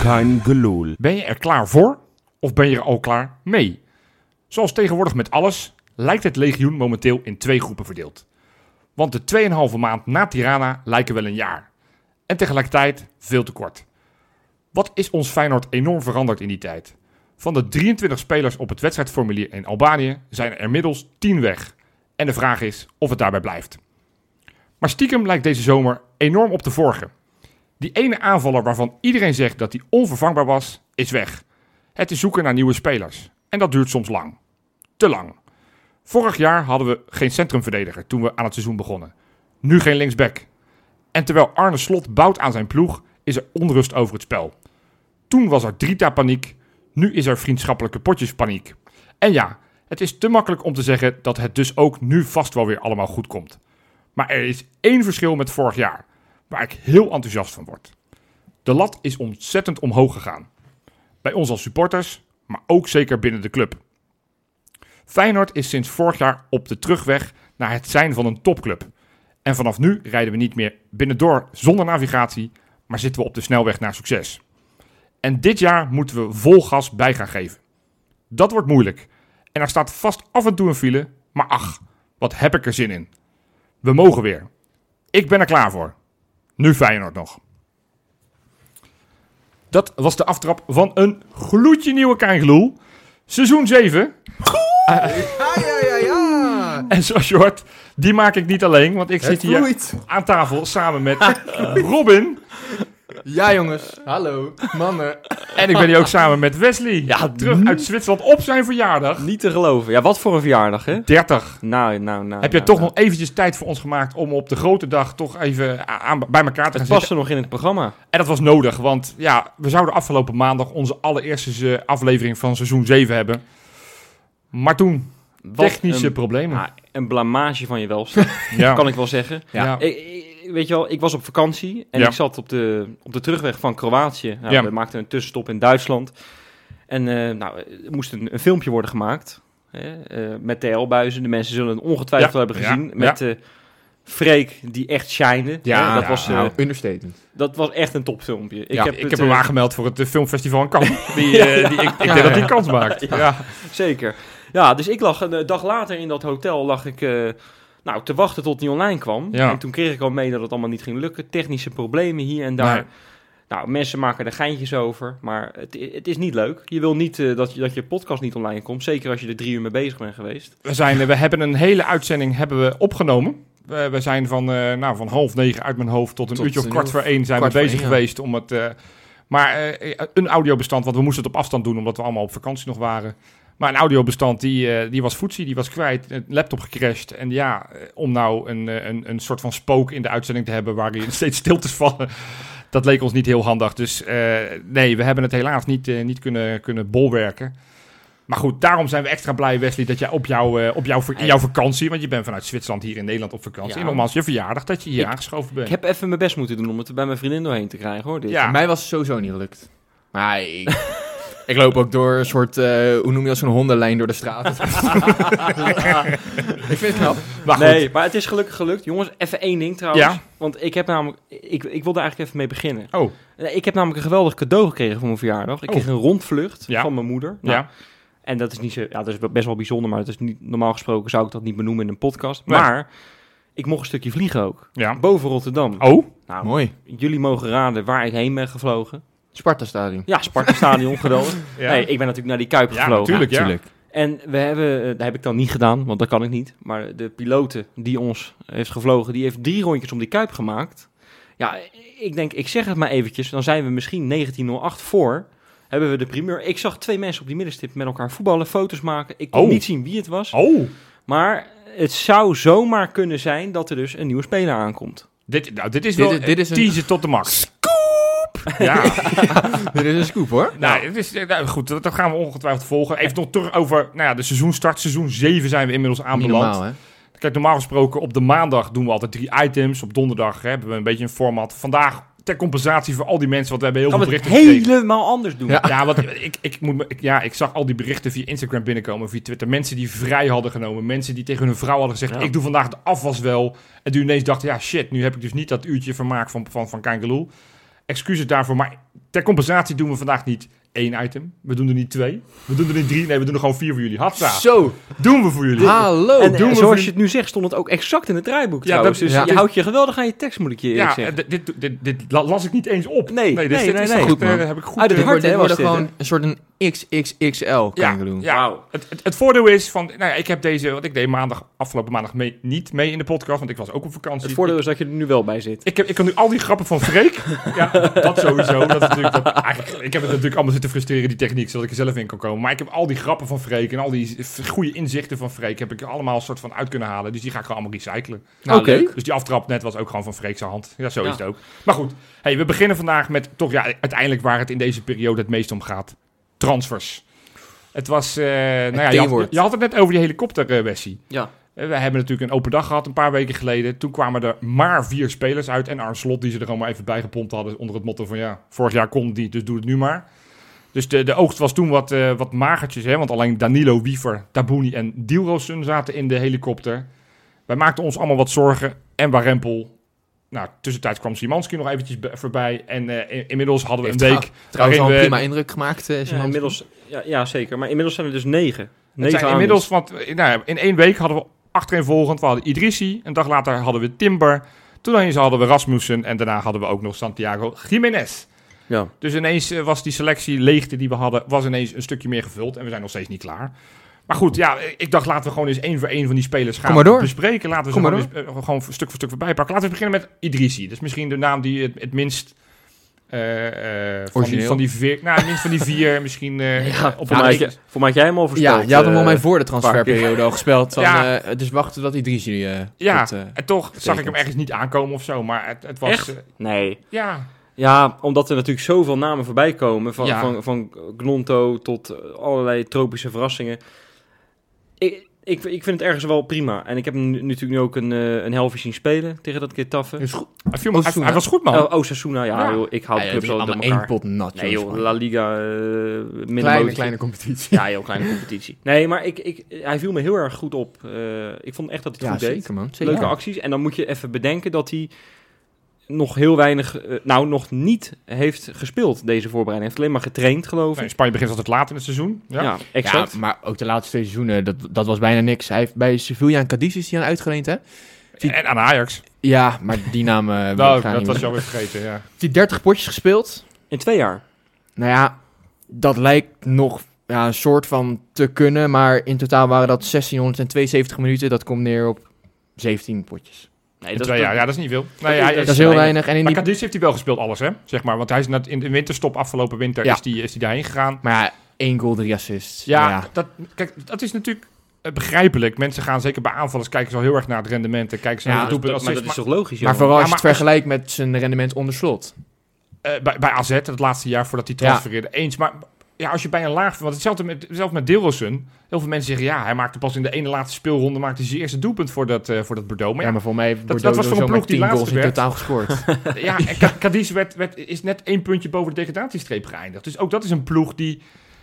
Kein gelul. Ben je er klaar voor of ben je er al klaar mee? Zoals tegenwoordig met alles lijkt het legioen momenteel in 2 groepen verdeeld. Want de 2,5 maand na Tirana lijken wel een jaar. En tegelijkertijd veel te kort. Wat is ons Feyenoord enorm veranderd in die tijd? Van de 23 spelers op het wedstrijdformulier in Albanië zijn er inmiddels 10 weg. En de vraag is of het daarbij blijft. Maar stiekem lijkt deze zomer enorm op de vorige. Die ene aanvaller waarvan iedereen zegt dat hij onvervangbaar was, is weg. Het is zoeken naar nieuwe spelers. En dat duurt soms lang. Te lang. Vorig jaar hadden we geen centrumverdediger toen we aan het seizoen begonnen. Nu geen linksback. En terwijl Arne Slot bouwt aan zijn ploeg, is er onrust over het spel. Toen was er Drita-paniek, nu is er vriendschappelijke potjespaniek. En ja, het is te makkelijk om te zeggen dat het dus ook nu vast wel weer allemaal goed komt. Maar er is 1 verschil met vorig jaar, waar ik heel enthousiast van word. De lat is ontzettend omhoog gegaan. Bij ons als supporters, maar ook zeker binnen de club. Feyenoord is sinds vorig jaar op de terugweg naar het zijn van een topclub. En vanaf nu rijden we niet meer binnendoor zonder navigatie, maar zitten we op de snelweg naar succes. En dit jaar moeten we vol gas bij gaan geven. Dat wordt moeilijk. En er staat vast af en toe een file, maar ach, wat heb ik er zin in. We mogen weer. Ik ben er klaar voor. Nu Feyenoord nog. Dat was de aftrap van een gloedje nieuwe Kein. Seizoen 7. Ja. En zoals je hoort, die maak ik niet alleen, want ik zit hier aan tafel samen met Robin. Ja, jongens. Hallo, mannen. En ik ben hier ook samen met Wesley. Ja, terug uit Zwitserland op zijn verjaardag. Niet te geloven. Ja, wat voor een verjaardag, hè? 30. Nou. Heb je toch nog eventjes tijd voor ons gemaakt om op de grote dag toch even bij elkaar te gaan Het zitten? paste nog in het programma. En dat was nodig, want ja, we zouden afgelopen maandag onze allereerste aflevering van seizoen 7 hebben. Maar toen, technische problemen. Ja, een blamage van je welste, Ja. kan ik wel zeggen. Ja. Weet je wel, ik was op vakantie en ik zat op de terugweg van Kroatië. We maakten een tussenstop in Duitsland. En er moest een filmpje worden gemaakt met TL-buizen. De mensen zullen het ongetwijfeld hebben gezien. Met Freek die echt shinede. Ja, dat was understatement. Dat was echt een topfilmpje. Ik heb hem aangemeld voor het filmfestival in Cannes. Ik denk dat hij kans maakt. Ja. Zeker. Ja, dus ik lag een dag later in dat hotel te wachten tot die online kwam. Ja. En toen kreeg ik al mee dat het allemaal niet ging lukken. Technische problemen hier en daar. Nee. Nou, mensen maken er geintjes over, maar het is niet leuk. Je wil niet dat je podcast niet online komt. Zeker als je er 3 uur mee bezig bent geweest. We hebben een hele uitzending opgenomen. We zijn van 8:30 uit mijn hoofd tot een uurtje of 1:15 zijn we bezig geweest om het... Maar een audiobestand, want we moesten het op afstand doen omdat we allemaal op vakantie nog waren. Maar een audiobestand, die was foetsie, die was kwijt, een laptop gecrashed. En ja, om nou een soort van spook in de uitzending te hebben waarin steeds stiltes vallen, dat leek ons niet heel handig. Dus nee, we hebben het helaas niet kunnen bolwerken. Maar goed, daarom zijn we extra blij, Wesley, dat jij in jouw vakantie, want je bent vanuit Zwitserland hier in Nederland op vakantie, en nogmaals je verjaardag, dat je hier aangeschoven bent. Ik heb even mijn best moeten doen om het er bij mijn vriendin doorheen te krijgen, hoor. Dit. Ja. Voor mij was het sowieso niet gelukt. Maar ik loop ook door een soort, hoe noem je dat, zo'n hondenlijn door de straat. Ik vind het knap. Maar het is gelukkig gelukt. Jongens, even 1 ding trouwens. Ja? Want ik heb namelijk, ik wilde eigenlijk even mee beginnen. Oh. Ik heb namelijk een geweldig cadeau gekregen voor mijn verjaardag. Ik kreeg een rondvlucht van mijn moeder. Nou, en dat is niet zo, dat is best wel bijzonder, maar het is niet, normaal gesproken zou ik dat niet benoemen in een podcast. Nee. Maar ik mocht een stukje vliegen ook. Ja. Boven Rotterdam. Oh, nou, mooi. Jullie mogen raden waar ik heen ben gevlogen. Sparta-stadion. Ja, Sparta-stadion, geweldig. Ja. Nee, ik ben natuurlijk naar die Kuip gevlogen. Natuurlijk. En dat heb ik dan niet gedaan, want dat kan ik niet. Maar de pilote die ons heeft gevlogen, die heeft 3 rondjes om die Kuip gemaakt. Ja, ik denk, ik zeg het maar eventjes, dan zijn we misschien 1908 voor. Hebben we de primeur. Ik zag 2 mensen op die middenstip met elkaar voetballen, foto's maken. Ik kon niet zien wie het was. Oh. Maar het zou zomaar kunnen zijn dat er dus een nieuwe speler aankomt. Dit is een teaser tot de max. Scoop! Ja. Dit is een scoop, hoor. Goed, dat gaan we ongetwijfeld volgen. Even nog terug over de seizoenstart. Seizoen 7 zijn we inmiddels aanbeland. Normaal, hè? Kijk, normaal gesproken op de maandag doen we altijd 3 items. Op donderdag hebben we een beetje een format. Vandaag ter compensatie voor al die mensen, want we hebben heel veel berichten gekregen. Helemaal anders doen. Ja, want ik zag al die berichten via Instagram binnenkomen, via Twitter. Mensen die vrij hadden genomen. Mensen die tegen hun vrouw hadden gezegd, ik doe vandaag de afwas wel. En die ineens dachten, shit, nu heb ik dus niet dat uurtje vermaak van Kein Gelul. Excuses daarvoor, maar ter compensatie doen we vandaag niet 1 item. We doen er niet 2. We doen er niet 3. Nee, we doen er gewoon 4 voor jullie. Hatsa. Zo, Doen we voor jullie. hallo. En doen we zoals voor- je het nu zegt, stond het ook exact in het draaiboek Ja, trouwens. dat- Dus ja. je houdt je geweldig aan je tekst, moet ik je eerlijk Ja, zeggen. dit las ik niet eens op. Nee, dit nee, is nee. echt, Goed, man. heb ik goed... Uit het eh, hart, Dit hè, wordt was dit, gewoon hè? een soort een XXXL, kan Ja, ik doen. ja. Wauw. Het voordeel is van... Nou ja, ik heb deze... Want ik deed afgelopen maandag niet mee in de podcast, want ik was ook op vakantie. Het voordeel is dat je er nu wel bij zit. Ik kan nu al die grappen van Freek. Ja, dat sowieso. Dat is natuurlijk eigenlijk, ik heb het natuurlijk allemaal zitten frustreren, die techniek, zodat ik er zelf in kan komen. Maar ik heb al die grappen van Freek en al die goede inzichten van Freek heb ik er allemaal een soort van uit kunnen halen. Dus die ga ik gewoon allemaal recyclen. Nou, Oké. leuk. Dus die aftrap net was ook gewoon van Freek's hand. Ja, zo Ja. is het ook. Maar goed, hey, we beginnen vandaag met toch uiteindelijk waar het in deze periode het meest om gaat. Transfers. Het was, je had het net over die helikopter, Wessie. Ja. We hebben natuurlijk een open dag gehad een paar weken geleden. Toen kwamen er maar 4 spelers uit. En Arne Slot, die ze er gewoon maar even bij gepompt hadden. Onder het motto van vorig jaar kon die, dus doe het nu maar. Dus de oogst was toen wat magertjes. Hè? Want alleen Danilo, Wiever, Tabouni en Dilrosun zaten in de helikopter. Wij maakten ons allemaal wat zorgen. En Warempel. Nou, tussentijds kwam Szymanski nog eventjes voorbij. En inmiddels hadden we een week... Trouwens al een waarin prima indruk gemaakt, Ja, Szymanski. inmiddels, ja, zeker. Maar inmiddels zijn er dus 9. Het zijn inmiddels, want in 1 week hadden we achtereenvolgend. We hadden Idrissi. Een dag later hadden we Timber. Toen ineens hadden we Rasmussen. En daarna hadden we ook nog Santiago Jiménez. Ja. Dus ineens was die selectie leegte die we hadden, was ineens een stukje meer gevuld. En we zijn nog steeds niet klaar. Maar goed, ja, ik dacht laten we gewoon eens 1 voor 1 van die spelers gaan Kom maar door. bespreken. Laten we Kom ze maar gewoon, eens, gewoon stuk voor stuk voorbij pakken. Laten we beginnen met Idrissi. Dat is misschien de naam die het minst... Origineel. van die 4, nou, minst van die 4 misschien... Ja, op voor een mij lijstje. had jij hem al voorspeld. Ja, je had hem al mij voor de paar transferperiode al gespeeld. Van, Ja. dus wachten tot Idrissi Ja, goed, en toch zag ik hem betekent. ergens niet aankomen of zo. Maar het was... Echt? Nee. ja, Ja, omdat er natuurlijk zoveel namen voorbij komen. Ja. Van Gnonto tot allerlei tropische verrassingen. Ik vind het ergens wel prima. En ik heb hem natuurlijk nu ook een helftje zien spelen tegen dat Getafe. Dus goed. hij was goed, man. Oh, Osasuna, ja, Ja. joh, ik hou de Ja, clubs dat is altijd allemaal bij één elkaar. pot nat. Nee joh, La Liga, Kleine competitie. Ja joh, kleine competitie. Nee, maar hij viel me heel erg goed op. Ik vond echt dat hij het Ja, goed deed. zeker man. Zeker. Leuke acties. En dan moet je even bedenken dat hij nog heel weinig, nog niet heeft gespeeld deze voorbereiding. Hij heeft alleen maar getraind, geloof ik. Nee, Spanje begint altijd laat in het seizoen. Ja. Ja, exact. Ja, maar ook de laatste 2 seizoenen, dat was bijna niks. Hij heeft bij Sevilla en Cadiz is hij aan uitgeleend, hè? En aan Ajax. Ja, maar die naam... Nou, dat was je alweer vergeten, ja. Heeft hij 30 potjes gespeeld? In 2 jaar. Nou ja, dat lijkt nog een soort van te kunnen. Maar in totaal waren dat 1672 minuten. Dat komt neer op 17 potjes. Nee, In dat 2 jaar, ja, dat is niet veel. Nee, is- hij Dat is heel weinig. En in maar die... Cadiz heeft hij wel gespeeld, alles, hè? Zeg maar, want hij is net in de winterstop afgelopen winter Ja. is hij daarheen gegaan. Maar ja, 1 goal, 3 assists. Ja, dat is natuurlijk begrijpelijk. Mensen gaan zeker bij aanvallers kijken zo heel erg naar het rendement. En kijken ze Ja, naar de dat- doelpunt. maar dat is toch logisch, Maar joh? vooral als je maar het vergelijkt met zijn rendement onder Slot. Bij AZ, het laatste jaar voordat hij transfereerde. Eens, maar ja, als je bij een laag... Want hetzelfde met Dilrosun. Heel veel mensen zeggen, ja, hij maakte pas in de ene laatste speelronde maakte hij zijn eerste doelpunt voor dat Bordeaux. Maar Ja, maar voor mij heeft dat Bordeaux was voor een zo ploeg met die 10 goals laatste in werd. totaal gescoord. ja, en Cadiz is net 1 puntje boven de degradatiestreep geëindigd. Dus ook dat is een ploeg die...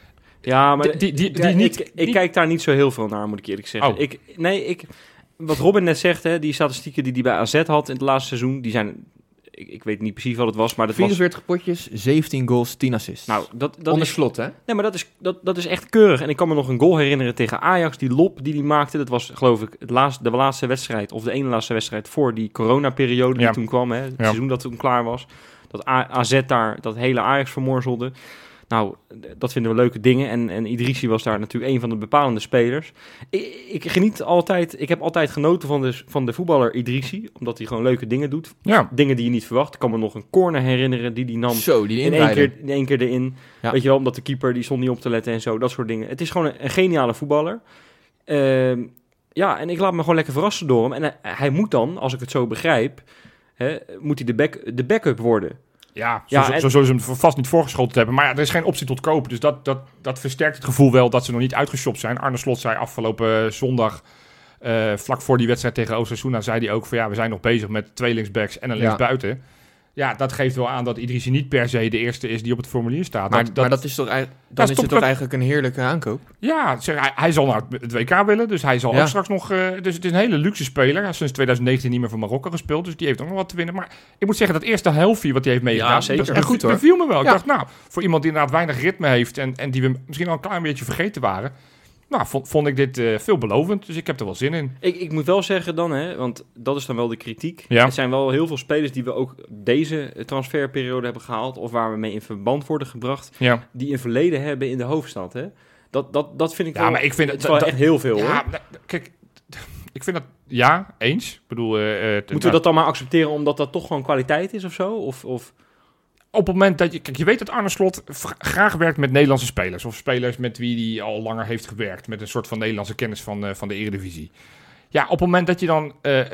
Ja, maar die ja, niet... ik niet- kijk daar niet zo heel veel naar, moet ik eerlijk zeggen. Oh. Wat Robin net zegt, hè, die statistieken die hij bij AZ had in het laatste seizoen, die zijn... Ik weet niet precies wat het was, maar dat was... 44 potjes, 17 goals, 10 assists. Nou, dat onder is... Slot, hè? Nee, maar dat is echt keurig. En ik kan me nog een goal herinneren tegen Ajax, die lop die hij maakte. Dat was, geloof ik, de laatste wedstrijd, of de ene laatste wedstrijd voor die coronaperiode die Ja. toen kwam. Hè, het Ja. seizoen dat toen klaar was. Dat AZ daar dat hele Ajax vermorzelde. Nou, dat vinden we leuke dingen. En Idrissi was daar natuurlijk een van de bepalende spelers. Ik geniet altijd, ik heb altijd genoten van de voetballer Idrissi, omdat hij gewoon leuke dingen doet. Ja, Dingen die je niet verwacht. Ik kan me nog een corner herinneren die hij nam. Zo, die In één keer erin. Ja. Weet je wel, omdat de keeper die stond niet op te letten en zo. Dat soort dingen. Het is gewoon een geniale voetballer. Ja, en ik laat me gewoon lekker verrassen door hem. En hij moet dan, als ik het zo begrijp, moet hij de backup worden. ja, Ja, zo en- zullen ze hem vast niet voorgeschoteld hebben. Maar ja, er is geen optie tot kopen. Dus dat versterkt het gevoel wel dat ze nog niet uitgeshopt zijn. Arne Slot zei afgelopen zondag, vlak voor die wedstrijd tegen Osasuna, zei hij ook van ja, we zijn nog bezig met 2 linksbacks en een Ja. linksbuiten. Ja, dat geeft wel aan dat Idrissi niet per se de eerste is die op het formulier staat. Maar dat is toch dan is het toch eigenlijk een heerlijke aankoop? Ja, hij zal naar het WK willen, dus hij zal ook straks nog... dus het is een hele luxe speler. Hij heeft sinds 2019 niet meer voor Marokko gespeeld, dus die heeft ook nog wat te winnen. Maar ik moet zeggen, dat eerste helftje wat hij heeft meegedaan... Ja, zeker. Dat goed, hoor. Dat viel me wel. Ik dacht, nou, voor iemand die inderdaad weinig ritme heeft... en die we misschien al een klein beetje vergeten waren... Nou, vond ik dit veelbelovend, dus ik heb er wel zin in. Ik moet wel zeggen dan, want dat is dan wel de kritiek. Ja. Er zijn wel heel veel spelers die we ook deze transferperiode hebben gehaald... of waar we mee in verband worden gebracht... Ja. die een verleden hebben in de hoofdstad. Hè? Dat vind ik wel... Maar ik vind het is wel echt heel veel, hoor. Kijk, ik vind dat... Ja, eens. Ik bedoel... Moeten we dat dan maar accepteren omdat dat toch gewoon kwaliteit is of zo? Of... Op het moment dat je... Kijk, je weet dat Arne Slot graag werkt met Nederlandse spelers. Of spelers met wie hij al langer heeft gewerkt. Met een soort van Nederlandse kennis van de Eredivisie. Ja, op het moment dat je dan...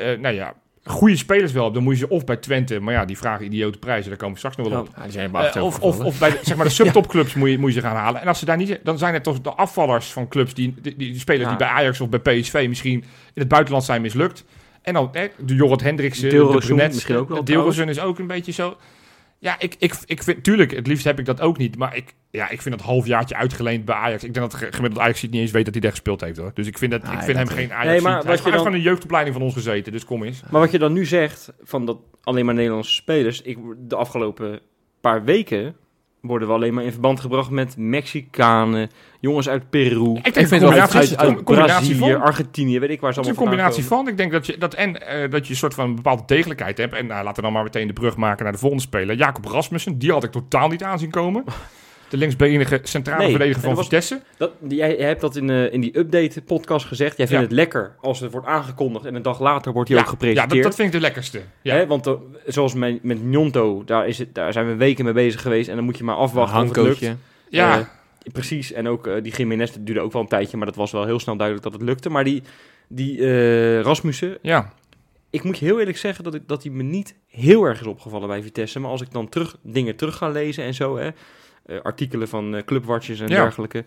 goede spelers wel hebt, dan moet je ze of bij Twente... Maar ja, die vragen idiote prijzen, daar komen we straks nog wel op. Ja, die zijn Of bij zeg maar de subtopclubs moet je ze gaan halen. En als ze daar niet... Dan zijn het toch de afvallers van clubs... Die spelers die bij Ajax of bij PSV misschien in het buitenland zijn mislukt. En dan de Jorrit Hendriksen, de Brunet. Misschien ook wel. Dilrosun is ook een beetje zo... Ja, ik vind... Tuurlijk, het liefst heb ik dat ook niet. Maar ik vind dat halfjaartje uitgeleend bij Ajax. Ik denk dat gemiddeld Ajax niet eens weet dat hij daar gespeeld heeft, hoor. Dus ik vind hem geen Ajax. Nee, maar hij heeft gewoon een jeugdopleiding van ons gezeten, dus kom eens. Maar wat je dan nu zegt, van dat alleen maar Nederlandse spelers... de afgelopen paar weken worden we alleen maar in verband gebracht met Mexicanen, jongens uit Peru. Ik vind het uit Brazilië, Argentinië, weet ik waar ze allemaal vandaan komen. Het is een combinatie van. Dat je een soort van een bepaalde degelijkheid hebt. En laten we dan maar meteen de brug maken naar de volgende speler. Jacob Rasmussen, die had ik totaal niet aanzien komen. De linksbenige centrale verdediger van Vitesse. Jij hebt dat in die update-podcast gezegd. Jij vindt het lekker als het wordt aangekondigd en een dag later wordt hij ook gepresenteerd. Ja, dat vind ik de lekkerste. Ja. Want zoals met Gnonto, daar zijn we weken mee bezig geweest. En dan moet je maar afwachten of het lukt. Ja. Precies. En ook die Jiménez, dat duurde ook wel een tijdje, maar dat was wel heel snel duidelijk dat het lukte. Maar die Rasmussen... Ja. Ik moet je heel eerlijk zeggen dat hij me niet heel erg is opgevallen bij Vitesse. Maar als ik dan dingen terug ga lezen en zo... artikelen van clubwatchers en dergelijke,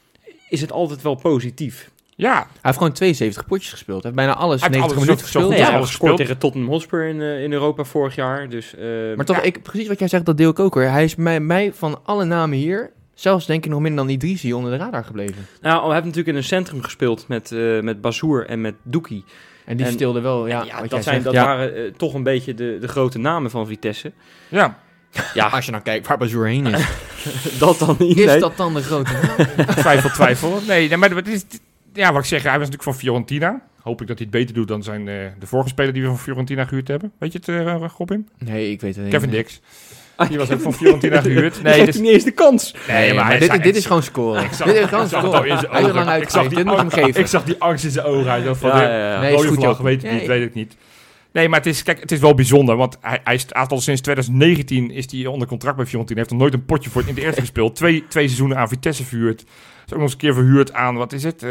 is het altijd wel positief. Ja. Hij heeft gewoon 72 potjes gespeeld. Hij heeft bijna alles 90 minuten gespeeld. Hij heeft gescoord tegen Tottenham Hotspur in Europa vorig jaar. Dus, maar toch, precies wat jij zegt, dat deel ik ook hoor. Hij is mij van alle namen hier, zelfs denk ik nog minder dan Idrissi, onder de radar gebleven. Nou, hij heeft natuurlijk in een centrum gespeeld met Bazoer en met Doekie. En die stilde wel, dat waren toch een beetje de grote namen van Vitesse. Ja. Ja, als je nou kijkt waar Bazoer heen is. Dat dan niet. Is dat dan de grote naam? Twijfel. Nee, maar het is... Ja, wat ik zeg, hij was natuurlijk van Fiorentina. Hoop ik dat hij het beter doet dan zijn de vorige speler die we van Fiorentina gehuurd hebben. Weet je het, Robin? Nee, ik weet het niet. Kevin Dix. Die was ook van Fiorentina gehuurd. Nee, dat is niet eens de kans. Nee, maar dit is gewoon scoren. Dit is gewoon scoren. Hij is er lang uitgegeven. Dit moet je hem geven. Ik zag die angst in zijn ogen. Hij dacht van, nee, is goed, vlag, weet ik niet. Nee, maar het is wel bijzonder, want hij staat al sinds 2019 is hij onder contract bij Fiorentina. Hij heeft nog nooit een potje voor in de eerste gespeeld. Twee seizoenen aan Vitesse verhuurd. Is ook nog eens een keer verhuurd aan, wat is het?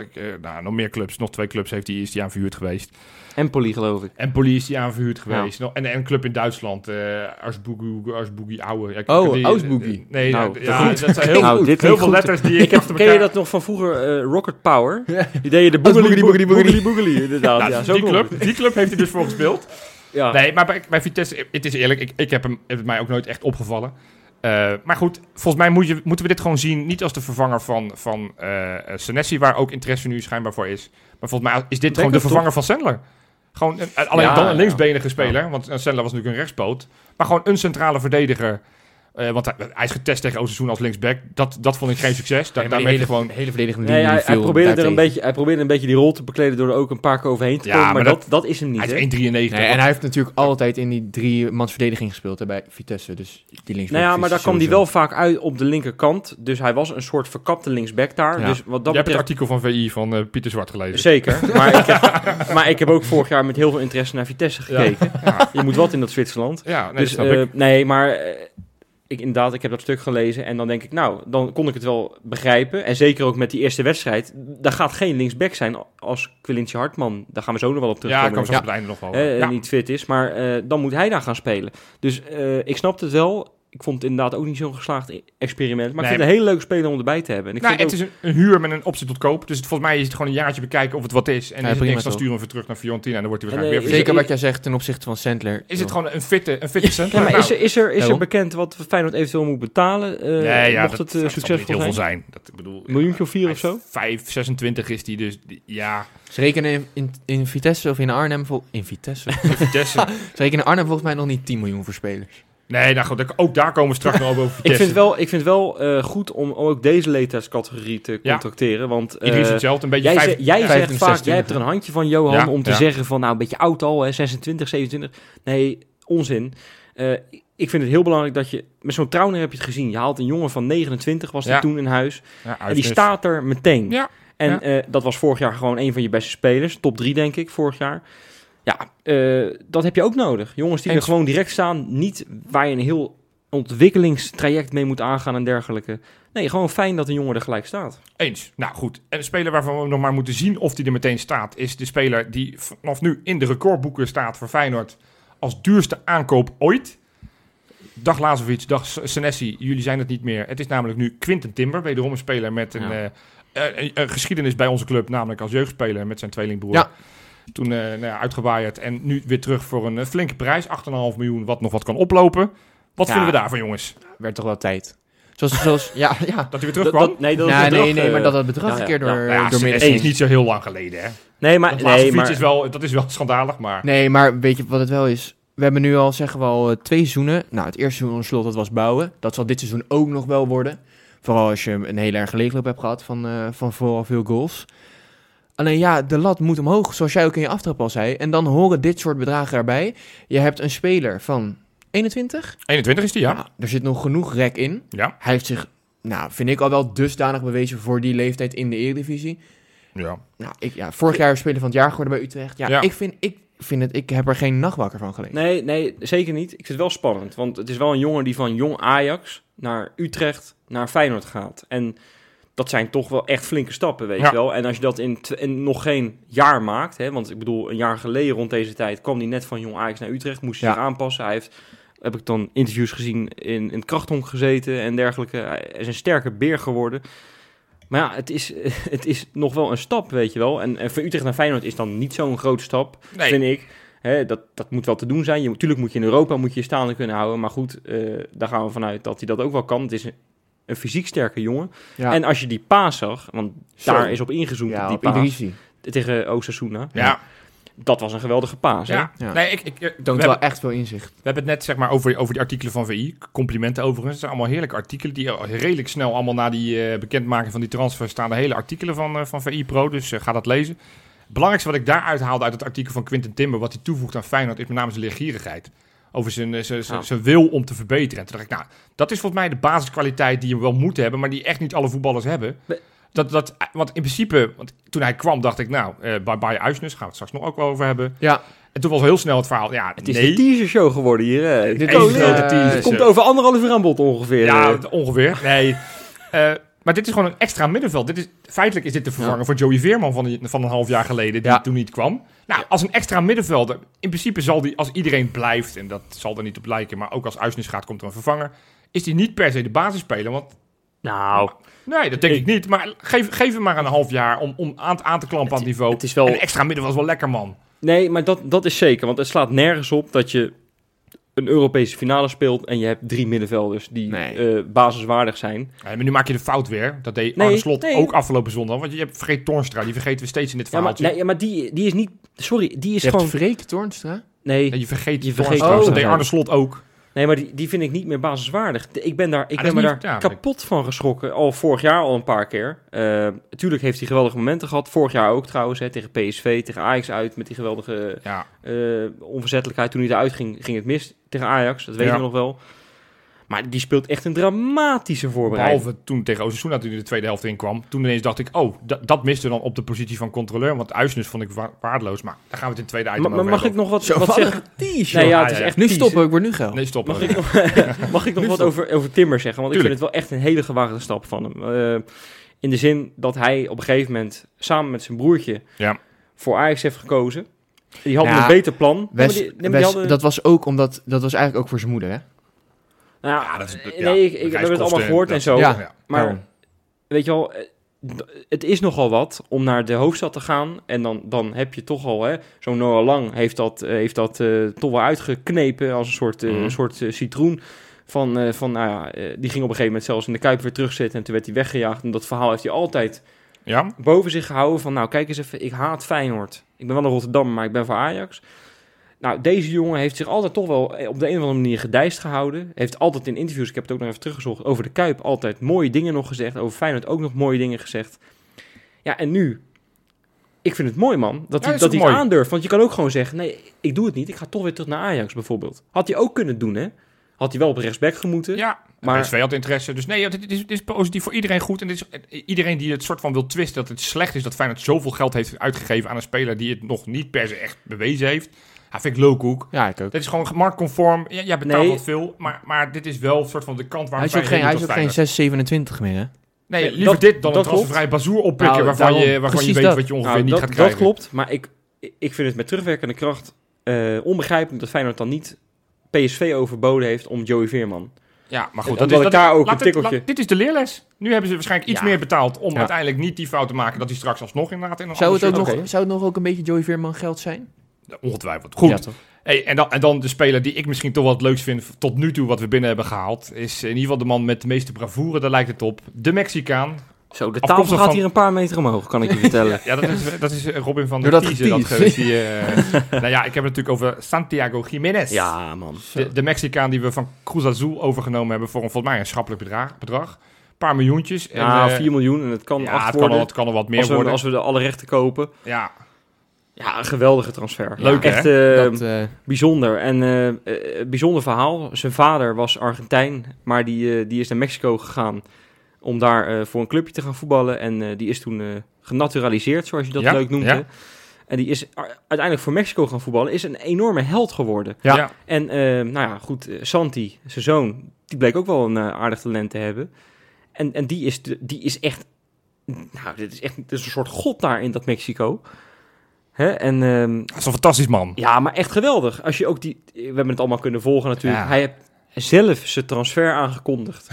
Nog meer clubs, nog 2 clubs is hij aan verhuurd geweest. Empoli, geloof ik. Empoli is hij aan verhuurd geweest. Ja. En een club in Duitsland, Arsboogie Ouwe. Ausboogie. Nee, dat zijn heel veel letters die ik heb. Ken je dat nog van vroeger, Rocket Power? Die deed je de boogie, inderdaad. Ja, die club heeft hij dus voor gespeeld. Ja. Nee, maar bij Vitesse, het is eerlijk, ik heb het mij ook nooit echt opgevallen. Maar goed, volgens mij moeten we dit gewoon zien, niet als de vervanger van Senesi, waar ook interesse nu schijnbaar voor is. Maar volgens mij is dit gewoon de vervanger van Sandler. Gewoon alleen dan een linksbenige speler, want Sandler was natuurlijk een rechtspoot. Maar gewoon een centrale verdediger. Want hij is getest tegen Oosterseizoen als linksback. Dat vond ik geen succes. Hele verdedigende linie. Hij probeerde een beetje die rol te bekleden door er ook een paar keer overheen te komen. Maar dat is hem niet. Hij is 1,93. Nee, en hij heeft natuurlijk altijd in die 3-mans verdediging gespeeld bij Vitesse. Dus die linksback. Nou ja, maar daar kwam hij wel vaak uit op de linkerkant. Dus hij was een soort verkapte linksback daar. Ja. Dus wat dat je hebt het artikel van VI van Pieter Zwart gelezen. Zeker. Maar ik heb ook vorig jaar met heel veel interesse naar Vitesse gekeken. Ja. Je moet wat in dat Zwitserland. Ja, dus, snap ik. Nee, maar... Ik heb dat stuk gelezen en dan denk ik, dan kon ik het wel begrijpen. En zeker ook met die eerste wedstrijd. Daar gaat geen linksback zijn als Quilintje Hartman. Daar gaan we zo nog wel op terugkomen. Ja, kan zo op het einde nog wel. Niet fit is, maar dan moet hij daar gaan spelen. Dus ik snap het wel. ik vond het inderdaad ook niet zo'n geslaagd experiment. Maar Nee, ik vind het een hele leuke speler om erbij te hebben. En ik Nou, vind het is een huur met een optie tot koop. Dus volgens mij is het gewoon een jaartje bekijken of het wat is. En Ja, is het prima niks, dan toch? sturen we hem weer terug naar Fiorentina. En dan wordt hij En, waarschijnlijk weer is- Zeker vergeten. wat jij zegt ten opzichte van Sandler. Is het gewoon een fitte cent? Ja, maar is er Waarom? bekend wat Feyenoord eventueel moet betalen? Mocht het dat zal succesvol niet heel veel zijn? zijn. Dat, ik bedoel, Een miljoentje of 4 of zo? 5,26 is die dus. Ja, Ze rekenen in Vitesse of in Arnhem... In Vitesse? Vitesse. Ze rekenen in Arnhem volgens mij nog niet 10 miljoen voor spelers. Nee, nou goed, ook daar komen we straks nog over Vitesse. Ik vind wel goed om ook deze leeftijdscategorie te contracteren. Want Iedereen is hetzelfde, een beetje jij 5. zegt 25, vaak, jij hebt er een handje van, Johan, Ja, om te ja. zeggen van, nou, een beetje oud al, hè, 26, 27. Nee, onzin. Ik vind het heel belangrijk dat je... Met zo'n Trauner heb je het gezien. Je haalt een jongen van 29, was die Ja. toen in huis. Ja, En die staat er meteen. Ja. En dat was vorig jaar gewoon een van je beste spelers. Top 3, denk ik, vorig jaar. Ja, dat heb je ook nodig. Jongens die Eens. er gewoon direct staan. Niet waar je een heel ontwikkelingstraject mee moet aangaan en dergelijke. Nee, gewoon fijn dat een jongen er gelijk staat. Eens. Nou goed, en de speler waarvan we nog maar moeten zien of die er meteen staat... is de speler die vanaf nu in de recordboeken staat voor Feyenoord... als duurste aankoop ooit. Dag Lazovic, dag Senesi, jullie zijn het niet meer. Het is namelijk nu Quinten Timber, wederom een speler met een geschiedenis bij onze club... namelijk als jeugdspeler met zijn tweelingbroer. Ja. Toen uitgewaaid en nu weer terug voor een flinke prijs. 8,5 miljoen, wat nog wat kan oplopen. Wat Ja. vinden we daarvan, jongens? Werd toch wel tijd. Zoals ja. Dat hij weer terugkwam? Nee, dat Ja, is nee, maar dat het bedrag ja, een keer ja. door midden Senesi is ging. niet zo heel lang geleden, hè? Nee, maar... Dat Nee, Lazovic maar dat is wel schandalig, maar... Nee, maar weet je wat het wel is? We hebben nu al, zeggen we al, 2 seizoenen. Nou, het eerste seizoen onder slot, dat was bouwen. Dat zal dit seizoen ook nog wel worden. Vooral als je een hele erg leegloop hebt gehad van vooral veel goals. Alleen ja, de lat moet omhoog, zoals jij ook in je aftrap al zei. En dan horen dit soort bedragen erbij. Je hebt een speler van 21. 21 is die, ja. Nou, er zit nog genoeg rek in. Ja. Hij heeft zich, nou, vind ik al wel dusdanig bewezen voor die leeftijd in de Eredivisie. Ja. Nou, vorig jaar speler van het jaar geworden bij Utrecht. Ja. Ja. Ik heb er geen nachtwakker van gelegen. Nee, zeker niet. Ik vind het wel spannend. Want het is wel een jongen die van jong Ajax naar Utrecht naar Feyenoord gaat. En dat zijn toch wel echt flinke stappen, weet je wel. En als je dat in nog geen jaar maakt... Hè, want ik bedoel, een jaar geleden rond deze tijd... kwam hij net van jong Ajax naar Utrecht. Moest hij zich aanpassen. Hij heeft, heb ik dan interviews gezien, in het krachthonk gezeten en dergelijke. Hij is een sterke beer geworden. Maar ja, het is nog wel een stap, weet je wel. En voor Utrecht naar Feyenoord is dan niet zo'n grote stap, vind ik. Dat moet wel te doen zijn. Natuurlijk moet je in Europa je staande kunnen houden. Maar goed, daar gaan we vanuit dat hij dat ook wel kan. Het is een fysiek sterke jongen. Ja. En als je die paas zag, want daar is op ingezoomd op die op paas Idrissi. tegen Osasuna. Ja. Dat was een geweldige paas. Ja. Ja. Nee, Toont wel echt veel inzicht. We hebben het net zeg maar over die artikelen van VI. Complimenten overigens. Het zijn allemaal heerlijke artikelen die redelijk snel allemaal na die bekendmaking van die transfer staan. De hele artikelen van VI Pro, dus ga dat lezen. Het belangrijkste wat ik daaruit haalde uit het artikel van Quinten Timber, wat hij toevoegt aan Feyenoord, is met name zijn leergierigheid. Over zijn wil om te verbeteren. En toen dacht ik, nou, dat is volgens mij de basiskwaliteit die je wel moet hebben, maar die echt niet alle voetballers hebben. Want in principe, toen hij kwam, dacht ik, nou, bij Uisnes, gaan we het straks nog ook wel over hebben. Ja. En toen was heel snel het verhaal, ja, Het is een teaser show geworden hier. Hè? Dit Eén is grote teaser. Het komt over 1,5 uur aan bod ongeveer. Ja, ongeveer. Nee. Maar dit is gewoon een extra middenveld. Feitelijk is dit de vervanger voor Joey Veerman van een half jaar geleden, die toen niet kwam. Nou, als een extra middenvelder, in principe zal die, als iedereen blijft, en dat zal er niet op lijken, maar ook als Uisnes gaat, komt er een vervanger, is die niet per se de basisspeler, want... Nou... Nee, dat denk ik niet. Maar geef hem maar een half jaar om aan te klampen aan het niveau. Het is wel... En een extra middenveld is wel lekker, man. Nee, maar dat is zeker. Want het slaat nergens op dat je een Europese finale speelt en je hebt 3 middenvelders die basiswaardig zijn. Ja, maar nu maak je de fout weer. Dat deed Arne Slot ook afgelopen zondag. Want je vergeet Toornstra. Die vergeten we steeds in dit verhaaltje. Maar die is niet... Sorry, die is je gewoon... hebt Freek Toornstra? Nee. Ja, je vergeet Toornstra. Dat deed Arne Slot ook. Nee, maar die vind ik niet meer basiswaardig. Ik ben me daar kapot van geschrokken. Al vorig jaar al een paar keer. Tuurlijk heeft hij geweldige momenten gehad. Vorig jaar ook trouwens. Tegen PSV, tegen Ajax uit. Met die geweldige onverzettelijkheid. Toen hij eruit ging, ging het mis tegen Ajax. Dat weten we nog wel. Maar die speelt echt een dramatische voorbereiding. Behalve toen tegen Osasuna, toen hij de tweede helft in kwam. Toen ineens dacht ik, dat miste dan op de positie van controleur. Want Uisnes vond ik waardeloos. Maar daar gaan we het in het tweede item over Maar mag ik nog wat zeggen? Nee, ja, het is echt nu stoppen, ik word nu geil. Nee, stoppen. Mag ik nog wat over Timber zeggen? Want ik vind het wel echt een hele gewaagde stap van hem. In de zin dat hij op een gegeven moment samen met zijn broertje voor Ajax heeft gekozen. Die hadden een beter plan. Dat was ook omdat, dat was eigenlijk ook voor zijn moeder, hè? Nou, Ja, dat is- we hebben het allemaal gehoord en zo. Ja. Maar Daarom. weet je wel, het is nogal wat om naar de hoofdstad te gaan. En dan heb je toch al, zo'n Noah Lang heeft dat toch wel uitgeknepen als een soort citroen. Die ging op een gegeven moment zelfs in de Kuip weer terugzetten. En toen werd hij weggejaagd. En dat verhaal heeft hij altijd Ja? boven zich gehouden van, nou kijk eens even, ik haat Feyenoord. Ik ben wel een Rotterdammer, maar ik ben voor Ajax. Nou, deze jongen heeft zich altijd toch wel op de een of andere manier gedijst gehouden. Heeft altijd in interviews, ik heb het ook nog even teruggezocht, over de Kuip altijd mooie dingen nog gezegd. Over Feyenoord ook nog mooie dingen gezegd. Ja, en nu, ik vind het mooi, man, dat hij is ook het mooi. aandurft. Want je kan ook gewoon zeggen, nee, ik doe het niet. Ik ga toch weer terug naar Ajax bijvoorbeeld. Had hij ook kunnen doen, hè? Had hij wel op rechtsback gemoeten. Ja, Maar- PSV had interesse. Dus nee, dit is positief voor iedereen goed. En dit is, iedereen die het soort van wil twisten dat het slecht is dat Feyenoord zoveel geld heeft uitgegeven aan een speler die het nog niet per se echt bewezen heeft. Ja, vind ik lulkoek. Ja, ik ook. Dit is gewoon marktconform. Ja, jij betaalt Nee. wat veel, maar dit is wel een soort van de kant waar Hij is ook geen 6,27 meer, hè? Nee, Nee, liever dat- dit dan dat een transfervrij bazoer oppikken Nou, waarvan daarom, je precies weet dat. wat je ongeveer Nou, niet dat, gaat krijgen. dat klopt, maar ik vind het met terugwerkende kracht onbegrijpelijk dat Feyenoord dan niet PSV overboden heeft om Joey Veerman. Ja, maar goed, Omdat ik daar ook laat een tikkeltje- dit is de leerles. Nu hebben ze waarschijnlijk iets Ja. meer betaald om Ja. uiteindelijk niet die fout te maken dat hij straks alsnog inderdaad in een Zou ander het, ook shirt- nog, zou het nog ook een beetje Joey Veerman geld zijn? Ongetwijfeld. Goed. Ja, toch? Hey, en dan de speler die ik misschien toch wel het leukst vind tot nu toe wat we binnen hebben gehaald, is in ieder geval de man met de meeste bravoure, daar lijkt het op. De Mexicaan. Zo, de Afkomstig tafel gaat van- hier een paar meter omhoog, kan ik je vertellen. Ja, dat is Robin van der Door dat Kiezen. getiefd. Nou ja, ik heb het natuurlijk over Santiago Jiménez. Ja, man. De Mexicaan die we van Cruz Azul overgenomen hebben voor volgens mij een schappelijk bedrag. Een paar miljoentjes. Ja, en, 4 miljoen en het kan ja, 8 het worden. kan al wat meer als we, worden. als we alle rechten kopen. Ja, Ja, een geweldige transfer. Leuk, Echt Dat, bijzonder. En bijzonder verhaal. Zijn vader was Argentijn, maar die is naar Mexico gegaan om daar voor een clubje te gaan voetballen. En die is toen genaturaliseerd, zoals je dat Ja, leuk noemt. ja. Hè. En die is uiteindelijk voor Mexico gaan voetballen. Is een enorme held geworden. ja. En nou ja, goed, Santi, zijn zoon, die bleek ook wel een aardig talent te hebben. En die is echt, nou, dit is een soort god daar in dat Mexico. Hè? En Dat is een fantastisch man. ja, maar echt geweldig. Als je ook we hebben het allemaal kunnen volgen natuurlijk. Ja. Hij heeft zelf zijn transfer aangekondigd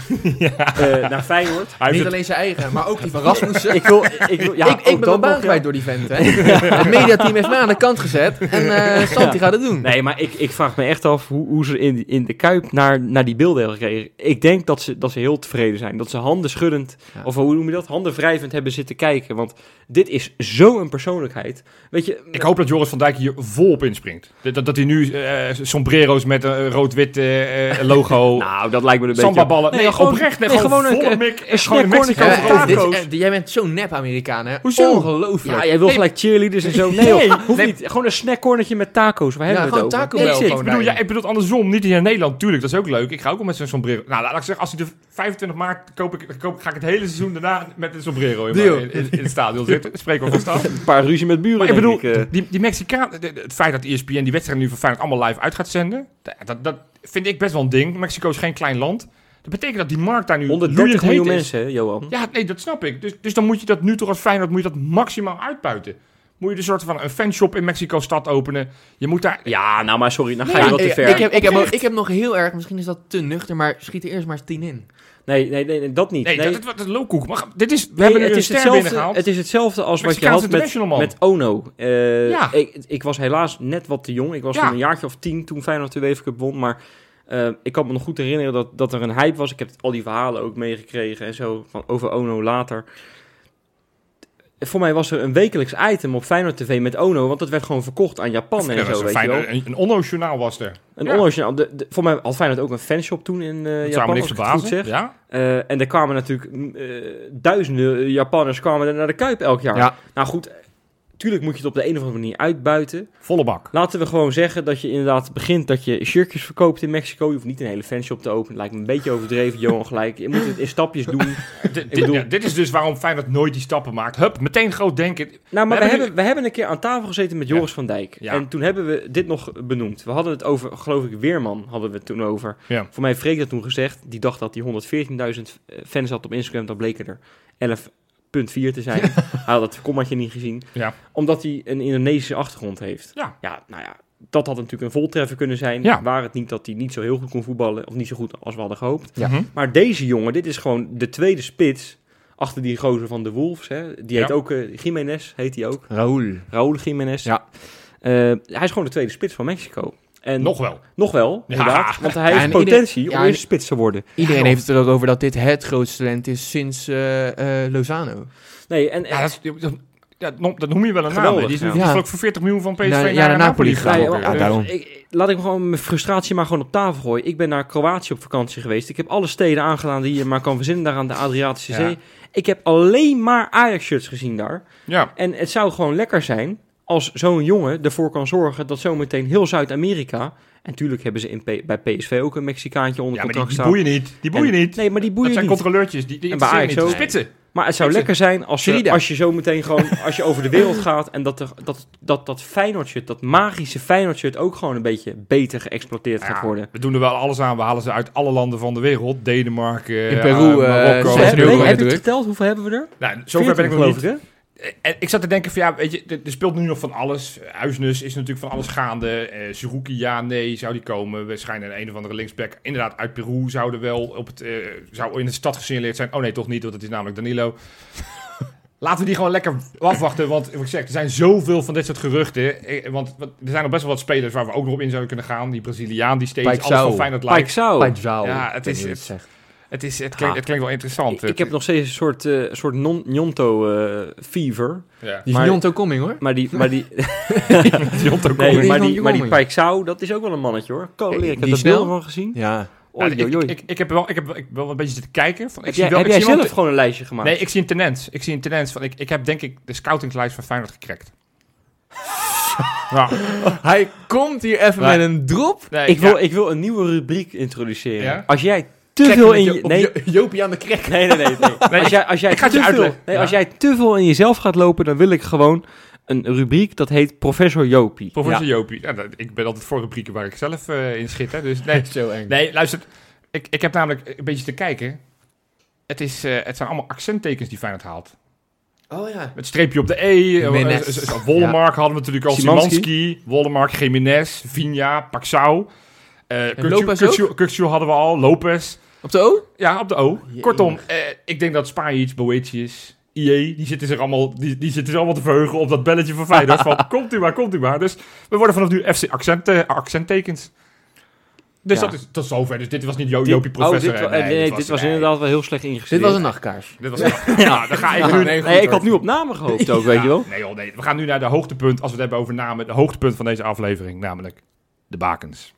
naar Feyenoord. Hij heeft niet het- alleen zijn eigen, maar ook die van Rasmussen. Ik wil, ja, ik ben wel dat baan nog, ja. kwijt door die vent, hè. Het mediateam heeft mij aan de kant gezet. En Santi gaat het doen. Nee, maar ik vraag me echt af hoe ze in de Kuip naar die beelden hebben gekregen. Ik denk dat ze heel tevreden zijn. Dat ze handen schuddend, Ja. of hoe noem je dat, handen wrijvend hebben zitten kijken. Want dit is zo'n persoonlijkheid. Weet je, Ik hoop dat Joris van Dijk hier volop inspringt. Dat hij nu sombrero's met een rood-wit logo, nou, dat lijkt me een beetje... samba-ballen. Nee, gewoon- oprecht. nee, gewoon gewoon een- volle mik. een Gewoon in snack Mexico corner- veroverd. taco's. Jij bent zo'n nep-Amerikaan, hè? Hoezo? Ongelooflijk. Ja, jij wil Nee. gelijk cheerleaders en zo. Nee, Nee. joh, hoeft Nee. niet. Gewoon een snackcornertje met taco's. Waar hebben we gewoon het over? Taco Nee, Bell ik gewoon bedoel, daarin. ik bedoel het andersom. Niet hier in Nederland, tuurlijk. Dat is ook leuk. Ik ga ook wel met zo'n sombrero. Nou, laat ik zeggen, als hij de 25 maart ga ik het hele seizoen daarna met een sombrero Deal. in het stadion zitten. Spreken we vast af. Een paar ruzie met buren, Maar ik bedoel, denk ik. die Mexicaan, het feit dat ESPN die wedstrijd nu van Feyenoord allemaal live uit gaat zenden, dat vind ik best wel een ding. Mexico is geen klein land. Dat betekent dat die markt daar nu 130 loeiend heet miljoen is. mensen, hè, Johan. Ja, nee, dat snap ik. Dus dan moet je dat nu toch als Feyenoord moet je dat maximaal uitbuiten. Moet je een soort van een fanshop in Mexico-stad openen. Je moet daar... Ja, nou maar sorry, dan ga je Nee, wel te ver. Ik heb nog heel erg, misschien is dat te nuchter, maar schiet er eerst maar eens 10 in. Nee, dat niet. Nee, Nee, dat is loopkoek. Maar we hebben nee, nu het een is ster hetzelfde. binnengehaald. Het is hetzelfde als wat je Mexicaanse had international, man. met Ono. Ja. Ik was helaas net wat te jong. Ik was Ja. toen een jaartje of 10 toen Feyenoord de UEFA Cup won. Maar ik kan me nog goed herinneren dat er een hype was. Ik heb al die verhalen ook meegekregen en zo over Ono later. Voor mij was er een wekelijks item op Feyenoord TV met Ono, want dat werd gewoon verkocht aan Japan en Dat was zo, een weet je wel. een onno-journaal was er. Een Ja. onorigineel. Voor mij had Feyenoord ook een fanshop toen in Dat zou me Japan, niks als ik het goed verbazen. zeg. Ja? En er kwamen natuurlijk duizenden Japanners kwamen er naar de Kuip elk jaar. Ja. Nou goed, tuurlijk moet je het op de een of andere manier uitbuiten. Volle bak. Laten we gewoon zeggen dat je inderdaad begint dat je shirtjes verkoopt in Mexico. Je hoeft niet een hele fanshop te openen. Lijkt me een beetje overdreven, Johan, gelijk. Je moet het in stapjes doen. bedoel- Dit is dus waarom Feyenoord nooit die stappen maakt. Hup, meteen groot denken. Nou, maar We we hebben een keer aan tafel gezeten met Joris van Dijk. Ja. En toen hebben we dit nog benoemd. We hadden het over, geloof ik, Weerman hadden we het toen over. Ja. Voor mij heeft Freek dat toen gezegd. Die dacht dat hij 114.000 fans had op Instagram. Dan bleken er 11,4 te zijn. Hij had het kommaatje niet gezien. Ja. Omdat hij een Indonesische achtergrond heeft. Ja. Ja, nou ja. dat had natuurlijk een voltreffer kunnen zijn. Ja. Waar het niet dat hij niet zo heel goed kon voetballen. Of niet zo goed als we hadden gehoopt. Ja. Mhm. Maar deze jongen, dit is gewoon de tweede spits achter die gozer van de Wolves. Hè. Die heet Ja. ook Jiménez, heet hij ook. Raúl. Jiménez. Ja. Hij is gewoon de tweede spits van Mexico. En Nog wel. Ja. inderdaad. Want hij Ja, heeft en potentie om en- eerste spits te worden. Iedereen Ja, heeft het er ook over dat dit het grootste talent is sinds Lozano. Nee, en Dat noem je wel een naam. Geweldig, Hè. Die is ja. nu geloof ik voor 40 miljoen van PSV Naar naar Napoli gegaan. gegaan. Ja, daarom. laat ik gewoon mijn frustratie maar gewoon op tafel gooien. Ik ben naar Kroatië op vakantie geweest. Ik heb alle steden aangedaan die je maar kan verzinnen daar aan de Adriatische Ja. Zee. Ik heb alleen maar Ajax-shirts gezien daar. Ja. En het zou gewoon lekker zijn als zo'n jongen ervoor kan zorgen dat zometeen heel Zuid-Amerika... En natuurlijk hebben ze bij PSV ook een Mexicaantje onder Ja, maar contract die staan. boeien niet. Die boeien En- niet. Nee, maar die Dat boeien zijn niet. controleurtjes. Die En bij interesseren Ajax niet. ook. Spitsen. Maar het zou Spitsen. lekker zijn Sherida. als je zo meteen gewoon... als je over de wereld gaat en dat Feyenoord-shirt, dat magische Feyenoord-shirt ook gewoon een beetje beter geëxploiteerd gaat worden. We doen er wel alles aan. We halen ze uit alle landen van de wereld. Denemarken, In Peru, Marokko. ze hebben Heb euro je het gedrukt. geteld? Hoeveel hebben we er? Nou, zover ben ik nog 14, niet. geloof ik, hè? En ik zat te denken van ja, weet je, er speelt nu nog van alles. Huisnus is natuurlijk van alles gaande. Suzuki, ja, nee, zou die komen? We schijnen een of andere linksback. Inderdaad, uit Peru zouden wel op het, zou in de stad gesignaleerd zijn. Oh nee, toch niet, want het is namelijk Danilo. Laten we die gewoon lekker afwachten. Want wat ik zeg, er zijn zoveel van dit soort geruchten. Want er zijn nog best wel wat spelers waar we ook nog op in zouden kunnen gaan. Die Braziliaan, die steeds Paixão. alles van Feyenoord lijkt. Paixão. Paixão. Ja, het is- Ik weet niet hoe je het zegt. Het klinkt wel interessant. Ik heb nog steeds een soort Njonto-fever. Ja. Die is Maar- Njonto Coming, hoor. Maar die Jonto nee, die is maar nog die coming. Paixão, dat is ook wel een mannetje, hoor. Kolen, ik heb Die er snel? beelden van gezien. Ja. Oei, oei, oei. Ik heb wel een beetje zitten kijken. Van, Heb jij zelf gewoon een lijstje gemaakt? Nee, ik zie een tendens. Van, ik heb denk ik de scoutingslijst van Feyenoord gecrackt. Ja. Hij komt hier even Nee. met een drop. Nee, Ik wil een nieuwe rubriek introduceren. Ja? Als jij te veel in je... Nee, Jopie aan de krek. nee. Als jij ik ga het je te uitleggen. veel, nee, Ja. als jij te veel in jezelf gaat lopen, dan wil ik gewoon een rubriek dat heet Professor Jopie. Professor Jopie. Ja, ik ben altijd voor rubrieken waar ik zelf in schitter. Dus nee. Zo eng. Nee, luister. Ik heb namelijk een beetje te kijken. Het zijn allemaal accenttekens die Feyenoord haalt. Oh ja. Met streepje op de E. Jiménez. Wollemark hadden we natuurlijk al. Szymanski. Szymanski. Wollemark, Jiménez, Viña, Paixão. Lopez ook? Kukçu hadden we al. Lopez. Op de O? Ja, op de O. Jee. Kortom, ik denk dat Spajic, Boetius, IE, die zitten zich allemaal te verheugen op dat belletje van Feyenoord. Van, komt u maar. Dus we worden vanaf nu FC accenttekens. Dus Ja. dat is tot zover. Dus dit was niet Jopie Professor. Dit was inderdaad wel heel slecht ingestudeerd. Dit was een nachtkaars. Dit was ja, dan ga ik nu... nee, goed, Nee, ik hoor. had nu op namen gehoopt ook, weet je wel. Nee, joh, nee. We gaan nu naar de hoogtepunt, als we het hebben over namen, de hoogtepunt van deze aflevering, namelijk de bakens.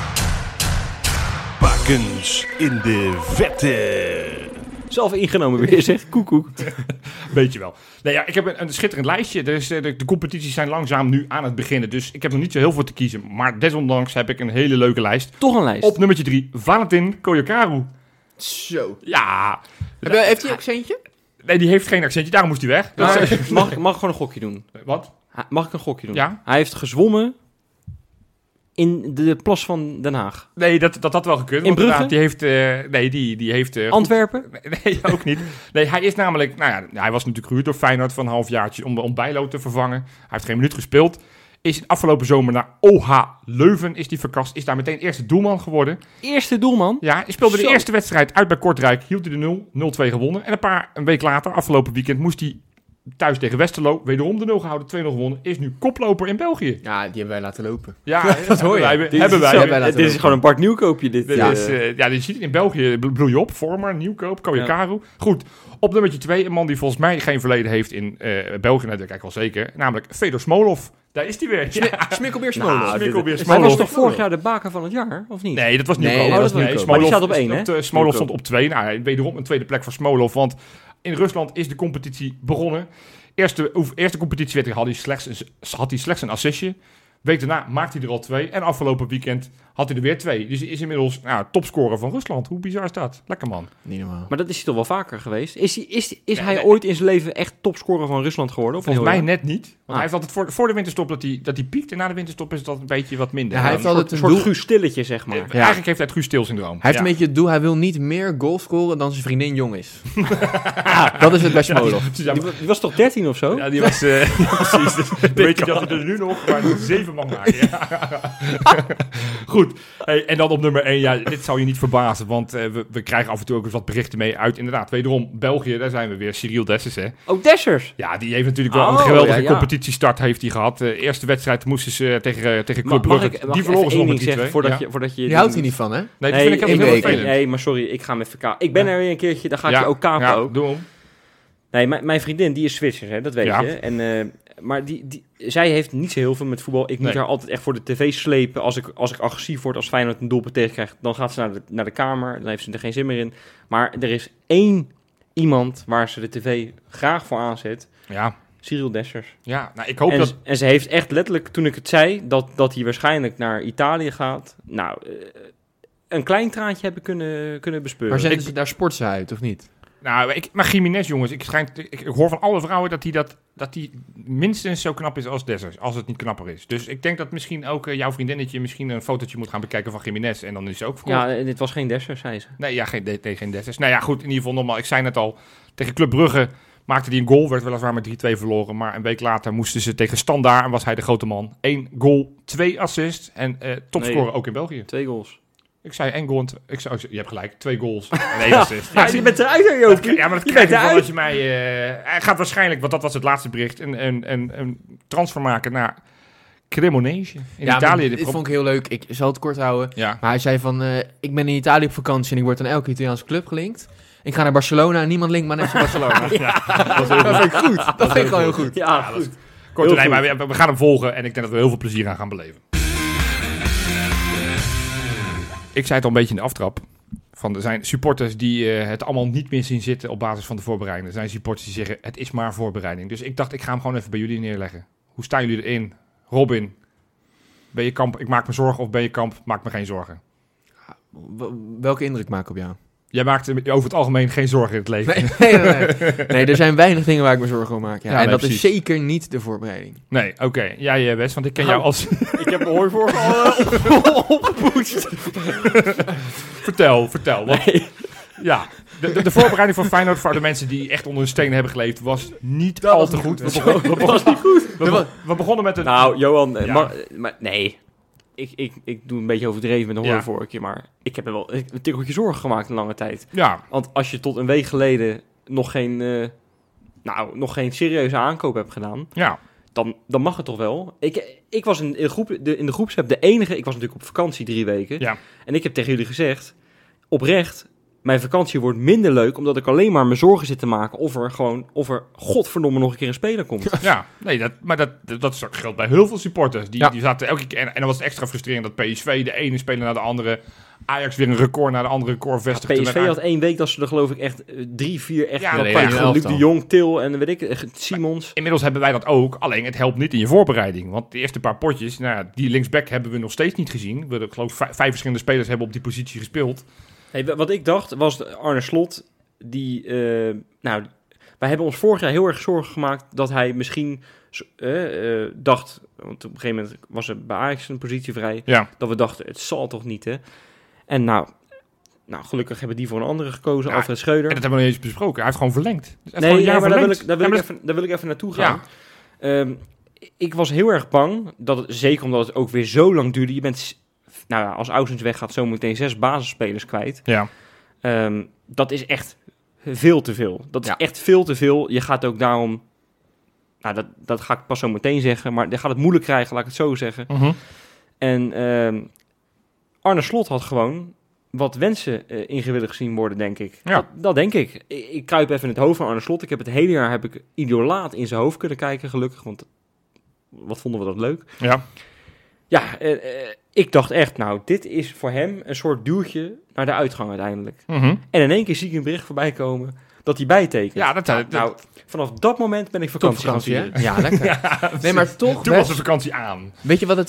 Bakens in de vette. Zelf ingenomen weer, zeg. Koekoek. Weet je wel. Nee, ja, ik heb een schitterend lijstje. Dus, de competities zijn langzaam nu aan het beginnen. Dus ik heb nog niet zo heel veel te kiezen. Maar desondanks heb ik een hele leuke lijst. Toch een lijst. Op nummertje 3, Valentin Koyokaru. Zo. Ja. Heeft hij accentje? Nee, die heeft geen accentje. Daarom moest hij weg. Dat Maar is- mag ik gewoon een gokje doen? Wat? Mag ik een gokje doen? Ja? Hij heeft gezwommen in de plas van Den Haag. Nee, dat had wel gekund. In want Brugge? inderdaad, die heeft... goed- Antwerpen? Nee, ook niet. Nee, hij is namelijk... Nou ja, hij was natuurlijk gehuurd door Feyenoord van een halfjaartje om Bijlo te vervangen. Hij heeft geen minuut gespeeld. Is afgelopen zomer naar OH Leuven is die verkast. Is daar meteen eerste doelman geworden. Eerste doelman. Ja, hij speelde de Zo. eerste wedstrijd uit bij Kortrijk. Hield hij de 0-2 gewonnen. En een week later, afgelopen weekend, moest hij thuis tegen Westerlo wederom de 0 gehouden. 2-0 gewonnen. Is nu koploper in België. Ja, die hebben wij laten lopen. Ja, dat hoor je. Hebben wij. Zo, wij laten Dit is lopen. gewoon een Bart Nieuwkoopje. Dit. Dit Ja. is, je ziet het in België, bloei je op. Vormer, Nieuwkoop, Koyokaru. Goed, op nummertje 2, een man die volgens mij geen verleden heeft in België. Dat weet ik wel zeker. Namelijk Fedor Smolov. Daar is hij weer. Ja. Smikkelbeer Nou, Smolov. Smikkelbeer Hij Smolov. was toch vorig jaar de baker van het jaar, of niet? Nee, dat was Nee, Nieuwkoop. dat was Nieuwkoop. Smolov Maar die staat op 1, hè? Smolov Nieuwkoop. stond op 2. Nou, wederom een tweede plek voor Smolov. Want in Rusland is de competitie begonnen. Eerste competitieweek had hij slechts een assistje. Week daarna maakte hij er al 2. En afgelopen weekend had hij er weer 2. Dus hij is inmiddels topscorer van Rusland. Hoe bizar is dat? Lekker man. Niet normaal. Maar dat is hij toch wel vaker geweest? Is hij nee. ooit in zijn leven echt topscorer van Rusland geworden? Of Volgens heel mij jaar? net niet. Want hij heeft altijd voor de winterstop dat hij piekt. En na de winterstop is dat een beetje wat minder. Ja, hij heeft Dan- altijd Een een soort doel. Guus Stilletje, zeg maar. Eigenlijk heeft hij het Guus Til-syndroom. Hij heeft een beetje het doel, hij wil niet meer goals scoren dan zijn vriendin jong is. Dat is het bij Smolov. Die was toch 13 of zo? Ja, die was... precies. Dan weet je dat hij er nu nog maar 7 mag maken. Ja. Goed. Hey, en dan op nummer 1. Ja, dit zou je niet verbazen. Want we krijgen af en toe ook eens wat berichten mee uit. Inderdaad, wederom België. Daar zijn we weer. Cyril Dessers, hè. Oh, Dessers! Ja, die heeft natuurlijk wel een Oh, geweldige ja. competitiestart heeft hij gehad. De eerste wedstrijd moesten ze tegen Club Mag Brugge. ik Die verloren ze nog met die 2. voordat je... Die houdt hij niet van, hè? Nee, dat vind ik één heel week. vervelend. Nee, maar sorry, ik ga hem even kapen. Ik ben er weer een keertje, dan ga ik je ook kapen ook. doe hem. Nee, mijn vriendin, die is Zwitsers, hè, dat weet Ja. je. En, maar zij heeft niet zo heel veel met voetbal. Ik moet Nee. haar altijd echt voor de tv slepen. Als ik agressief word, als Feyenoord een doelpunt tegenkrijgt, dan gaat ze naar de kamer. Dan heeft ze er geen zin meer in. Maar er is één iemand waar ze de tv graag voor aanzet. Ja. Cyril Dessers. Ja, nou, ik hoop En, dat... en ze heeft echt letterlijk, toen ik het zei, dat hij waarschijnlijk naar Italië gaat. Nou, een klein traantje hebben kunnen bespeuren. Maar zenden ze daar sporten uit, of niet? Nou, maar Jiménez, jongens, ik hoor van alle vrouwen dat die minstens zo knap is als Dessers, als het niet knapper is. Dus ik denk dat misschien ook jouw vriendinnetje misschien een fotootje moet gaan bekijken van Jiménez en dan is ze ook verkocht. Ja, dit was geen Dessers, zei ze. Nee, ja, geen Dessers. Nou ja, goed, in ieder geval nogmaals, ik zei net al, tegen Club Brugge maakte hij een goal, werd weliswaar met 3-2 verloren, maar een week later moesten ze tegen Standaard en was hij de grote man. 1 goal, 2 assists en topscorer Nee. ook in België. 2 goals. Ik zei 1 goal en je hebt gelijk, 2 goals en 1 assist. Ja, je bent eruit, hè, Joopie. Ja, maar dat Je krijg je bent van eruit. als je mij... hij gaat waarschijnlijk, want dat was het laatste bericht, een transfer maken naar Cremonese in Italië. Dit vond ik heel leuk. Ik zal het kort houden. Ja. Maar hij zei van, ik ben in Italië op vakantie en ik word aan elke Italiaanse club gelinkt. Ik ga naar Barcelona en niemand linkt maar net van Barcelona. Dat vind ik goed. Dat vind ik gewoon heel goed. Ja, dat goed. is kort, Heel nee, goed. maar we gaan hem volgen en ik denk dat we heel veel plezier aan gaan beleven. Ik zei het al een beetje in de aftrap. Er zijn supporters die het allemaal niet meer zien zitten op basis van de voorbereiding. Er zijn supporters die zeggen, het is maar voorbereiding. Dus ik dacht, ik ga hem gewoon even bij jullie neerleggen. Hoe staan jullie erin? Robin, ben je kamp, ik maak me zorgen, of ben je kamp, maak me geen zorgen? Welke indruk maak ik op jou? Jij maakt over het algemeen geen zorgen in het leven. Nee, er zijn weinig dingen waar ik me zorgen om maak. Ja. Ja, En nee, dat precies. is zeker niet de voorbereiding. Nee, oké. Jij best, want ik ken jou als... Ik heb mijn hooivork al opgepoetst. vertel. Want, Nee. ja, de voorbereiding van Feyenoord voor de mensen die echt onder een steen hebben geleefd was niet al te goed. We begonnen met een... Nou, Johan, Ja. maar nee. Ik doe een beetje overdreven met een Ja. hooivorkje, maar ik heb er wel een tikkeltje zorgen gemaakt een lange tijd. Ja, Want als je tot een week geleden nog geen serieuze aankoop hebt gedaan, ja. dan mag het toch wel. Ik was in de groepsapp de enige. Ik was natuurlijk op vakantie 3 weken. Ja. En ik heb tegen jullie gezegd, oprecht, mijn vakantie wordt minder leuk omdat ik alleen maar me zorgen zit te maken of er godverdomme nog een keer een speler komt. Ja, nee, dat geldt bij heel veel supporters. Die zaten elke keer... En dan was het extra frustrerend dat PSV de ene speler naar de andere... Ajax weer een record naar de andere record vestigde. PSV had 1 week dat ze er geloof ik echt 3-4 echt... Ja, wel nee, kwijt. ja, Gewoon Luc elftal. de Jong, Til en weet ik, Simons. Inmiddels hebben wij dat ook, alleen het helpt niet in je voorbereiding. Want de eerste paar potjes, nou ja, die linksback hebben we nog steeds niet gezien. We geloof 5 verschillende spelers hebben op die positie gespeeld. Hey, wat ik dacht was Arne Slot, wij hebben ons vorig jaar heel erg zorgen gemaakt dat hij misschien dacht, want op een gegeven moment was er bij Ajax een positie vrij, Ja, dat we dachten, het zal toch niet, hè? En nou, gelukkig hebben die voor een andere gekozen, Ja, Alfred Schreuder. en dat hebben we nog niet eens besproken. Hij heeft gewoon verlengd. Dus hij heeft Nee, gewoon een jaar maar verlengd. daar wil ik even naartoe gaan. Ik was heel erg bang, zeker omdat het ook weer zo lang duurde. Je bent, als Ausens weggaat, zo meteen 6 basisspelers kwijt. Ja, Dat is echt veel te veel. Dat is echt veel te veel. Je gaat ook daarom... dat ga ik pas zo meteen zeggen. Maar je gaat het moeilijk krijgen, laat ik het zo zeggen. mhm. En Arne Slot had gewoon wat wensen ingewilligd zien worden, denk ik. Ja. Dat denk ik. Ik kruip even in het hoofd van Arne Slot. Ik heb het hele jaar idolaat in zijn hoofd kunnen kijken, gelukkig. Want wat vonden we dat leuk. Ja. Ja, ik dacht echt, dit is voor hem een soort duwtje naar de uitgang uiteindelijk. Mhm. En in één keer zie ik een bericht voorbij komen dat hij bijtekent. Ja, Vanaf dat moment ben ik vakantie gaan Topvakantie, hè? vieren. Ja, lekker. Nee, maar toch toen was de best... vakantie aan. Weet je wat het is?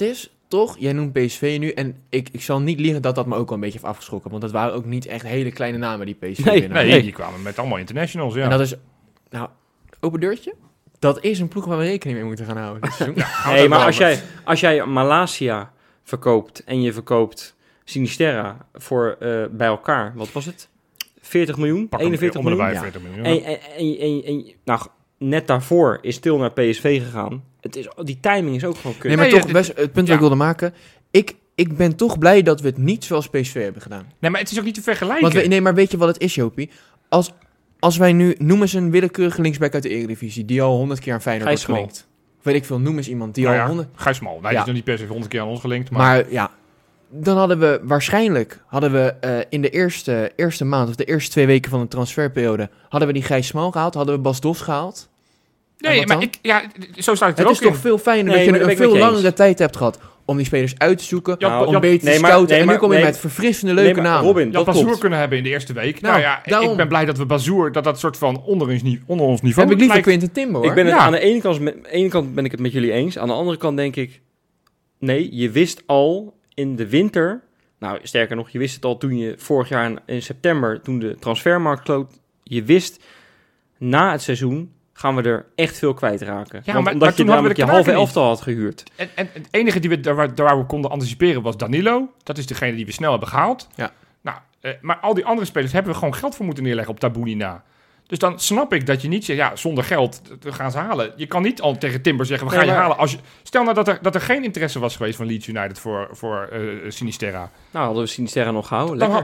toch, jij noemt PSV nu. En ik zal niet liegen dat me ook wel een beetje heeft afgeschrokken. Want dat waren ook niet echt hele kleine namen die PSV winnen. Nee, die kwamen met allemaal internationals, ja. En dat is, open deurtje. Dat is een ploeg waar we rekening mee moeten gaan houden dit seizoen. Nee, maar als jij Malasia verkoopt en je verkoopt Sinisterra voor bij elkaar, wat was het? 40 miljoen? Pak 41 om de miljoen? 40 miljoen. En nou, net daarvoor is Til naar PSV gegaan. Die timing is ook gewoon kut. Nee, maar Nee, toch, het punt dat ik wilde maken. Ik ben toch blij dat we het niet zoals PSV hebben gedaan. Nee, maar het is ook niet te vergelijken. Want maar weet je wat het is, Jopie? Als wij nu, noem eens een willekeurige linksback uit de Eredivisie, die al 100 keer aan Feyenoord wordt Gijs gelinkt. Weet ik veel, noem eens iemand die Nou al ja, 100... Gijs Smal. Die is nog niet per se 100 keer aan ons gelinkt. Maar ja, dan hadden we waarschijnlijk, in de eerste maand of de eerste 2 weken van de transferperiode, hadden we die Gijs Smal gehaald, hadden we Bas Dos gehaald. Nee, maar zo staat het er Het ook is toch in. veel fijner Nee, dat je maar een dat ben ik veel met je langere tijd hebt gehad om die spelers uit te zoeken, Ja, om beter te scouten. En nu kom je met verfrissende leuke namen. Robin, Je dat had Bazoer klopt. kunnen hebben in de eerste week. Nou, Nou ja, daarom. ik ben blij dat we Bazoer, dat soort van onder ons niveau Heb ik liever lijkt. Quinten Timber, hoor. Ik ben het Ja. aan de ene kant ben ik het met jullie eens. Aan de andere kant denk ik, nee, je wist al in de winter, nou sterker nog, je wist het al toen je vorig jaar in september, toen de transfermarkt sloot, je wist na het seizoen gaan we er echt veel kwijtraken. Ja, Want maar omdat je toen hadden we namelijk de je halve knaken niet. elftal had gehuurd. En het enige die waar we konden anticiperen was Danilo. Dat is degene die we snel hebben gehaald. Ja. Nou, maar al die andere spelers hebben we gewoon geld voor moeten neerleggen op Tabouni na. Dus dan snap ik dat je niet zegt, ja, zonder geld, we gaan ze halen. Je kan niet al tegen Timber zeggen, we gaan Nee, je maar- halen. Stel nou dat er geen interesse was geweest van Leeds United voor Sinisterra. Nou, hadden we Sinisterra nog gehouden. Lekker.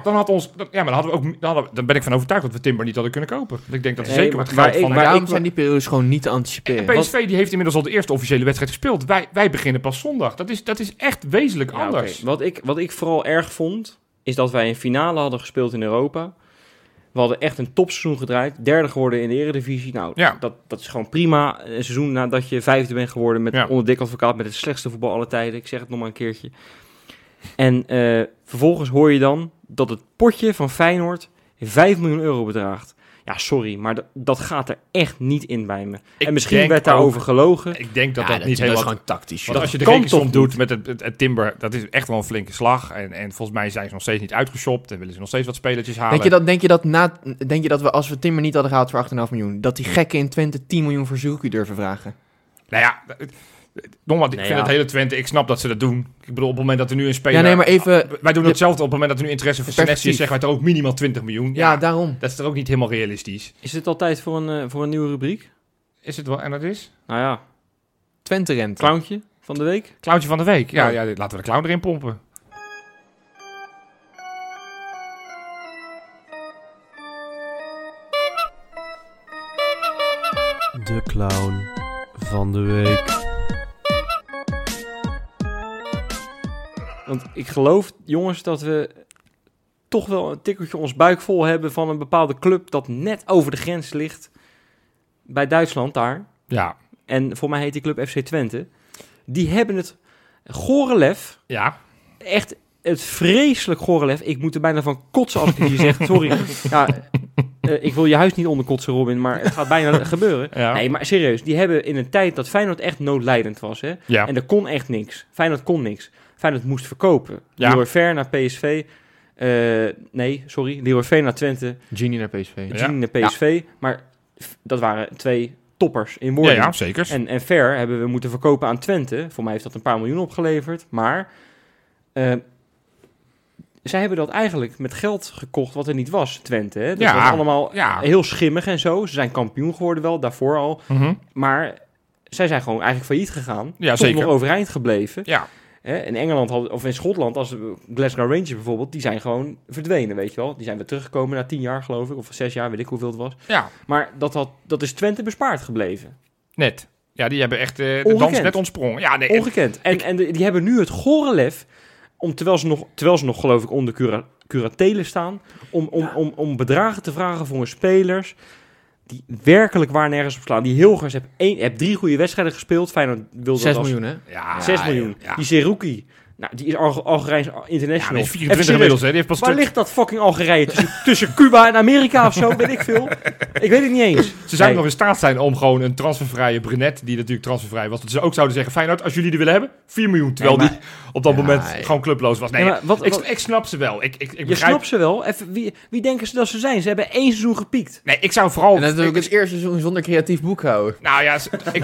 Dan ben ik van overtuigd dat we Timber niet hadden kunnen kopen. Want ik denk dat er Nee, zeker maar wat geld waar van... ik- Maar waar daarom zijn die periodes gewoon niet te anticiperen. En PSV die heeft inmiddels al de eerste officiële wedstrijd gespeeld. Wij beginnen pas zondag. Dat is echt wezenlijk Ja, anders. oké. Wat ik vooral erg vond, is dat wij een finale hadden gespeeld in Europa. We hadden echt een topseizoen gedraaid. 3e geworden in de Eredivisie. Nou, Ja. dat is gewoon prima. Een seizoen nadat je 5e bent geworden met onder Dick Advocaat, met het slechtste voetbal aller tijden. Ik zeg het nog maar een keertje. En vervolgens hoor je dan dat het potje van Feyenoord 5 miljoen euro bedraagt. Ja, sorry, maar dat gaat er echt niet in bij me. Ik En misschien denk werd ook- daarover gelogen. Ik denk dat Ja, dat niet dat is helemaal... gewoon tactisch. Want als je de kan rekensom toch doet niet? met het Timber, dat is echt wel een flinke slag. En volgens mij zijn ze nog steeds niet uitgeshopt en willen ze nog steeds wat spelertjes halen. Denk je dat we, als we Timber niet hadden gehaald voor 8,5 miljoen, dat die gekken in Twente 10 miljoen voor Zuki durven vragen? Nou ja, nogmaals, ik Nee, vind ja. het hele Twente, ik snap dat ze dat doen. Ik bedoel, op het moment dat er nu een speler... Ja, nee, maar even... Wij doen hetzelfde op het moment dat er nu interesse voor Senesi is, Perspectief. zeggen wij toch ook minimaal 20 miljoen. Ja, daarom. dat is toch ook niet helemaal realistisch. Is het al tijd voor een nieuwe rubriek? Is het wel, en dat is? Nou ja, Twente-rente. clowntje van de week. Clowntje van de week. Ja, Oh. ja, laten we de clown erin pompen. De clown van de week. Want ik geloof, jongens, dat we toch wel een tikkeltje ons buik vol hebben van een bepaalde club dat net over de grens ligt bij Duitsland daar. Ja. En voor mij heet die club FC Twente. Die hebben het Gorelef, Ja. echt het vreselijk Gorelef. Ik moet er bijna van kotsen als ik het hier zeg. Sorry. Ja, ik wil je huis niet onderkotsen, Robin, maar het gaat bijna gebeuren. Ja. Nee, maar serieus, die hebben in een tijd dat Feyenoord echt noodlijdend was, hè. Ja. En er kon echt niks. Feyenoord kon niks. Feyenoord moest verkopen. Ja. Leroy Fer naar PSV. Leroy Fer naar Twente. Genie naar PSV. Ja. Gini naar PSV. Maar dat waren 2 toppers in Ja, wording. ja, zeker. En Fer hebben we moeten verkopen aan Twente. Voor mij heeft dat een paar miljoen opgeleverd. Maar zij hebben dat eigenlijk met geld gekocht wat er niet was, Twente. Hè? Dat Ja. was allemaal Ja. heel schimmig en zo. Ze zijn kampioen geworden wel, daarvoor al. Mhm. Maar zij zijn gewoon eigenlijk failliet gegaan. Ja, Toch zeker. nog overeind gebleven. Ja. Hè? In Engeland of in Schotland, als Glasgow Rangers bijvoorbeeld, die zijn gewoon verdwenen, weet je wel. Die zijn weer teruggekomen na 10 jaar, geloof ik. Of 6 jaar, weet ik hoeveel het was. Ja, Maar dat is Twente bespaard gebleven. net. Ja, die hebben echt de Ongekend. dans net ontsprongen. Ja, nee. Ongekend. En die hebben nu het gorelef, terwijl ze nog geloof ik onder curatele staan, om bedragen te vragen voor hun spelers die werkelijk waar nergens op slaan. Die Hilgers heeft 3 goede wedstrijden gespeeld. Feyenoord wilde 6 dat als miljoen, hè? Ja, 6 miljoen. Ja. Die Seruki, Nou, die is Algerijns Ja, international. die is Even 24 serieus. inmiddels, hè. Die heeft pas Waar ligt dat fucking Algerije? Tussen Cuba en Amerika of zo, weet ik veel. Ik weet het niet eens. Ze zouden Nee. nog in staat zijn om gewoon een transfervrije Brenet, die natuurlijk transfervrij was, dat ze ook zouden zeggen, Feyenoord, als jullie die willen hebben, 4 miljoen. Terwijl Nee, die op dat Ja, moment ja. gewoon clubloos was. Nee, Nee, maar wat- ik snap ze wel. Ik Je begrijp... snapt ze wel. Even, wie denken ze dat ze zijn? Ze hebben 1 seizoen gepiekt. Nee, ik zou vooral... En dat is ook het eerste seizoen zonder creatief boekhouden. Nou ja,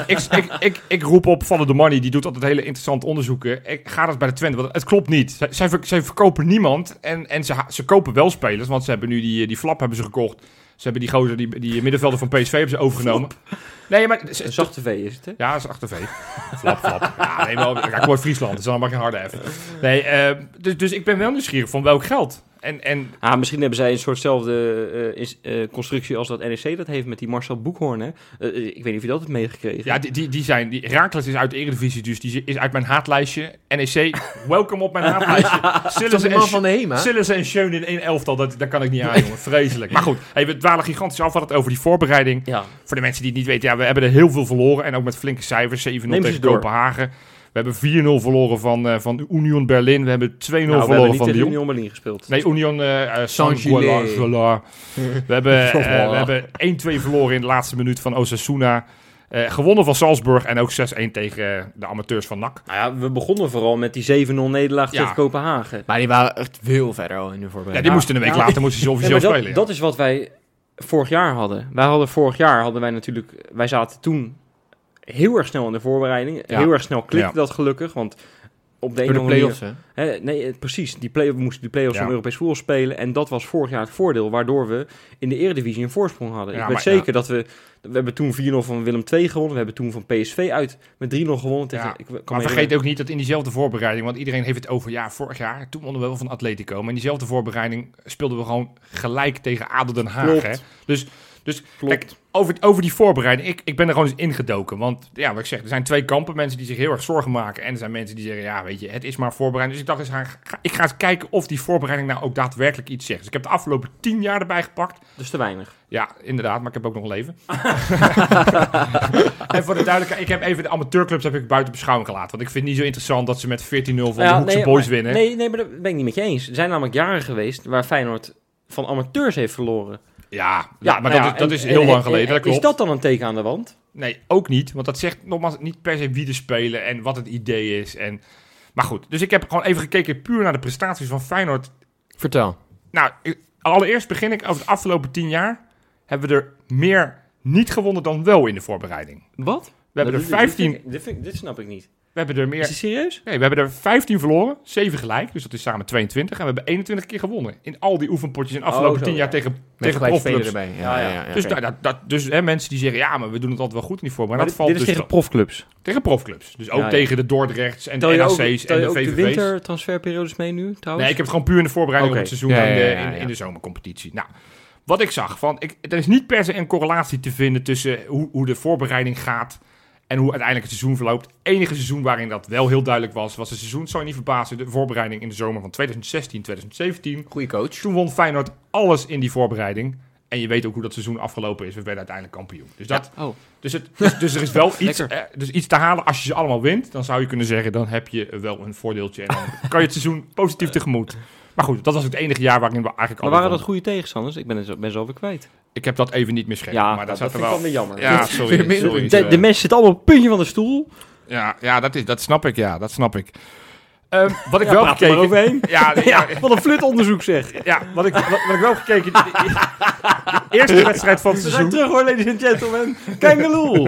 ik roep op Follow the Money, die doet altijd hele interessante onderzoeken. Ik ga dat bij de Twente, want het klopt niet. Zij verkopen niemand en ze kopen wel spelers, want ze hebben nu die Flap hebben ze gekocht. Ze hebben die gozer, die middenvelder van PSV hebben ze overgenomen. Nee, maar... Een zachte V is het, hè? Ja, dat is achter V. Flap. Ja, nee, maar ik kom uit Friesland, dus dan mag je harder even. Nee, dus ik ben wel nieuwsgierig van welk geld. En Misschien hebben zij een soortzelfde constructie als dat NEC dat heeft met die Marcel Boekhoorn, hè? Ik weet niet of je dat hebt meegekregen. ja, die Heracles is uit de Eredivisie, dus die is uit mijn haatlijstje. NEC, welkom op mijn haatlijstje. Dat is de man van de HEMA. Sillissen en Schöne in één elftal, daar kan ik niet aan, jongen. Vreselijk. Maar goed, we dwalen gigantisch af wat over die voorbereiding. Ja. Voor de mensen die het niet weten, ja, we hebben er heel veel verloren. En ook met flinke cijfers. 7-0 Neem ze tegen door. Kopenhagen. We hebben 4-0 verloren van Union Berlin. We hebben 2-0 Nou, we hebben verloren niet van tegen Lyon. Union Berlin gespeeld. Nee, Union Saint-Gilles. Saint-Gilles. We hebben 1-2 verloren in de laatste minuut van Osasuna. Gewonnen van Salzburg en ook 6-1 tegen de amateurs van NAC. Nou ja, we begonnen vooral met die 7-0 nederlaag Ja. tegen Kopenhagen. Maar die waren echt veel verder al in de Ja, voorbereiding. die moesten een week later moesten ze officieel Nee, maar spelen. dat is wat wij vorig jaar hadden. Vorig jaar hadden wij natuurlijk... Wij zaten toen heel erg snel in de voorbereiding. Ja. Heel erg snel klikte Ja. dat gelukkig, want op de Door ene de of andere play-offs, hè? manier... Nee, precies. We moesten die play-offs Ja. van Europees voetbal spelen. En dat was vorig jaar het voordeel, waardoor we in de Eredivisie een voorsprong hadden. Ja, Ik weet maar- zeker dat we hebben toen 4-0 van Willem II gewonnen. We hebben toen van PSV uit met 3-0 gewonnen. Tegen, Ja, ik kan Maar me vergeet ook niet dat in diezelfde voorbereiding, want iedereen heeft het over, ja, vorig jaar, toen wonnen we wel van Atletico, maar in diezelfde voorbereiding speelden we gewoon gelijk tegen ADO Den Haag. Klopt. Hè? Dus Klopt. kijk, over die voorbereiding, ik ben er gewoon eens ingedoken. Want ja, wat ik zeg, er zijn twee kampen, mensen die zich heel erg zorgen maken en er zijn mensen die zeggen, ja, weet je, het is maar voorbereiding. Dus ik dacht eens, ik ga eens kijken of die voorbereiding nou ook daadwerkelijk iets zegt. Dus ik heb de afgelopen 10 jaar erbij gepakt. Dus te weinig. Ja, inderdaad, maar ik heb ook nog een leven. En voor de duidelijkheid, ik heb even de amateurclubs heb ik buiten beschouwing gelaten. Want ik vind het niet zo interessant dat ze met 14-0 van de Hoekse Boys winnen. Nee, maar dat ben ik niet met je eens. Er zijn namelijk jaren geweest waar Feyenoord van amateurs heeft verloren. Ja, Ja, maar nou dat is heel lang geleden, dat klopt. Is dat dan een teken aan de wand? Nee, ook niet. Want dat zegt nogmaals niet per se wie er spelen en wat het idee is. Maar goed, dus ik heb gewoon even gekeken puur naar de prestaties van Feyenoord. Vertel. Nou, allereerst begin ik over de afgelopen 10 jaar. Hebben we er meer niet gewonnen dan wel in de voorbereiding. Wat? We hebben er 15... Dit snap ik niet. We hebben er meer... Is het serieus? Nee, we hebben er 15 verloren, 7 gelijk, dus dat is samen 22. En we hebben 21 keer gewonnen. In al die oefenpotjes in de afgelopen zo, 10 jaar ja. tegen Met gelijk spelen profclubs. erbij. Ja. Dus, dus mensen die zeggen, ja, maar we doen het altijd wel goed in die vorm. Maar Maar dat dit valt is dus tegen profclubs. tegen profclubs. Dus ook Ja. tegen de Dordrechts en Tel de je ook, NAC's tel en je de ook de VVV's. wintertransferperiodes mee nu, trouwens? Nee, ik heb het gewoon puur in de voorbereiding Oké. op het seizoen Ja, in de zomercompetitie. Nou, wat ik zag, er is niet per se een correlatie te vinden tussen hoe de voorbereiding gaat en hoe uiteindelijk het seizoen verloopt. Het enige seizoen waarin dat wel heel duidelijk was het seizoen, zou je niet verbazen, de voorbereiding in de zomer van 2016, 2017. Goeie coach. Toen won Feyenoord alles in die voorbereiding. En je weet ook hoe dat seizoen afgelopen is. We werden uiteindelijk kampioen. Dus, Oh. dus er is wel iets, Lekker. dus iets te halen. Als je ze allemaal wint, dan zou je kunnen zeggen, dan heb je wel een voordeeltje. En dan kan je het seizoen positief tegemoet. Maar goed, dat was het enige jaar waarin we eigenlijk Maar alle waren dat wonnen. goede tegenstanders? Ik ben zo weer kwijt. Ik heb dat even niet meer scherp. Ja, maar dat zat vind er ik wel. wel weer jammer. Ja, sorry. Weer sorry. De mensen zitten allemaal op het puntje van de stoel. Ja, dat snap ik. Ja, dat snap ik. Wat ik Ja, wel praat er gekeken... maar overheen. Ja, Ja, wat een flutonderzoek zeg. ja, wat ik wel gekeken... De eerste wedstrijd van het We zijn seizoen... terug hoor, ladies and gentlemen. Kangeloel.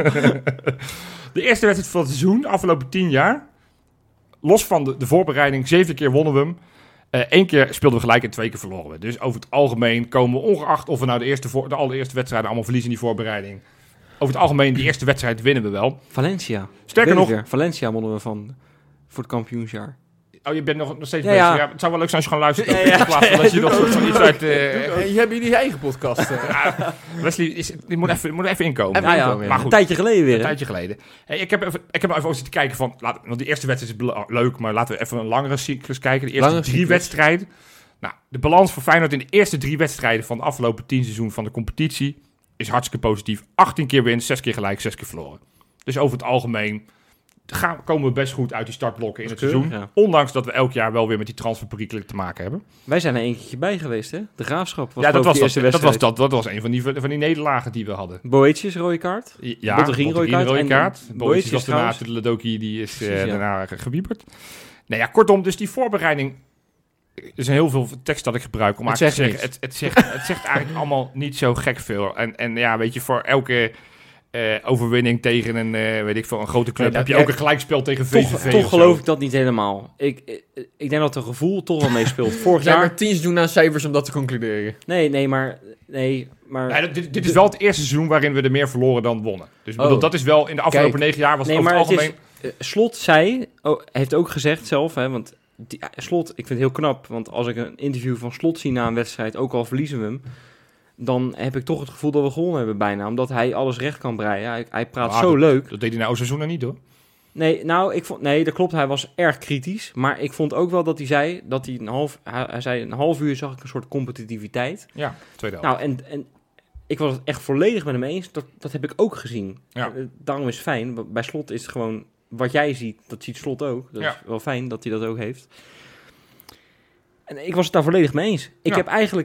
De eerste wedstrijd van het seizoen, de afgelopen 10 jaar. Los van de voorbereiding, 7 keer wonnen we hem. 1 keer speelden we gelijk en 2 keer verloren we. Dus over het algemeen komen we, ongeacht of we nou de allereerste wedstrijden allemaal verliezen in die voorbereiding. Over het algemeen, die eerste wedstrijd winnen we wel. Valencia. Sterker nog... Weer. Valencia wonnen we van voor het kampioensjaar. Oh, je bent nog steeds Ja, bezig. ja. Ja, het zou wel leuk zijn als je gewoon luistert. Ja, ja. In plaats van dat je nog soort van iets uit... Je hebt jullie eigen podcast. Wesley, die moet even inkomen. Even Nou ja, inkomen, ja. Maar een goed. tijdje geleden weer. Een Hè? tijdje geleden. Hey, ik heb even over zitten kijken van... want die eerste wedstrijd is leuk, maar laten we even een langere cyclus kijken. De eerste Langere 3 cyclus. wedstrijden. Nou, de balans voor Feyenoord in de eerste 3 wedstrijden van de afgelopen 10 seizoen van de competitie is hartstikke positief. 18 keer win, 6 keer gelijk, 6 keer verloren. Dus over het algemeen komen we best goed uit die startblokken in het Keurig, seizoen. ja. Ondanks dat we elk jaar wel weer met die transferperikelen te maken hebben. Wij zijn er een keertje bij geweest, hè? De Graafschap was Ja, geloof ik de eerste wedstrijd. dat was een van die nederlagen die we hadden. Boetjes, rode kaart. Ja, Bottegien, rode kaart. En Boetjes Boetjes was daarna, trouwens. de Ledoki, die is Precies, ja. daarna gewieperd. Nou ja, kortom, dus die voorbereiding... Er zijn heel veel tekst dat ik gebruik om Het eigenlijk te zegt zeggen... Het zegt eigenlijk allemaal niet zo gek veel. En ja, weet je, voor elke overwinning tegen een grote club... Nee, heb je dat- ook een gelijkspel tegen VVV. Toch of zo. geloof ik dat niet helemaal. Ik denk dat het gevoel toch wel meespeelt. Vorig Er zijn jaar... maar 10 seizoenen aan cijfers om dat te concluderen. Nee, maar... Ja, dit is wel het eerste seizoen waarin we er meer verloren dan wonnen. Dus ik bedoel, dat is wel in de afgelopen 9 jaar was het over het algemeen... Slot heeft ook gezegd zelf, hè, want Slot, ik vind het heel knap, want als ik een interview van Slot zie na een wedstrijd, ook al verliezen we hem, dan heb ik toch het gevoel dat we gewonnen hebben bijna, omdat hij alles recht kan breien. Hij praat zo leuk. Dat deed hij nou seizoen niet, hoor. Nee, dat klopt, hij was erg kritisch, maar ik vond ook wel dat hij zei, dat hij zei een half uur zag ik een soort competitiviteit. Ja, tweede helft. Nou, en ik was het echt volledig met hem eens, dat heb ik ook gezien. Ja. Daarom is het fijn, bij Slot is het gewoon... Wat jij ziet, dat ziet Slot ook. Dat is wel fijn dat hij dat ook heeft. En ik was het daar volledig mee eens. Ik heb eigenlijk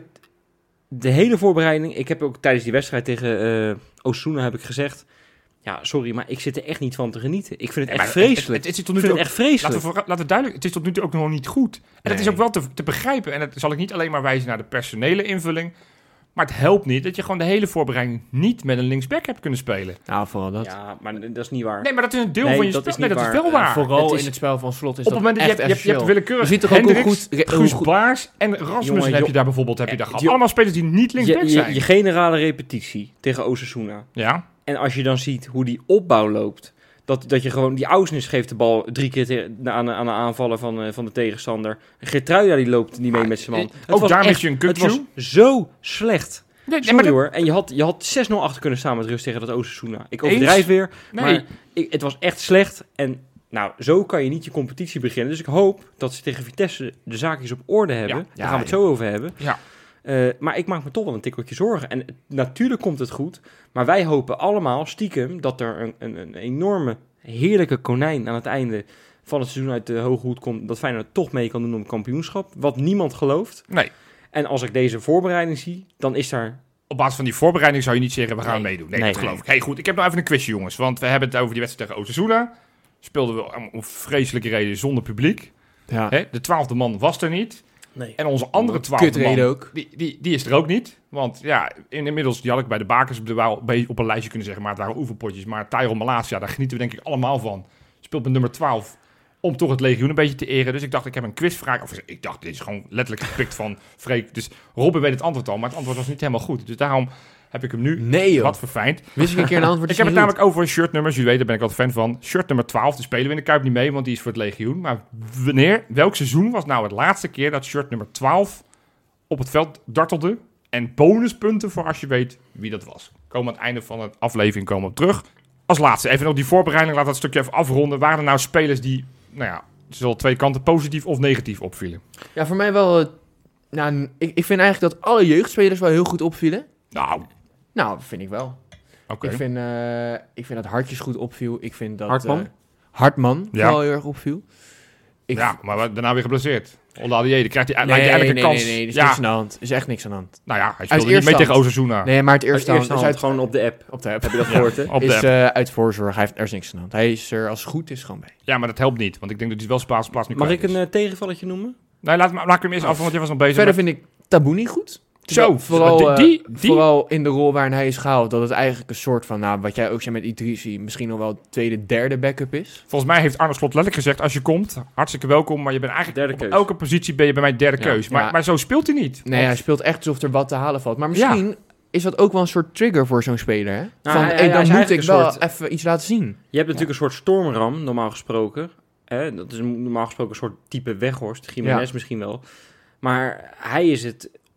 de hele voorbereiding... Ik heb ook tijdens die wedstrijd tegen Osasuna heb ik gezegd... Ja, sorry, maar ik zit er echt niet van te genieten. Ik vind het echt vreselijk. Het is tot nu toe echt vreselijk. Laten we duidelijk... Het is tot nu toe ook nog niet goed. En dat is ook wel te begrijpen. En dat zal ik niet alleen maar wijzen naar de personele invulling... Maar het helpt niet dat je gewoon de hele voorbereiding niet met een linksback hebt kunnen spelen. Nou, vooral dat. Ja, maar dat is niet waar. Nee, maar dat is een deel van je spel. Nee, dat is wel waar. Vooral Het is- in het spel van Slot is Op het moment dat je hebt willekeurig Je ziet toch ook hoe Hendricks, goed- Guus hoe goed- Baars en Rasmussen Jongen, heb je daar bijvoorbeeld gehad. joh. Allemaal spelers die niet linksback zijn. Je generale repetitie tegen Osasuna. Ja, En als je dan ziet hoe die opbouw loopt... Dat je gewoon... Die Ausnes geeft de bal 3 keer aan de aanvallen van de tegenstander. Geertruida die loopt niet mee met zijn man. ook daar mis je een Het was kutju. zo slecht. Nee, Sorry maar dat- hoor. En je had 6-0 achter kunnen staan met rust tegen dat Osasuna. Ik overdrijf weer. Nee. Maar het was echt slecht. En nou, zo kan je niet je competitie beginnen. Dus ik hoop dat ze tegen Vitesse de zaakjes op orde hebben. Ja. Daar gaan we het zo over hebben. Ja. Maar ik maak me toch wel een tikkeltje zorgen. En natuurlijk komt het goed. Maar wij hopen allemaal stiekem dat er een enorme, heerlijke konijn aan het einde van het seizoen uit de hoge hoed komt. Dat Feyenoord toch mee kan doen om het kampioenschap. Wat niemand gelooft. Nee. En als ik deze voorbereiding zie, dan is daar... Op basis van die voorbereiding zou je niet zeggen, we gaan Nee. meedoen. Nee, Nee. dat geloof ik. Hey, goed, ik heb nog even een quizje, jongens. Want we hebben het over die wedstrijd tegen Osasuna. Speelden we om vreselijke reden zonder publiek. Ja. Hè? De 12e man was er niet. Nee. En onze andere 12e Kutreden man, ook. die is er ook niet. Want ja, inmiddels, die had ik bij de bakers op een lijstje kunnen zeggen. Maar het waren oefenpotjes. Maar Tyrone Malacia, daar genieten we denk ik allemaal van. Speelt met nummer 12. Om toch het legioen een beetje te eren. Dus ik dacht, ik heb een quizvraag. Of ik dacht, dit is gewoon letterlijk gepikt van Freek. Dus Robin weet het antwoord al. Maar het antwoord was niet helemaal goed. Dus daarom heb ik hem nu Nee, joh. wat verfijnd. Wist ik een keer een antwoord? Ik heb het namelijk over shirtnummers. Jullie weten, daar ben ik altijd fan van. Shirt nummer 12, die spelen we in de Kuip niet mee, want die is voor het legioen. Maar welk seizoen was nou het laatste keer dat shirt nummer 12 op het veld dartelde? En bonuspunten voor als je weet wie dat was. Komen aan het einde van de aflevering komen we op terug. Als laatste, even nog die voorbereiding, laat dat stukje even afronden. Waren er nou spelers die, nou ja, zowel twee kanten positief of negatief opvielen? Ja, voor mij wel... ik vind eigenlijk dat alle jeugdspelers wel heel goed opvielen. Nou, vind ik wel. Oké. Ik vind dat Hartjes goed opviel. Ik vind dat... Hartman? Hartman Ja. wel heel erg opviel. Ja, maar daarna weer geblesseerd. Olladier, dan krijgt hij Nee, eigenlijk een kans. Nee, er is ja. niks aan de hand. Er is echt niks aan de hand. Nou ja, hij Uit speelde niet mee eerste tegen hand. Osasuna. Nee, maar het Uit eerste eerste hand hand is gewoon op de app. op de app. Heb je dat gehoord, hè? Op de Is app. uit voorzorg. Er is niks aan de hand. Hij is er als het goed is gewoon bij. Ja, maar dat helpt niet. Want ik denk dat hij wel zijn plaats nu Mag kwijt ik is. een tegenvalletje noemen? Nee, laat ik hem eerst af, want jij was nog bezig Verder met... vind ik Tabouni goed. Zo, Vooral, die- vooral in de rol waarin hij is gehaald. Dat het eigenlijk een soort van, nou, wat jij ook zei met Idrissi, misschien nog wel tweede, derde backup is. Volgens mij heeft Arne Slot letterlijk gezegd, als je komt, hartstikke welkom. Maar je bent eigenlijk Derde op keus. elke positie ben je bij mij derde Ja. keus. Maar, Ja. maar zo speelt hij niet. Nee, hij speelt echt alsof er wat te halen valt. Maar misschien is dat ook wel een soort trigger voor zo'n speler, hè? Van, hij hey, is dan moet eigenlijk ik een wel soort- even iets laten zien. Je hebt natuurlijk een soort stormram, normaal gesproken. Dat is normaal gesproken een soort type Weghorst. Jiménez Ja. misschien wel. Maar hij is het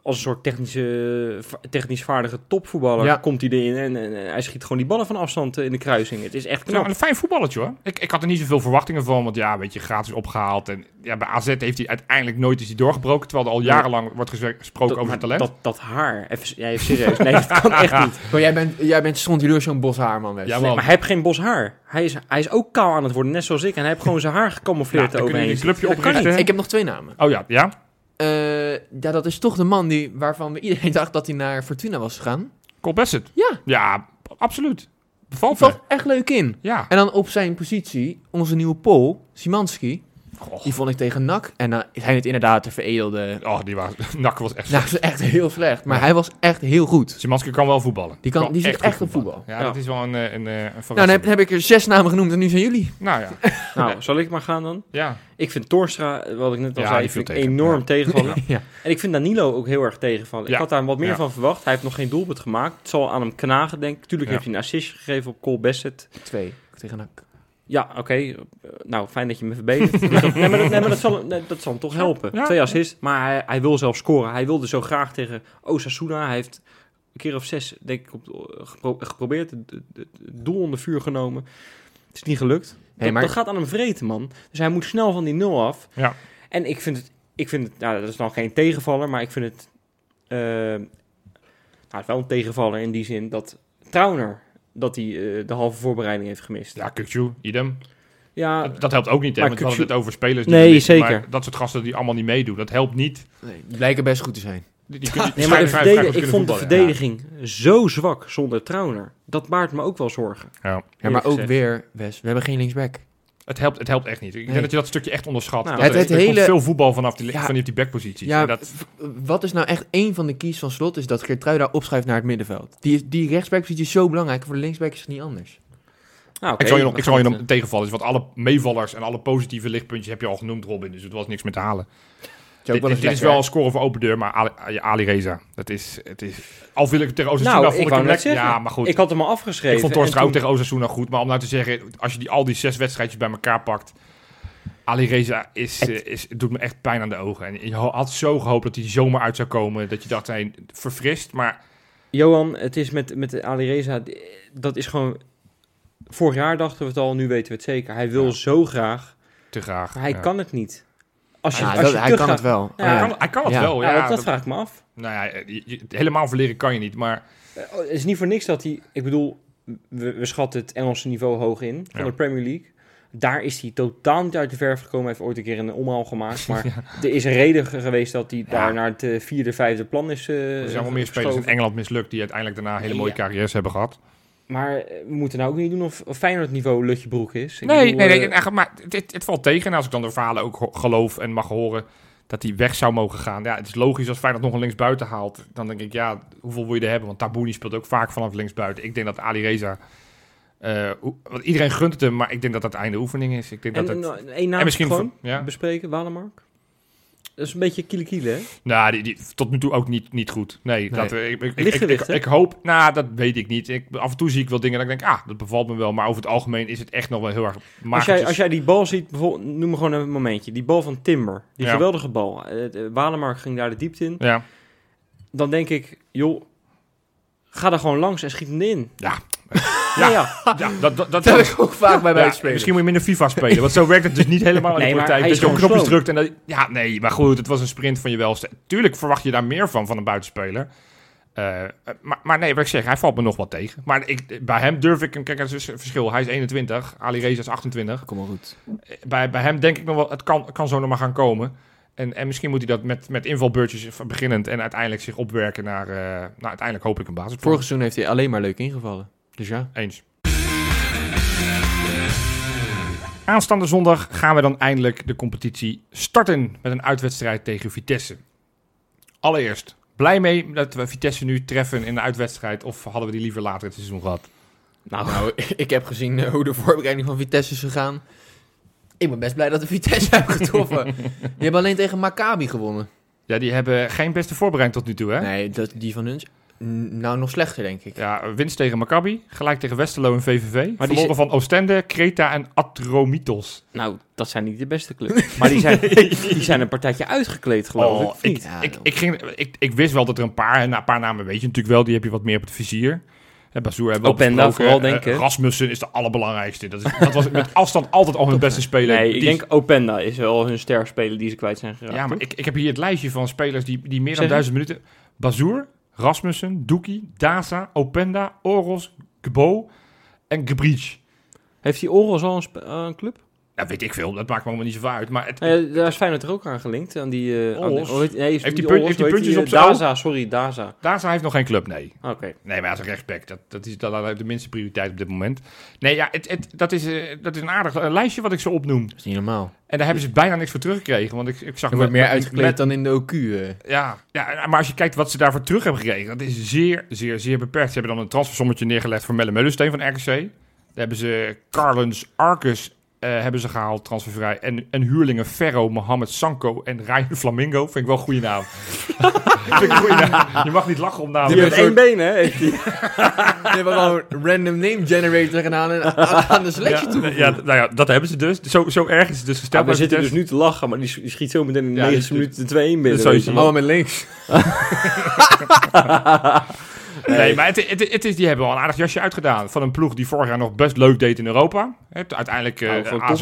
als een soort technisch vaardige topvoetballer Ja. komt hij erin en hij schiet gewoon die ballen van afstand in de kruising. Het is echt knap. Nou, een fijn voetballetje hoor. Ik had er niet zoveel verwachtingen van, want ja, weet je, gratis opgehaald. En ja, bij AZ heeft hij uiteindelijk nooit is hij doorgebroken, terwijl er al jarenlang wordt gesproken over zijn talent. Dat haar. Even serieus. Nee, dat kan echt niet. Maar jij bent stond zo'n bos haar, man. Wes. Ja, Nee, maar hij heeft geen bos haar. Hij is ook kaal aan het worden, net zoals ik. En hij heeft gewoon zijn haar gecamoufleerd dan kunnen eroverheen. jullie een clubje Dat kan oprichten. niet. Ik heb nog 2 namen. Oh ja, ja. Ja, dat is toch de man waarvan we iedereen dacht dat hij naar Fortuna was gegaan. Cole Bassett. Ja. Ja, absoluut. Bevalt Valt me. echt leuk in. Ja. En dan op zijn positie, onze nieuwe Pool, Szymanski. Goh. Die vond ik tegen NAC. En dan zijn het inderdaad de veredelde... Oh, Nak was echt... Nou, dat is echt heel slecht. Maar hij was echt heel goed. Szymanski kan wel voetballen. Die zit echt goed op voetbal. Ja, Ja. dat is wel een Nou, verrassing. dan heb ik er 6 namen genoemd en nu zijn jullie. Nou ja. Nou, zal ik maar gaan dan? Ja. Ik vind Torstra, wat ik net al Ja, zei, die vind viel ik tegen. enorm Ja. tegenvallen. Ja. En ik vind Danilo ook heel erg tegenvallen. Ja. Ik had daar wat meer Ja. van verwacht. Hij heeft nog geen doelpunt gemaakt. Het zal aan hem knagen, denk ik. Tuurlijk Ja. heeft hij een assist gegeven op Cole Bassett. 2 tegen NAC. Ja, oké. Nou, fijn dat je me verbetert. Dus dat zal hem toch helpen. Ja. 2 assists, maar hij wil zelf scoren. Hij wilde zo graag tegen Osasuna. Hij heeft een keer of 6, denk ik, geprobeerd. Het doel onder vuur genomen. Het is niet gelukt. Hey, maar- Dat gaat aan hem vreten, man. Dus hij moet snel van die 0 af. Ja. En ik vind het, nou, dat is dan geen tegenvaller, maar ik vind het, het is wel een tegenvaller in die zin dat Trauner, dat hij de halve voorbereiding heeft gemist. Ja, Kukçu, idem. Ja, Dat helpt ook niet, hè? Maar Want we hadden Kukçu- het over spelers die Nee, verliezen, zeker. maar dat soort gasten die allemaal niet meedoen, dat helpt niet. Nee, die blijken best goed te zijn. Die kunnen, nee, maar ik vond de voetballen. verdediging zo zwak zonder Trauner. Dat baart me ook wel zorgen. Ja. Ja, maar Eerlijk ook gezegd. weer, Wes, we hebben geen linksback. Het helpt echt niet. Ik denk dat je dat stukje echt onderschat. Nou, Dat het er komt hele- veel voetbal vanaf die, Ja. die backposities. Ja, En dat, wat is nou echt één van de keys van Slot, is dat Geertruida opschuift naar het middenveld. Die rechtsbackpositie is zo belangrijk, voor de linksback is het niet anders. Nou, ik zal je nog tegenvallen. Want alle meevallers en alle positieve lichtpuntjes heb je al genoemd, Robin. Dus het was niks meer te halen. Dit is wel een score voor open deur, maar Ali Reza, het is... Al wil ik het tegen Osasuna, Nou, vond ik ik wou hem net lekker. zeggen. Ja, maar goed. Ik had hem al afgeschreven. Ik vond Torstra en ook toen- tegen Osasuna goed. Maar om nou te zeggen, als je al die 6 wedstrijdjes bij elkaar pakt... Ali Reza doet me echt pijn aan de ogen. En je had zo gehoopt dat hij zomaar uit zou komen. Dat je dacht, hij verfrist. Maar Johan, het is met Ali Reza, dat is gewoon... Vorig jaar dachten we het al, nu weten we het zeker. Hij wil Ja. zo graag, te graag. maar hij ja. kan het niet. Als je, Ja, als je hij te kan graag- het wel. Ja, Hij kan het Ja. wel, ja. Ja, dat vraag ik me af. Nou ja, helemaal verleren kan je niet. Maar Het is niet voor niks dat hij... Ik bedoel, we schatten het Engelse niveau hoog in van Ja. de Premier League. Daar is hij totaal niet uit de verf gekomen. Hij heeft ooit een keer een omhaal gemaakt. Maar er is een reden geweest dat hij daar naar het 4e, 5e plan is er zijn wel meer spelers in Engeland mislukt... die uiteindelijk daarna hele mooie Ja. carrières hebben gehad. Maar we moeten nou ook niet doen of Feyenoord niveau Lutje Broek is. Ik Nee, bedoel, eigenlijk, maar het valt tegen. En als ik dan de verhalen ook geloof en mag horen... dat hij weg zou mogen gaan. Ja, het is logisch als Feyenoord nog een linksbuiten haalt. Dan denk ik, ja, hoeveel wil je er hebben? Want Tabouni speelt ook vaak vanaf linksbuiten. Ik denk dat Ali Reza... want iedereen gunt het hem, maar ik denk dat dat het einde oefening is. Ik denk dat het... één naam En misschien gewoon ja. bespreken, Walemark. Dat is een beetje kiele, hè? Nou, die tot nu toe ook niet goed. Nee. Lichtgewicht, hè? Ik hoop... Nou, dat weet ik niet. Af en toe zie ik wel dingen dat ik denk... dat bevalt me wel. Maar over het algemeen is het echt nog wel heel erg magertjes. Als jij die bal ziet, bijvoorbeeld, noem me gewoon een momentje. Die bal van Timber, die Ja. geweldige bal. Walemark ging daar de diepte in. Ja. Dan denk ik, joh, ga er gewoon langs en schiet hem in. Ja. Ja. Ja, dat Dat heb ik ook vaak bij ja, buitenspelers. misschien moet je minder FIFA spelen. Want zo werkt het dus niet helemaal in Nee, de maar praktijk. hij Dat is je op gewoon knopjes slow. drukt. En ja, nee, maar goed. Het was een sprint van je welste. Tuurlijk verwacht je daar meer van een buitenspeler. Maar nee, wat ik zeg, hij valt me nog wat tegen. Maar bij hem durf ik... Kijk, er is een verschil. Hij is 21. Ali Reza is 28. Kom maar goed. Bij hem denk ik nog wel... Het kan zo nog maar gaan komen. En misschien moet hij dat met invalbeurtjes beginnend... en uiteindelijk zich opwerken naar... uiteindelijk hopelijk een basis. Vorig seizoen heeft hij alleen maar leuk ingevallen. Dus ja. Eens. Aanstaande zondag gaan we dan eindelijk de competitie starten met een uitwedstrijd tegen Vitesse. Allereerst, blij mee dat we Vitesse nu treffen in de uitwedstrijd of hadden we die liever later het seizoen gehad? Nou, ik heb gezien hoe de voorbereiding van Vitesse is gegaan. Ik ben best blij dat de Vitesse hebben getroffen. Die hebben alleen tegen Maccabi gewonnen. Ja, die hebben geen beste voorbereiding tot nu toe, hè? Nee, die van hun is Nou, nog slechter, denk ik. Ja, winst tegen Maccabi, gelijk tegen Westerlo en VVV. Maar Verloren van Oostende, Kreta en Atromitos. Nou, dat zijn niet de beste clubs. Maar die zijn een partijtje uitgekleed, geloof ik. Of niet? Ja, Ik wist wel dat er een paar namen weet je natuurlijk wel, die heb je wat meer op het vizier. Bazoer hebben we Openda besproken. vooral, denk ik. Rasmussen is de allerbelangrijkste. Dat was met afstand altijd al hun beste speler. Nee, ik denk Openda is wel hun sterspeler die ze kwijt zijn geraakt. Ja, maar ik heb hier het lijstje van spelers die meer dan Zeg 1000 minuten... Bazoer, Rasmussen, Doekie, Daza, Openda, Oros, Gbo en Gebric. Heeft die Oros al een club? Ja, weet ik veel. Dat maakt me allemaal niet zoveel uit. Maar Daar is Feyenoord er ook aan gelinkt. Aan die, Oros? heeft die puntjes op zijn Daza, sorry, Daza. Daza heeft nog geen club, nee. Oké. Nee, maar als een rechtsback, dat heeft de minste prioriteit op dit moment. Nee, ja, dat is een aardig lijstje wat ik zo opnoem. Dat is niet normaal. En daar hebben ze bijna niks voor teruggekregen. Want ik zag Er wordt meer uitgekleed dan in de OQ. Ja, maar als je kijkt wat ze daarvoor terug hebben gekregen, dat is zeer, zeer, zeer beperkt. Ze hebben dan een transfersommetje neergelegd voor Melle Meulensteen van RKC. Daar hebben ze Carlens Arcus hebben ze gehaald, transfervrij. En huurlingen Ferro, Mohamed Sanko en Ryan Flamingo. Vind ik wel een goede naam. Vind ik een goede naam. Je mag niet lachen om namen. Die heeft één been, hè? Heeft die. Die hebben gewoon een random name generator gedaan en aan de selectie toe. Ja, nou ja, dat hebben ze dus. Zo erg is het dus gesteld. Ja, we zitten dus nu te lachen, maar die schiet zo meteen in de 90 minuten de 2-1 binnen. Dat zou je Allemaal met links. Nee, maar die hebben al een aardig jasje uitgedaan. Van een ploeg die vorig jaar nog best leuk deed in Europa. Uiteindelijk AS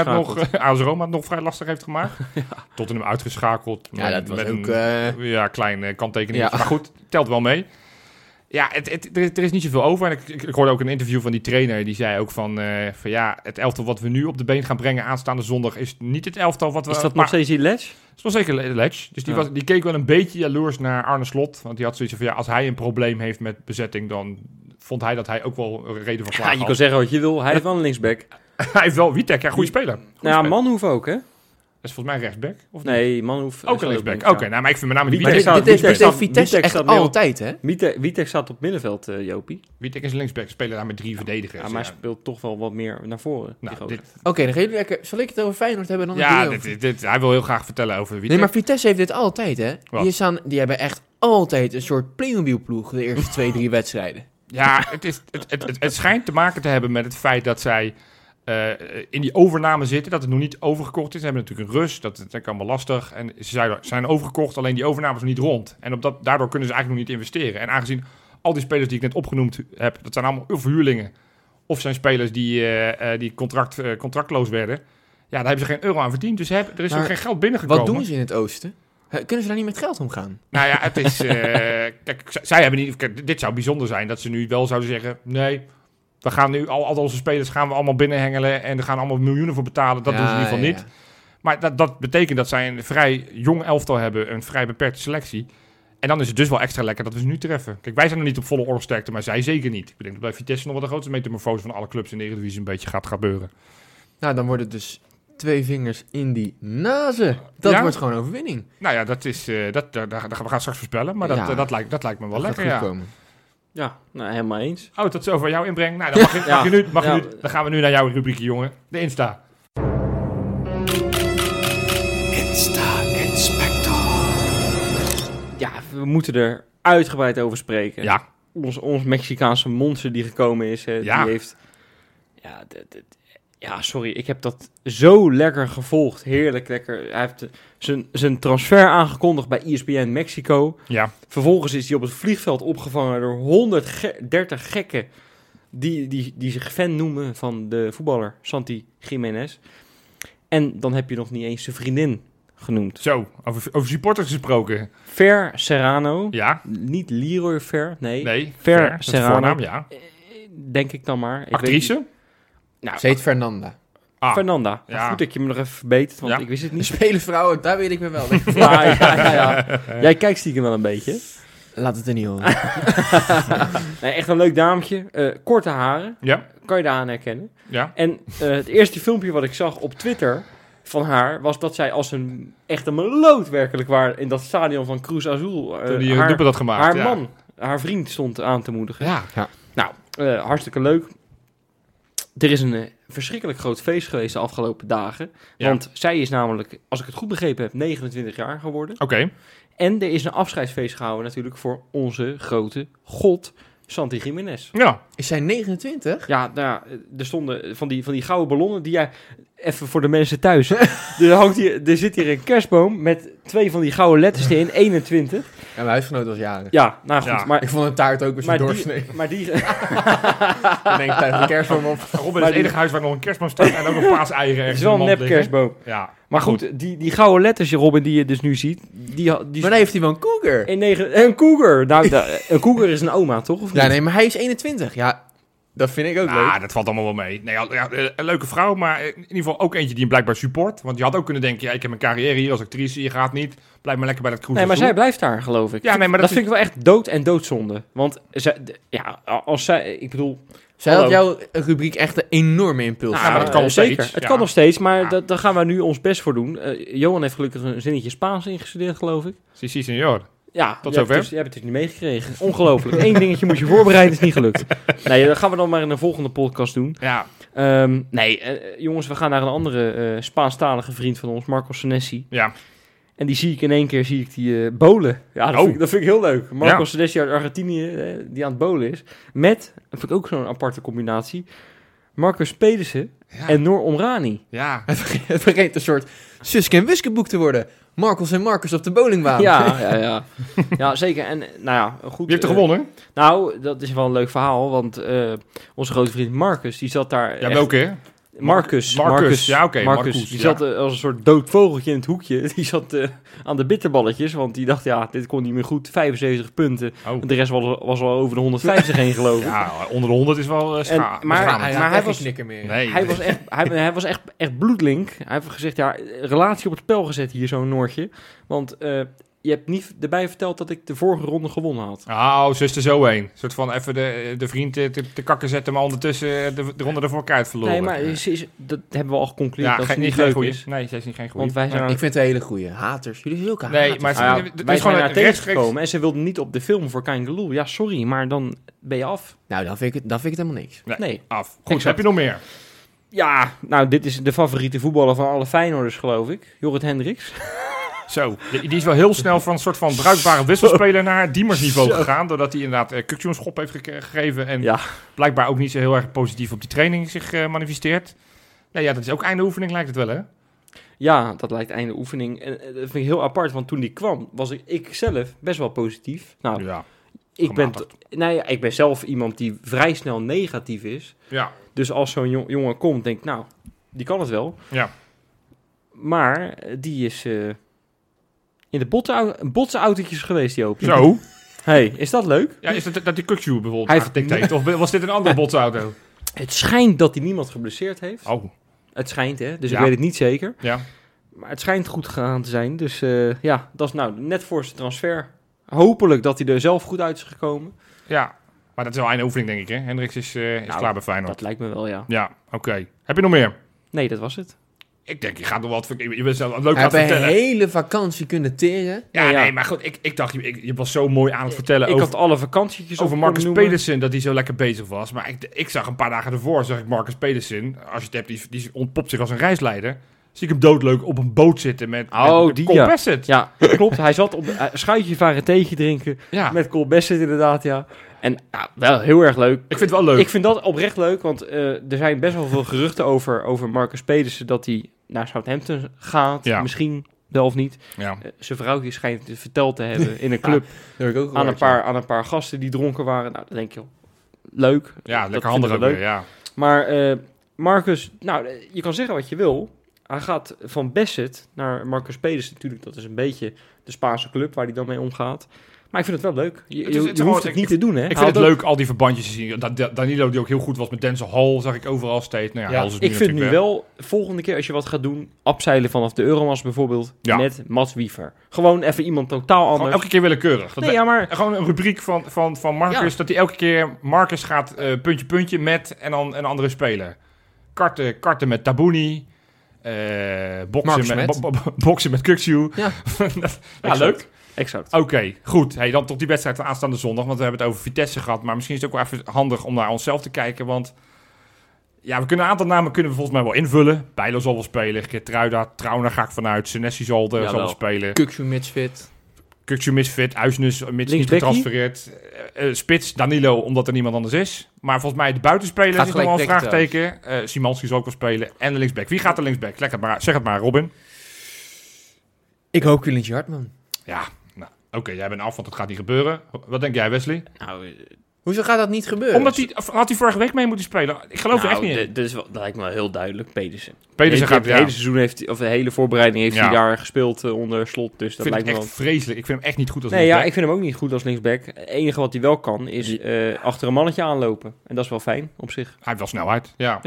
Roma het nog vrij lastig heeft gemaakt. Tottenham uitgeschakeld. Ja, dat was ook... een klein kanttekening. Ja. Maar goed, telt wel mee. Ja, er is niet zoveel over. En ik hoorde ook een interview van die trainer. Die zei ook van het elftal wat we nu op de been gaan brengen aanstaande zondag is niet het elftal wat we... Is dat nog steeds die Ledge? Dat is wel zeker Ledge. Dus die keek wel een beetje jaloers naar Arne Slot. Want die had zoiets van, als hij een probleem heeft met bezetting, dan vond hij dat hij ook wel een reden van klaar had. Je kan zeggen wat je wil. Hij heeft wel een linksback. Hij heeft wel Witek, ja, goede speler. Manhoef ook, hè? Dat is volgens mij rechtsback. Of niet? Nee, Manhoef ook een linksback. Oké, nou, maar ik vind met name Witek Witek. Dit heeft Vitesse echt altijd, hè? Witek staat op middenveld, Jopie. Witek is een linksback. Spelen daar met 3 verdedigers. Ja, maar hij speelt toch wel wat meer naar voren. Nou, Oké, dan ga je lekker. Zal ik het over Feyenoord hebben dan? Hij wil heel graag vertellen over Witek. Nee, maar Vitesse heeft dit altijd, hè? Wat? Die hebben echt altijd een soort Playmobil-ploeg de eerste 2-3 wedstrijden. Ja, het schijnt te maken te hebben met het feit dat zij in die overname zitten, dat het nog niet overgekocht is. Ze hebben natuurlijk een rust, dat is allemaal lastig. En ze zijn overgekocht, alleen die overname is nog niet rond. En daardoor kunnen ze eigenlijk nog niet investeren. En aangezien al die spelers die ik net opgenoemd heb, dat zijn allemaal verhuurlingen. Of zijn spelers die contractloos werden. Ja, daar hebben ze geen euro aan verdiend. Dus er is ook geen geld binnengekomen. Wat doen ze in het oosten? Kunnen ze daar niet met geld omgaan? Nou ja, het is... kijk, zij hebben niet... Kijk, dit zou bijzonder zijn, dat ze nu wel zouden zeggen... Nee, we gaan nu al onze spelers gaan we allemaal binnenhengelen en er gaan allemaal miljoenen voor betalen. Dat doen ze in ieder geval niet. Maar dat betekent dat zij een vrij jong elftal hebben, een vrij beperkte selectie. En dan is het dus wel extra lekker dat we ze nu treffen. Kijk, wij zijn nog niet op volle oorlogsterkte, maar zij zeker niet. Ik denk dat bij Vitesse nog wel de grootste metamorfose van alle clubs in de Eredivisie een beetje gaat gebeuren. Nou, dan wordt het dus 2 vingers in die nazen. Dat wordt gewoon overwinning. Nou ja, dat is, we gaan straks voorspellen, maar dat lijkt me wel lekker, ja. Komen. Ja, nou, helemaal eens. Oh, tot zover jouw inbreng. Nou, dan mag je nu. Dan gaan we nu naar jouw rubriekje, jongen. De Insta. Insta-inspector. Ja, we moeten er uitgebreid over spreken. Ja. Ons Mexicaanse monster die gekomen is, die heeft... Ja, sorry, ik heb dat zo lekker gevolgd. Heerlijk lekker. Hij heeft zijn transfer aangekondigd bij ESPN Mexico. Ja. Vervolgens is hij op het vliegveld opgevangen door 130 gekken die zich fan noemen van de voetballer Santi Jiménez. En dan heb je nog niet eens zijn vriendin genoemd. Zo, over supporters gesproken. Fer Serrano. Ja. Niet Leroy Fer, nee. Fer Serrano. Voornaam, ja. Denk ik dan maar. Actrice? Nou, Ze heet Fernanda. Fernanda. Ja. Goed dat je me nog even verbetert, want ik wist het niet. Spelersvrouwen, daar weet ik me wel. Ja. Jij kijkt stiekem wel een beetje. Laat het er niet over. Nee, echt een leuk dametje. Korte haren. Ja. Kan je daar aan herkennen. Ja. En het eerste filmpje wat ik zag op Twitter van haar was dat zij als een echte meloot werkelijk waar in dat stadion van Cruz Azul. Toen die dubbel had gemaakt. Haar man, haar vriend stond aan te moedigen. Ja. Nou, hartstikke leuk. Er is een verschrikkelijk groot feest geweest de afgelopen dagen. Ja. Want zij is namelijk, als ik het goed begrepen heb, 29 jaar geworden. Oké. En er is een afscheidsfeest gehouden natuurlijk voor onze grote god, Santi Gimenez. Ja. Is zij 29? Ja, nou ja, er stonden van die gouden ballonnen die jij... Even voor de mensen thuis. Er zit hier een kerstboom met 2 van die gouden letters erin, 21. Ja, mijn huisgenoot was jarig. Ja, nou goed. Ja. Maar, Ik vond een taart ook als je maar, doorsnee. maar die... Dan denk ik tijdens de kerstboom op. Robin is het enige huis waar nog een kerstboom staat en ook een paaseieren. Het ergens is wel in een de mand nep liggen. kerstboom. Ja. Maar goed, die gouden letters, Robin, die je dus nu ziet, die Maar dan heeft hij wel een cougar. een cougar. Nou, een cougar is een oma, toch? Of niet? Ja, nee, maar hij is 21. Ja, dat vind ik ook leuk. Ah, dat valt allemaal wel mee. Nee, ja, een leuke vrouw, maar in ieder geval ook eentje die hem blijkbaar support. Want je had ook kunnen denken, ja, ik heb een carrière hier als actrice, je gaat niet. Blijf maar lekker bij dat cruise. Nee, maar zij blijft daar, geloof ik. Ja, nee, maar dat dat vind ik wel echt dood en doodzonde. Want als zij, ik bedoel... Zij had Hallo. jouw rubriek echt een enorme impuls. Ja, maar dat kan nog zeker. steeds. Het Ja. kan nog steeds, maar Ja. daar gaan we nu ons best voor doen. Johan heeft gelukkig een zinnetje Spaans ingestudeerd, geloof ik. Si, senor. Ja, Tot je hebt zover. je hebt het dus niet meegekregen. Ongelooflijk. Eén dingetje moet je voorbereiden, is niet gelukt. Nee, dat gaan we dan maar in een volgende podcast doen. Ja, Jongens, we gaan naar een andere Spaanstalige vriend van ons, Marco Senesi. ja. En die zie ik in één keer, die bolen. Ja, dat vind ik heel leuk. Marco Ja. Senesi uit Argentinië, die aan het bolen is. Met, dat vind ik ook zo'n aparte combinatie, Marcus Pedersen Ja. en Noor Omrani. Ja. Het begint een soort Suske en Wiske boek te worden. Marcos en Marcus op de bowlingbaan. Ja. Ja, zeker. En nou ja, goed. Wie heeft er gewonnen? Nou, dat is wel een leuk verhaal, want onze grote vriend Marcus, die zat daar... Ja, echt- welke? Hè? Marcus. Ja, oké. Marcus. Marcus, Die ja. zat als een soort dood vogeltje in het hoekje. Die zat aan de bitterballetjes, want die dacht, ja, dit kon niet meer goed. 75 punten. Oh. De rest was al over de 150 heen, geloof ik. Ja, onder de 100 is wel maar- beschamend. Hij Maar had hij echt was- geen knikker meer. Nee. Hij was echt bloedlink. Hij heeft gezegd, ja, relatie op het spel gezet hier, zo'n Noortje. Want je hebt niet erbij verteld dat ik de vorige ronde gewonnen had. Oh, zo is er zo heen. Een soort van even de vriend te kakken zetten, maar ondertussen de ronde ervoor kwijt verloren. Nee, maar dat hebben we al geconcludeerd ja, dat het niet niet leuk goeie. is. Nee, zij is niet geen goeie. Want wij zijn Ik vind het een hele goeie. Haters. Jullie zijn ook haters. Nee, maar Nou ja, het is wij gewoon zijn een daar rechtstreeks... tegengekomen en ze wilden niet op de film voor Kangaloo. Ja, sorry, maar dan ben je af. Nou, dan vind ik het helemaal niks. Nee. Af. Goed, Exact. heb je nog meer? Ja, nou, dit is de favoriete voetballer van alle Feyenoorders, geloof ik. Jorrit Hendricks. Zo, die is wel heel snel van een soort van bruikbare wisselspeler naar Diemersniveau gegaan. Doordat hij inderdaad Kukçu een schop heeft gegeven. En Ja. blijkbaar ook niet zo heel erg positief op die training zich manifesteert. Nou ja, dat is ook einde oefening lijkt het wel, hè? Ja, dat lijkt einde oefening. En dat vind ik heel apart, want toen die kwam, was ik zelf best wel positief. Nou, Ja. ik ben zelf iemand die vrij snel negatief is. Ja. Dus als zo'n jongen komt, denk ik, nou, die kan het wel. Ja. Maar die is in de botsautootjes geweest, die open. Zo. Hey, is dat leuk? Ja, is dat die Kukçu bijvoorbeeld Hij aangetikt heeft? Of was dit een andere botsauto? Het schijnt dat hij niemand geblesseerd heeft. Oh, Het schijnt, hè? Dus Ja. ik weet het niet zeker. ja. Maar het schijnt goed gegaan te zijn. Dus ja, dat is nou net voor zijn transfer. Hopelijk dat hij er zelf goed uit is gekomen. Ja. Maar dat is wel einde oefening, denk ik, hè? Hendricks is klaar bij Feyenoord. Dat lijkt me wel, ja. Ja, oké. Heb je nog meer? Nee, dat was het. Ik denk, je gaat nog wat... Je bent zelf leuk Hij aan het heeft een vertellen. hele vakantie kunnen teren. Ja, Ja. nee, maar goed. Ik dacht, je was zo mooi aan het vertellen Ik over... had alle vakantietjes Over op Marcus kunnen noemen. Pedersen, dat hij zo lekker bezig was. Maar ik zag een paar dagen ervoor, zag ik Marcus Pedersen. Als je het hebt, die ontpopt zich als een reisleider. Zie ik hem doodleuk op een boot zitten met die, Cole ja. Bassett. Ja, klopt. Hij zat op een schuitje varen theetje drinken Ja, met Cole Bassett inderdaad, ja. En ja, wel heel erg leuk. ik vind het wel leuk. Ik vind dat oprecht leuk, want er zijn best wel veel geruchten over Marcus Pedersen dat hij naar Southampton gaat. Ja. Misschien wel of niet. Ja. Zijn vrouwtje schijnt het verteld te hebben in een club Dat heb ik ook aan, gehoord, aan een paar gasten die dronken waren. Nou, dan denk je, leuk. Ja, Dat lekker vinden handig we ook leuk. weer, ja. Maar Marcus, nou, je kan zeggen wat je wil. Hij gaat van Bassett naar Marcus Pedersen natuurlijk. Dat is een beetje de Spaanse club waar hij dan mee omgaat. Maar ik vind het wel leuk. Je Het is hoeft gewoon- het niet te doen, hè. Ik Hij vind het had ook- leuk, al die verbandjes te zien. Danilo die ook heel goed was met Denzel Hall, zag ik overal steeds. Nou ja, Ja, Hall is het Ik vind nu natuurlijk wel, volgende keer als je wat gaat doen, abzeilen vanaf de Euromas bijvoorbeeld, Ja. met Mats Wiever. Gewoon even iemand totaal Gewoon anders. elke keer willekeurig. Dat Nee, ja, maar Gewoon een rubriek van Marcus, Ja. dat hij elke keer Marcus gaat puntje met en dan een andere speler. Karten met Tabouni. Marcus met. Boksen met Kukçu. Ja. Ja, leuk. exact. Oké, goed. Hey, dan tot die wedstrijd van aanstaande zondag. Want we hebben het over Vitesse gehad. Maar misschien is het ook wel even handig om naar onszelf te kijken. Want Ja, we kunnen een aantal namen volgens mij wel invullen. Bijlo zal wel spelen. Geertruida, Trauner ga ik vanuit. Senesi zal wel spelen. Kuksu misfit. Kuksu misfit. Uisnes mits niet Linksbackie? getransfereerd. Spits, Danilo, omdat er niemand anders is. Maar volgens mij de buitenspeler Gaat is nog wel een gelijk vraagteken. Simanski zal ook wel spelen. En de linksback. Wie gaat de linksback? Zeg het maar, Robin. Ik hoop Quillentje Hartman. Ja, nou, oké, jij bent af, want het gaat niet gebeuren. Wat denk jij, Wesley? Nou, Hoezo gaat dat niet gebeuren? Omdat had hij vorige week mee moeten spelen. Ik geloof er echt niet in. dat lijkt me wel heel duidelijk. Pedersen. Pedersen gaat, het hele seizoen of de hele voorbereiding heeft hij daar gespeeld onder Slot. Dus dat vind lijkt ik me echt wel... vreselijk. Ik vind hem echt niet goed als Nee, linksback. ik vind hem ook niet goed als linksback. Het enige wat hij wel kan is achter een mannetje aanlopen. En dat is wel fijn op zich. Hij heeft wel snelheid. Ja.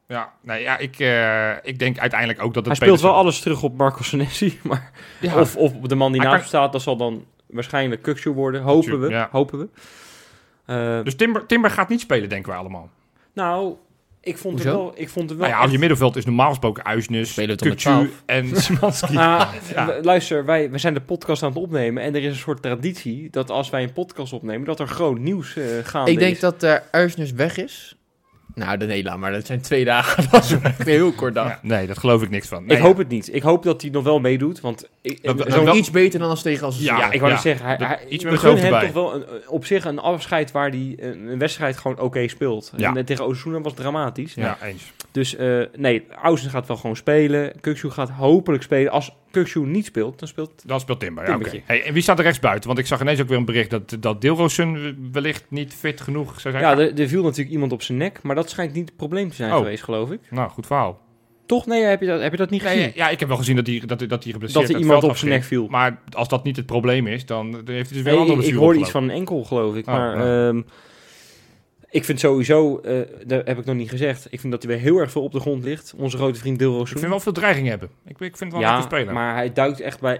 Ik denk uiteindelijk ook dat het Hij speelt wel alles terug op Marco Senesi. Maar Ja. of op de man die Hij naast kan- hem staat, dat zal dan waarschijnlijk Kukçu worden. Hopen we. ja. Hopen we. Dus Timber gaat niet spelen, denken we allemaal. Nou, ik vond het Hoezo? wel... Ik vond het Nou wel ja, echt- op je middenveld is normaal gesproken Uisnes, Spelen we toch met Kukçu 12? en Szymanski. Nou, Ja. luister, wij zijn de podcast aan het opnemen en er is een soort traditie dat als wij een podcast opnemen, dat er groot nieuws gaande Ik denk is. dat Uisnes weg is. Nou, nee, laat maar. Dat zijn 2 dagen. Dat is echt een heel kort dag. Ja, nee, dat geloof ik niks van. Nee, Ik hoop het niet. Ik hoop dat hij nog wel meedoet, want Dat- Zo wel- iets beter dan als tegen als Ja, ik wou ja. net zeggen, Iets we met gunnen het hem hoofd toch wel op zich een afscheid waar hij een wedstrijd gewoon oké speelt. Ja. En tegen Osasuna was het dramatisch. Ja, eens. Dus nee, Ausen gaat wel gewoon spelen. Kukçu gaat hopelijk spelen. Als Kukçu niet speelt, dan speelt... Dan speelt Timber. Ja, oké. Timbertje. Hey, en wie staat er rechts buiten? Want ik zag ineens ook weer een bericht dat Dilrosun wellicht niet fit genoeg zou zijn. Ja, er viel natuurlijk iemand op zijn nek, maar dat schijnt niet het probleem te zijn Oh. geweest, geloof ik. Nou, goed verhaal. Toch? Nee, heb je dat niet gezien? Nee, ja, ik heb wel gezien dat hij geblesseerd Dat er het iemand veld op zijn nek afging. viel. Maar als dat niet het probleem is, dan heeft hij dus weer Nee, een andere ik blessure hoorde iets opgelopen. van een enkel, geloof ik. Oh, Maar ja. ik vind sowieso, dat heb ik nog niet gezegd, ik vind dat hij weer heel erg veel op de grond ligt. Onze grote vriend Ik Dilrosun. vind wel veel dreiging hebben. Ik vind het wel een Ja, leuke speler. maar hij duikt echt bij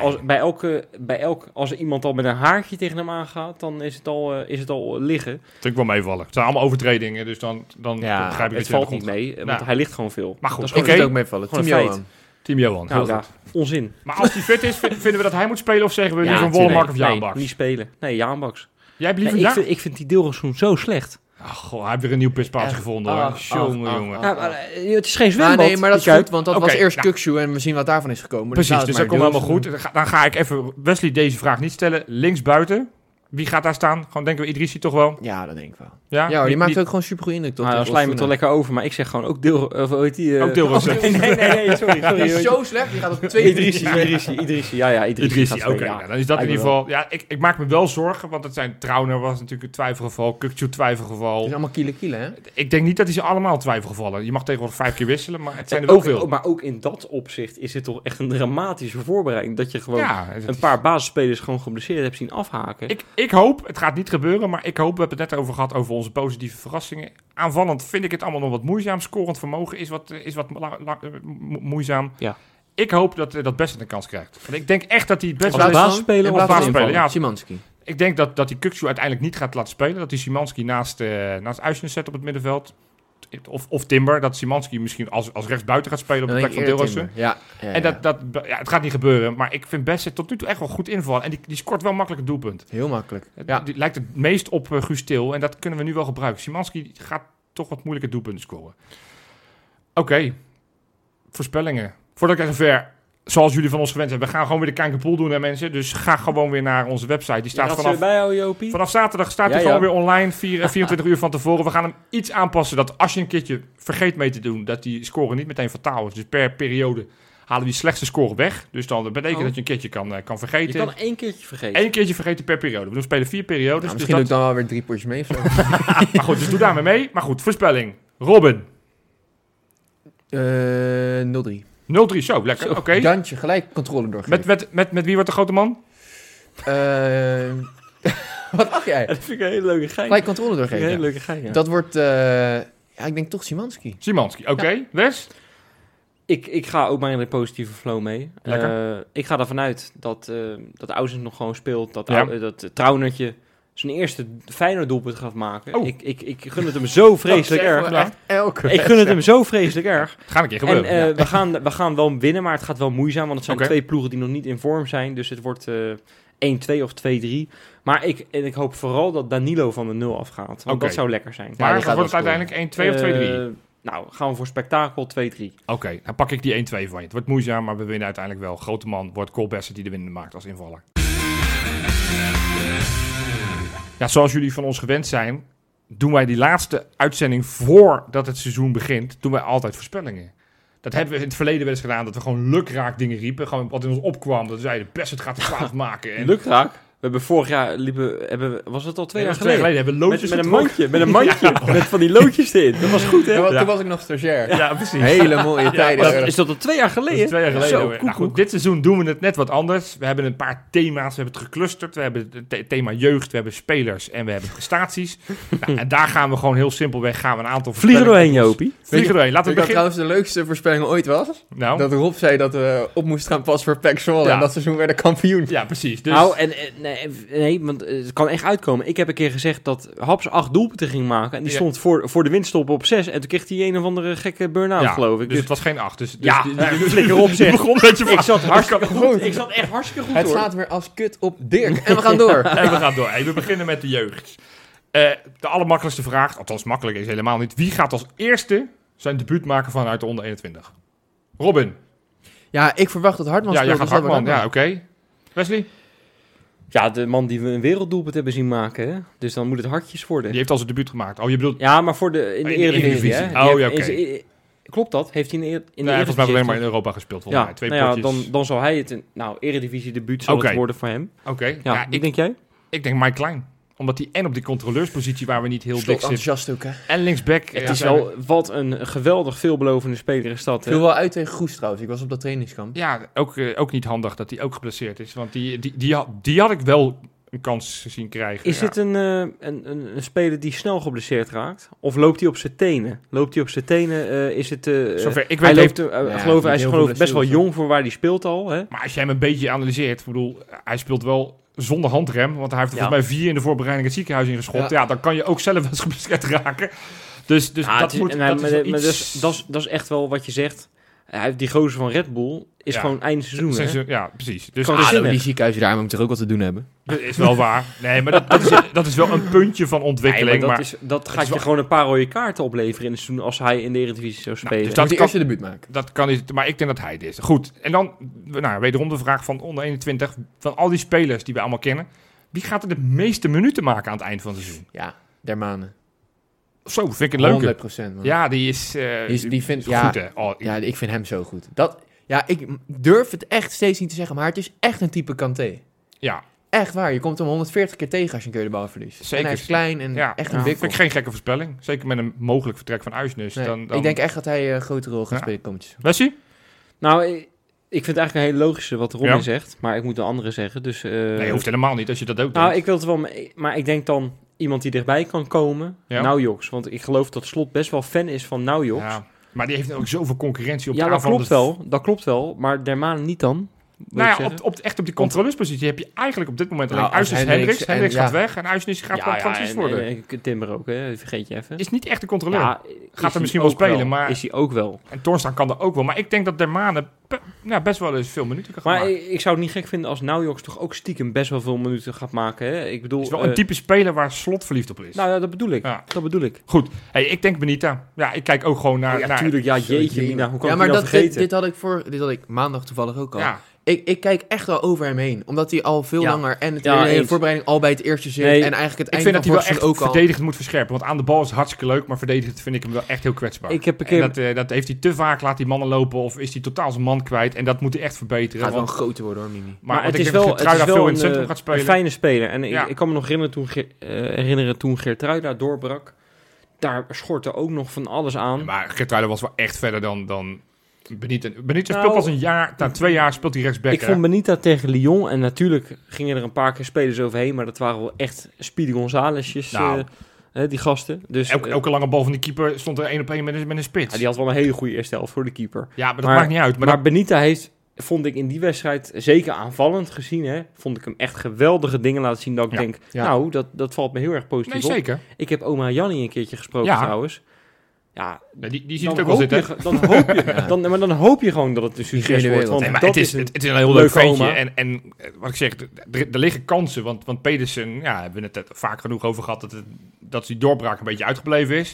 als er iemand al met een haartje tegen hem aangaat, dan is het al liggen. Vind ik wel meevallen. Het zijn allemaal overtredingen, dus dan Ja, begrijp ik het dat je valt niet mee, want Nou. hij ligt gewoon veel. Maar goed, Dat is Ik oké. vind het ook meevallen. Gewoon Team een Johan. Team Johan. Nou, heel ja, goed. onzin. Maar als hij fit is, vinden we dat hij moet spelen of zeggen we liever een tuurlijk. Wollemark of Nee, Jaanbaks? niet spelen. Nee, Jaanbaks. Jij hebt liever Nee, ja? ik vind die Dilrosun zo slecht. Ach, goh, hij heeft weer een nieuw pispaas Echt. gevonden hoor. Jongen, jongen. Ja, maar, het is geen Ah, zwembad. nee, maar dat is die Kuip. goed, want dat Oké, was eerst nou. Kukçu en we zien wat daarvan is gekomen. Precies, laat dus het dat maar. komt helemaal goed. Dan ga ik even Wesley deze vraag niet stellen. Links buiten. Wie gaat daar staan? Gewoon denken we Idrissi toch wel? Ja, dat denk ik wel. Ja, Ja, hoor, die maakt niet- ook gewoon super goed indruk. Tot Nou, dan tegen sla je me toch Osasuna. lekker over, maar ik zeg gewoon ook hoe heet die? Ook Dilrosun. Nee, sorry. Die is zo slecht, die gaat op 2 Idrissi. Ja, Idrissi. Idrissi, gaat oké. spelen, Nou, dan is dat in Lijkt ieder me geval... Ja, ik maak me wel zorgen, want het zijn... Trauner was natuurlijk een twijfelgeval. Kukçu twijfelgeval. Het is allemaal kiele, hè? Ik denk niet dat hij ze allemaal twijfelgevallen. Je mag tegenwoordig 5 keer wisselen, maar het zijn er wel Ook, veel. maar ook in dat opzicht is het toch echt een dramatische voorbereiding. Dat je gewoon Ja, een paar basisspelers gewoon geblesseerd hebt zien afhaken. Ik hoop, het gaat niet gebeuren, maar ik hoop, we hebben het net over gehad, over onze positieve verrassingen. Aanvallend vind ik het allemaal nog wat moeizaam. Scorend vermogen is wat moeizaam. Ja. Ik hoop dat Best een kans krijgt. En ik denk echt dat hij best Als wel... basisspeler of basisspeler, ja. Szymanski. Ik denk dat hij Kukçu uiteindelijk niet gaat laten spelen. Dat hij Szymanski naast Uisnes zet op het middenveld. Of Timber, dat Szymanski misschien als rechtsbuiten gaat spelen op de plek van Dilrosun. Ja. En het gaat niet gebeuren. Maar ik vind Best tot nu toe echt wel goed invallen. En die scoort wel makkelijk een doelpunt. Heel makkelijk. Ja. Die lijkt het meest op Guus Til. En dat kunnen we nu wel gebruiken. Szymanski gaat toch wat moeilijke doelpunten scoren. Oké. Voorspellingen. Voordat ik zover, zoals jullie van ons gewend hebben, we gaan gewoon weer de Kijkenpool doen, hè mensen. Dus ga gewoon weer naar onze website. Die staat vanaf zaterdag staat hij gewoon weer online, 24 uur van tevoren. We gaan hem iets aanpassen, dat als je een keertje vergeet mee te doen, dat die score niet meteen fataal is. Dus per periode halen we die slechtste score weg. Dus dan betekent dat je een keertje kan vergeten. Je kan 1 keertje vergeten. Eén keertje vergeten per periode. We spelen 4 periodes. Nou, dus misschien doe ik dan wel weer 3 potjes mee. Of zo. Maar goed, dus doe daarmee mee. Maar goed, voorspelling. Robin. 0-3. 0-3, zo, lekker. Oké. Jantje, gelijk controle doorgeven. Met wie wordt de grote man? Wat ach jij? Dat vind ik een hele leuke gein. Gelijk controle Dat vind ik een hele doorgeven. leuke gein, ja. Dat wordt, ja, ik denk toch Szymanski. Szymanski, oké. Wes? Ik ga ook maar in de positieve flow mee. Lekker. Ik ga ervan uit dat Ausen nog gewoon speelt. Dat, Ja. dat Traunertje zijn eerste Feyenoord doelpunt gaat maken. Oh. Ik gun het hem zo vreselijk Dat erg. zeggen we echt elke Ik gun het hem zo vreselijk erg. Het gaat een keer En gebeuren. we gaan wel winnen, maar het gaat wel moeizaam. Want het zijn Oké. 2 ploegen die nog niet in vorm zijn. Dus het wordt 1-2 of 2-3. Maar ik hoop vooral dat Danilo van de 0 afgaat. Want Oké. dat zou lekker zijn. Maar die gaat wordt het wel uiteindelijk 1-2 of 2-3? Nou, gaan we voor spektakel 2-3. Oké, dan pak ik die 1-2 van je. Het wordt moeizaam, maar we winnen uiteindelijk wel. Grote man wordt Cole Bassett die de winnende maakt als invaller. Ja, zoals jullie van ons gewend zijn, doen wij die laatste uitzending voordat het seizoen begint, doen wij altijd voorspellingen. Dat hebben we in het verleden wel eens gedaan, dat we gewoon lukraak dingen riepen. Gewoon wat in ons opkwam, dat we zeiden, Bassett gaat de 12 maken. En Lukraak. We hebben vorig jaar was het al 2 jaar geleden? hebben we loodjes Met een getrokken. mandje, met van die loodjes erin. Dat was goed, hè? Ja, want Ja. toen was ik nog stagiair. Ja, precies. Hele mooie tijden. Is dat al 2 jaar geleden? Dat is 2 jaar geleden. Zo, hoor. Nou, koekoek. goed, dit seizoen doen we het net wat anders. We hebben een paar thema's. We hebben het geclusterd. We hebben het thema jeugd. We hebben spelers. En we hebben prestaties. Nou, en daar gaan we gewoon heel simpelweg een aantal Vliegen doorheen, voorspellingen- Jopie. Vliegen doorheen. Laten Weet we je wat beginnen. trouwens de leukste voorspelling ooit was? Nou, Dat Rob zei dat we op moesten gaan passen voor PEC Zwolle. Ja. En dat seizoen werden kampioen. ja, precies. Dus, Nou, nee, want het kan echt uitkomen. Ik heb een keer gezegd dat Haps 8 doelpunten ging maken. En die Ja. stond voor de winststop op 6. En toen kreeg hij een of andere gekke burn-out, ja, geloof ik. Dus het was geen 8. Dus, ja, die flikker op, zeg. begon met je Ik zat hartstikke kan- goed. Ik zat echt hartstikke goed, Het hoor. staat weer als kut op Dirk. En we gaan door. En we gaan door. Hey, we beginnen met de jeugd. De allermakkelijkste vraag, althans makkelijk is helemaal niet. Wie gaat als eerste zijn debuut maken vanuit de onder 21? Robin. Ja, ik verwacht dat Hartman Ja, jij speelt. gaat dus dat Hartman. wordt Ja, oké. Wesley? Ja, de man die we een werelddoelpunt hebben zien maken, hè? Dus dan moet het hartjes worden. Die heeft al zijn debuut gemaakt. Oh, je bedoelt... Ja, maar in de in de Eredivisie, hè? Eredivisie. Oh, Die ja, heeft- oké. Klopt dat? Heeft hij in de Nee, volgens Eredivisie... mij alleen maar heeft in Europa gespeeld, hij- volgens mij. 2 nou ja, potjes. dan zal hij het... Eredivisie debuut zal Oké. het worden voor hem. Oké. Ja, Ja, wie denk jij? ik denk Mike Klein. Omdat hij en op die controleurspositie waar we niet heel dik Slot zitten. enthousiast ook, hè. En linksback. Het ja, is zijn we- wel wat een geweldig veelbelovende speler is dat. Hè? Viel wel uit tegen Goes trouwens. Ik was op dat trainingskamp. Ja, ook niet handig dat hij ook geblesseerd is. Want die had ik wel een kans zien krijgen. Is ja. dit een speler die snel geblesseerd raakt? Of loopt hij op zijn tenen? Loopt hij op zijn tenen? Is het... Zover ik hij weet loopt, heeft... Ja, hij is heel geloof veel ik best wel blessures, jong voor waar hij speelt al. Hè? Maar als jij hem een beetje analyseert... Ik bedoel, hij speelt wel zonder handrem. Want hij heeft er Ja. volgens mij 4 in de voorbereiding het ziekenhuis ingeschopt. Ja, dan kan je ook zelf wel eens geblesseerd raken. Dus Ja, dat het is- moet... en dat hij- is maar wel de- maar iets... dat is echt wel wat je zegt. Hij heeft die gozer van Red Bull is Ja. gewoon einde seizoen. Hè? Ja, precies. Dus Kan dat zin Die ziekenhuizen daar moeten toch ook wat te doen hebben. is wel waar. Nee, maar dat is wel een puntje van Nee, ontwikkeling. maar maar dat gaat is je wel- gewoon een paar rode kaarten opleveren in het seizoen als hij in de Eredivisie zou spelen. dus Dat dat die kan- eerste debuut maken. dat kan niet, maar ik denk dat hij het is. Goed, en dan wederom de vraag van onder 21. Van al die spelers die we allemaal kennen. Wie gaat er de meeste minuten maken aan het eind van het seizoen? Ja, Dermanen. Zo, vind ik een leuke. 100%. Man. Ja, die is, Die vindt, is ja, goed, hè? Oh, ja, ik vind hem zo goed. Ja, ik durf het echt steeds niet te zeggen, maar het is echt een type Kanté. ja, Echt waar, je komt hem 140 keer tegen als je een keer de bal verliest. Zeker. En hij is klein en ja. echt Ja, een vind bikkel. ik geen gekke voorspelling. Zeker met een mogelijk vertrek van Uisnes. Nee, Dan... Ik denk echt dat hij een grote rol gaat Ja. spelen komend seizoen. Wesley? Nou, ik vind het eigenlijk een hele logische wat Robin Ja. zegt, maar ik moet de andere zeggen. Dus, Nee, hoeft helemaal niet als je dat ook nou, doet. ik wil het wel, maar ik denk dan iemand die dichtbij kan komen, Ja. Naujoks. Want ik geloof dat Slot best wel fan is van Naujoks. Ja, maar die heeft ook zoveel concurrentie op Ja, de dat aanval. klopt wel. Dat klopt wel, maar Dermaan niet dan. wil Nou ik ja, zeggen. echt op die controleurspositie heb je eigenlijk op dit moment alleen Nou, als Uisnes Hendricks Hendricks. Hendricks en- gaat ja. weg en Uisnes gaat gewoon transfer worden. en Timber ook, hè? Vergeet je even. Is niet echt een controleur. Ja, Gaat is er hij misschien wel ook spelen, maar- Is hij ook wel. En Toornstaan kan er ook wel. Maar ik denk dat Dermane best wel eens veel minuten kan gaan Maar maken. ik zou het niet gek vinden als Naujoks toch ook stiekem best wel veel minuten gaat maken, hè? Ik bedoel... Het is wel een type speler waar Slot verliefd op is. Nou ja, dat bedoel ik. Ja. Dat bedoel ik. Goed. Hey, ik denk Benita. Ja, ik kijk ook gewoon naar... Ja, naar tuurlijk. Ja, jeetje, Mina. Hoe kan Ja, ik maar die nou vergeten? dit had ik maandag toevallig ook al. Ja. Ik kijk echt wel over hem heen. Omdat hij al veel Ja. langer en het Ja, de hele eens. voorbereiding al bij het eerste zit. Nee, En eigenlijk het Ik eind vind dat hij wel van echt vorig seizoen ook al. verdedigend moet verscherpen. Want aan de bal is het hartstikke leuk. Maar verdedigend vind ik hem wel echt heel kwetsbaar. Ik heb een En keer... dat heeft hij te vaak. Laat die mannen lopen. Of is hij totaal zijn man kwijt. En dat moet hij echt verbeteren. Gaat wel Want- groter worden hoor, Mimi. maar het ik is denk wel, dat het is Geertruida wel veel in het centrum een, gaat een spelen. fijne speler. En Ja. ik kan me nog herinneren toen Geertruida doorbrak. Daar schortte ook nog van alles aan. Ja, maar Geertruida was wel echt verder dan Benita. Benita Nou, speelt pas een jaar. Na 2 jaar speelt hij rechtsback. Ik vond Benita tegen Lyon. En natuurlijk gingen er een paar keer spelers overheen. Maar dat waren wel echt Speedy Gonzalesjes. Nou. Die gasten. Dus, Elke lange bal van die keeper stond er 1 op 1 met een spits. ja, die had wel een hele goede eerste helft voor de keeper. Ja, maar dat Maar- maakt niet uit. Maar, Maar Benita heeft, vond ik in die wedstrijd, zeker aanvallend gezien, hè, vond ik hem echt geweldige dingen laten zien. Dat ik Ja. denk, Ja. nou, dat valt me heel erg positief nee, op. zeker. Ik heb oma Jannie een keertje gesproken Ja. trouwens. Ja, Nee, die ziet dan het ook wel hoop, zitten. je, dan, hoop je, Ja. dan hoop je gewoon dat het een gele succes wordt. wereld. Want Nee, maar dat het is, een het is een heel leuk leuke ventje. oma. En wat ik zeg, er liggen kansen. Want Pedersen, ja, hebben we het vaak genoeg over gehad dat die doorbraak een beetje uitgebleven is.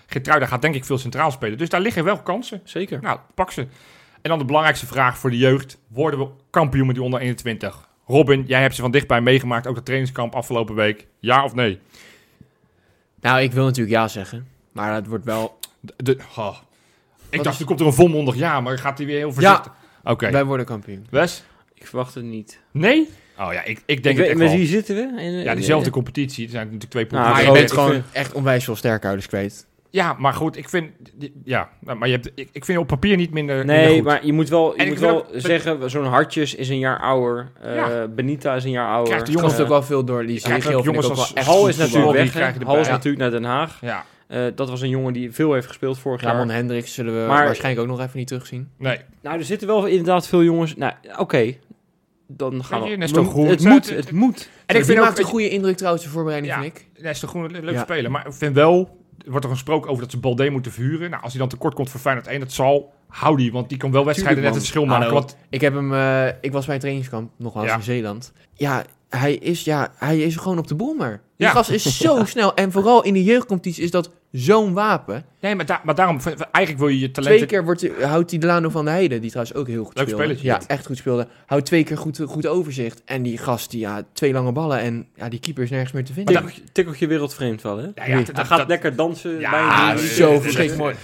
Geertruida gaat denk ik veel centraal spelen. Dus daar liggen wel kansen. Zeker. Nou, pak ze. En dan de belangrijkste vraag voor de jeugd. Worden we kampioen met die onder 21? Robin, jij hebt ze van dichtbij meegemaakt. Ook de trainingskamp afgelopen week. Ja of nee? Nou, ik wil natuurlijk ja zeggen. Maar het wordt wel... Ik dacht, er komt er een volmondig ja, maar gaat hij weer heel voorzichtig. Oké. Wij worden kampioen. Wes? Ik verwacht het niet. Nee? Oh ja, ik denk het echt Met wel. wie zitten we? Ja, diezelfde competitie. Er zijn natuurlijk 2 poelen. Ah, Maar je groot. bent Ik gewoon vind- echt onwijs veel sterkhouders kwijt. Ja, maar goed, ik vind... Ja, maar ik vind op papier niet minder Nee, goed. maar je moet wel, En je ik moet vind wel ook- zeggen, zo'n Hartjes is een jaar ouder. Ja. Benita is een jaar ouder. Krijgt de Het jongens komt ook wel veel door. Die krijgt Zegel ook vind ik jongens ook wel als echt Hal goed is voetballen. natuurlijk die weg. krijg je Hal is erbij. natuurlijk naar Den Haag. Ja, Dat was een jongen die veel heeft gespeeld vorig Ramon jaar. Hendricks zullen we Maar- waarschijnlijk ook nog even niet terugzien. nee. Nou, er zitten wel inderdaad veel jongens. Nou, oké. Dan gaan Weet je, we. net zo goed. Het moet, het moet. En Ik vind ook... maakt een goede indruk trouwens de voorbereiding, Ja. vind ik. Nee, is toch gewoon een leuk Ja. spelen. Maar ik vind wel... Er wordt er gesproken over dat ze Baldé moeten verhuren. Nou, als hij dan tekort komt voor Feyenoord 1, dat zal... Hou die, want die kan wel wedstrijden net Tuurlijk, het verschil maken. Hallo. Want, Ik heb hem, ik was bij een trainingskamp, nogmaals Ja. in Zeeland. Ja, hij is gewoon op de boel maar. Die Ja. gast is zo snel. En vooral in de jeugdcompetitie is dat zo'n wapen. nee, maar daarom... Eigenlijk wil je je talenten... 2 keer houdt die Delano van der Heijden, die trouwens ook heel goed Leuk speelde. spelletje, Ja, dit. echt goed speelde. Houdt 2 keer goed overzicht. En die gast, die 2 lange ballen. En ja, die keeper is nergens meer te vinden. Tikkeltje wereldvreemd wel, hè? Ja, Wie? Hij gaat lekker dansen. Ja, bij Ah, een- zo verschrikkelijk mooi.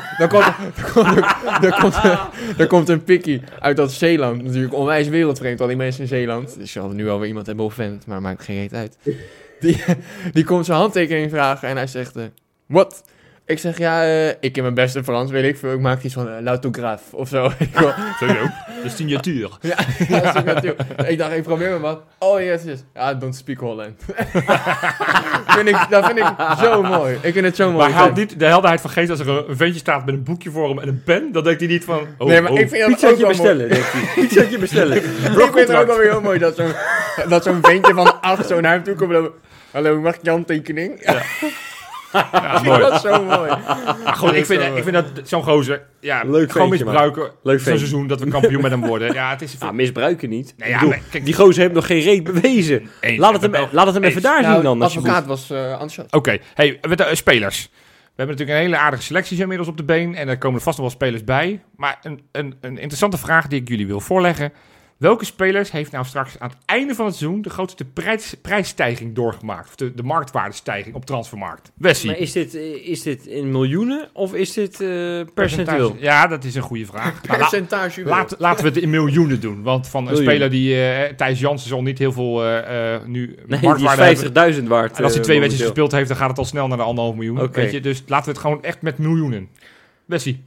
Er komt een pikkie uit dat Zeeland. Natuurlijk onwijs wereldvreemd, al die mensen in Zeeland. Dus je zal nu wel weer iemand hebben offend, maar maakt geen reet uit. Die komt zijn handtekening vragen en hij zegt... Wat? Ik zeg, ik in mijn beste Frans, weet ik veel. Ik maak iets van l'autographe of zo. Sowieso. De signatuur. Ja, dat is ook natuurlijk. Ik dacht, ik probeer me wat. Oh, yes. Ja, don't speak Holland. Dat vind ik zo mooi. Ik vind het zo mooi. Maar hij had niet de helderheid van geest als er een ventje staat met een boekje voor hem en een pen. Dan denkt hij niet van... Oh, Nee, maar oh. ik vind dat ook Pizzaatje wel bestellen, denk ik. Pizzaatje bestellen. Ik vind het ook wel weer heel mooi dat zo'n ventje van 8 zo naar hem toe komt. En hallo, mag ik je handtekening? Ja, Ja, ik vind mooi. dat zo mooi. Maar goed, ik vind dat zo'n gozer... Ja, Leuk gewoon ventje, misbruiken. Leuk Zo'n ventje. seizoen dat we kampioen met hem worden. Ja, het is... Nou, misbruiken niet. Nee, Ik ja, bedoel, maar kijk, die gozer heeft nog geen reet bewezen. eens. Laat het hem even Eens. daar zien dan. de alsjeblieft. advocaat was enthousiast. Oké, hey, spelers. We hebben natuurlijk een hele aardige selectie zo inmiddels op de been. En er komen er vast nog wel spelers bij. Maar een interessante vraag die ik jullie wil voorleggen. Welke spelers heeft nou straks aan het einde van het seizoen de grootste prijsstijging doorgemaakt? Of de marktwaardestijging op transfermarkt? Wessie. Maar is dit in miljoenen of is dit percentueel? Ja, dat is een goede vraag. Nou, Percentage. laten we het in miljoenen doen. Want van een Miljoenen. speler die... Thijs Jansen zal niet heel veel nu Nee, die marktwaarde hebben. is 50.000 waard. En als hij 2 wedstrijden momenteel. gespeeld heeft, dan gaat het al snel naar de 1,5 miljoen. Oké. Weet je? Dus laten we het gewoon echt met miljoenen. Wessie.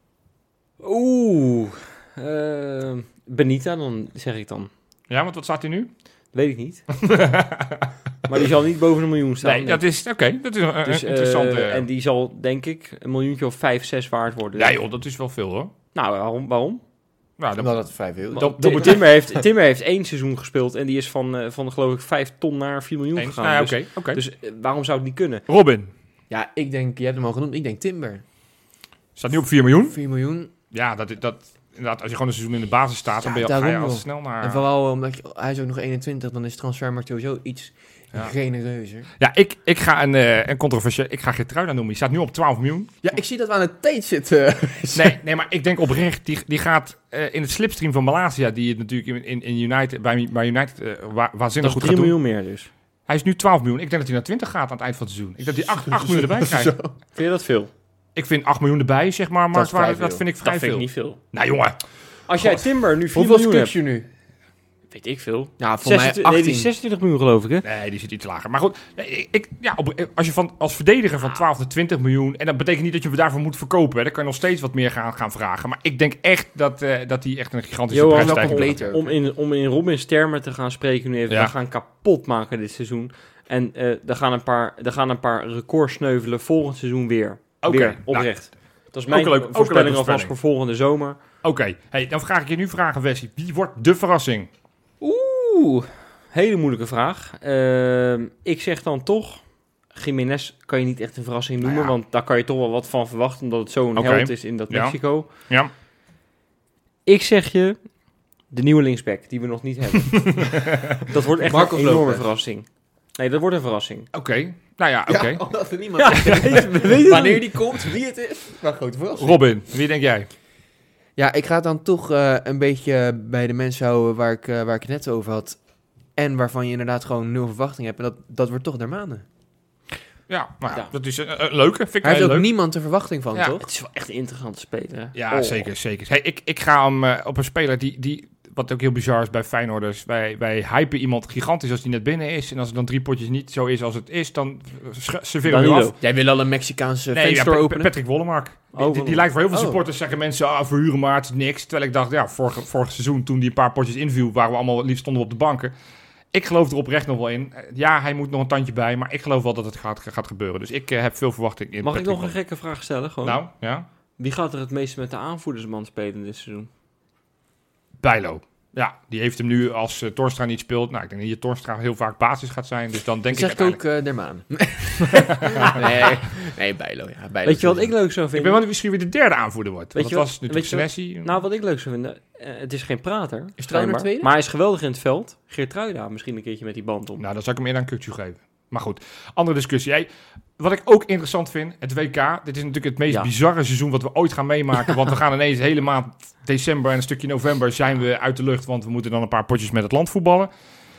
Oeh. Benita, dan zeg ik dan. Ja, want wat staat hij nu? Weet ik niet. Maar die zal niet boven een miljoen staan. Nee, dat is oké. Dat is een Dus, interessante... en die zal, denk ik, een miljoentje of 5, 6 waard worden. Ja joh, dat is wel veel hoor. Nou, waarom? Nou, dan, Omdat het 5 heel. dan moet Timber heeft 1 seizoen gespeeld en die is van geloof ik 5 ton naar 4 miljoen eens. gegaan. Nou, ja, Dus- oké. Dus waarom zou het niet kunnen? Robin. Ja, ik denk, je hebt hem al genoemd, ik denk Timber. Staat nu op 4 miljoen. 4 miljoen. Ja, dat inderdaad, als je gewoon een seizoen in de basis staat, dan Ja, ga je daarom al wel. snel naar... En vooral omdat hij is ook nog 21, dan is transfermarkt sowieso iets Ja. genereuzer. Ja, ik ga een controversieel... Ik ga Geertruida noemen. Die staat nu op 12 miljoen. Ja, ik zie dat we aan het tijd zitten. Nee, maar ik denk oprecht, die gaat in het slipstream van Malaysia, die het natuurlijk in United, bij United waanzinnig Dat is goed 3 gaat doen. miljoen meer dus. Hij is nu 12 miljoen. Ik denk dat hij naar 20 gaat aan het eind van het seizoen. Ik denk dat hij 8 miljoen erbij krijgt. Vind je dat veel? Ik vind 8 miljoen erbij, zeg maar. Dat is vrij Marktwaarde, dat veel. vind ik vrij Dat vind veel. ik niet veel. Nou jongen, Als jij Timber nu 4 Hoeveel miljoen scuts hebt, je nu? weet ik veel. Ja, voor mij 26, 18. nee, die is 26 miljoen geloof ik, hè? nee, die zit iets lager. Maar goed, als je als verdediger van 12 naar 20 miljoen... En dat betekent niet dat je hem daarvoor moet verkopen. Hè. Dan kan je nog steeds wat meer gaan vragen. Maar ik denk echt dat hij echt een gigantische Johan, prijsstijging wel heeft. completer. Om in Robin's termen te gaan spreken nu even. Ja. We gaan kapot maken dit seizoen. En er gaan een paar records sneuvelen volgend seizoen weer. Oké, Weer, nou, oprecht. Dat is ook mijn een leuk- ook een voorspelling leuke alvast voorspelling. voor volgende zomer. Oké, hey, dan ga ik je nu vragen, Wessie. Wie wordt de verrassing? Oeh, hele moeilijke vraag. Ik zeg dan toch... Jiménez kan je niet echt een verrassing noemen, Nou ja. want daar kan je toch wel wat van verwachten, omdat het zo'n Oké. held is in dat Ja. Mexico. Ja. Ik zeg je, de nieuwe linksback, die we nog niet hebben. Dat wordt echt Marcos een enorme Lopez. verrassing. Nee, dat wordt een verrassing. Oké. Nou ja, oké. Ja, omdat er niemand weet wanneer die komt, wie het is. Maar grote verrassing. Robin, wie denk jij? Ja, ik ga het dan toch een beetje bij de mensen houden waar ik het net over had. En waarvan je inderdaad gewoon 0 verwachting hebt. En dat wordt toch Dermanen. Ja, nou ja, Ja. dat is een leuke. Vind ik Hij heeft heel ook leuk. niemand de verwachting van, Ja. toch? Het is wel echt een interessante speler. Hè? Ja, Oh. zeker. Hey, ik ga hem op een speler die wat ook heel bizar is bij Feyenoorders. Wij hypen iemand gigantisch als die net binnen is. En als het dan 3 potjes niet zo is als het is, dan serveren we hem Danilo. af. Jij wil al een Mexicaanse Nee, fanstore ja, openen? Patrick Wollemark. Oh, Die lijkt voor heel veel Oh. supporters, zeggen mensen, verhuren maar, het is niks. Terwijl ik dacht, ja, vorig seizoen toen die een paar potjes inviel, waren we allemaal liefst stonden we op de banken. Ik geloof er oprecht nog wel in. Ja, hij moet nog een tandje bij, maar ik geloof wel dat het gaat gebeuren. Dus ik heb veel verwachting in Mag ik Patrick nog een gekke vraag stellen? Gewoon? Nou, ja. Wie gaat er het meeste met de aanvoerdersman spelen dit seizoen? Bijlo. Ja, die heeft hem nu als Torstra niet speelt. Nou, ik denk dat hier Torstra heel vaak basis gaat zijn. Dus dan denk Dat ik zeg ik ook uiteindelijk... nee, Bijlo. Ja, Bijlo. Weet je wat ik leuk zou Ik vinden? ben wel misschien weer de derde aanvoerder wordt. Weet Want je dat was natuurlijk weet je wat- Senesi. Nou, wat ik leuk zou vinden, het is geen prater. Is Trouwner schijnbaar, tweede? maar hij is geweldig in het veld. Geertruida misschien een keertje met die band om. Nou, dan zou ik hem eerder aan Kukçu geven. Maar goed, andere discussie. Hey, wat ik ook interessant vind, het WK. Dit is natuurlijk het meest Ja. bizarre seizoen wat we ooit gaan meemaken. Want we gaan ineens de hele maand december en een stukje november zijn we uit de lucht. Want we moeten dan een paar potjes met het land voetballen.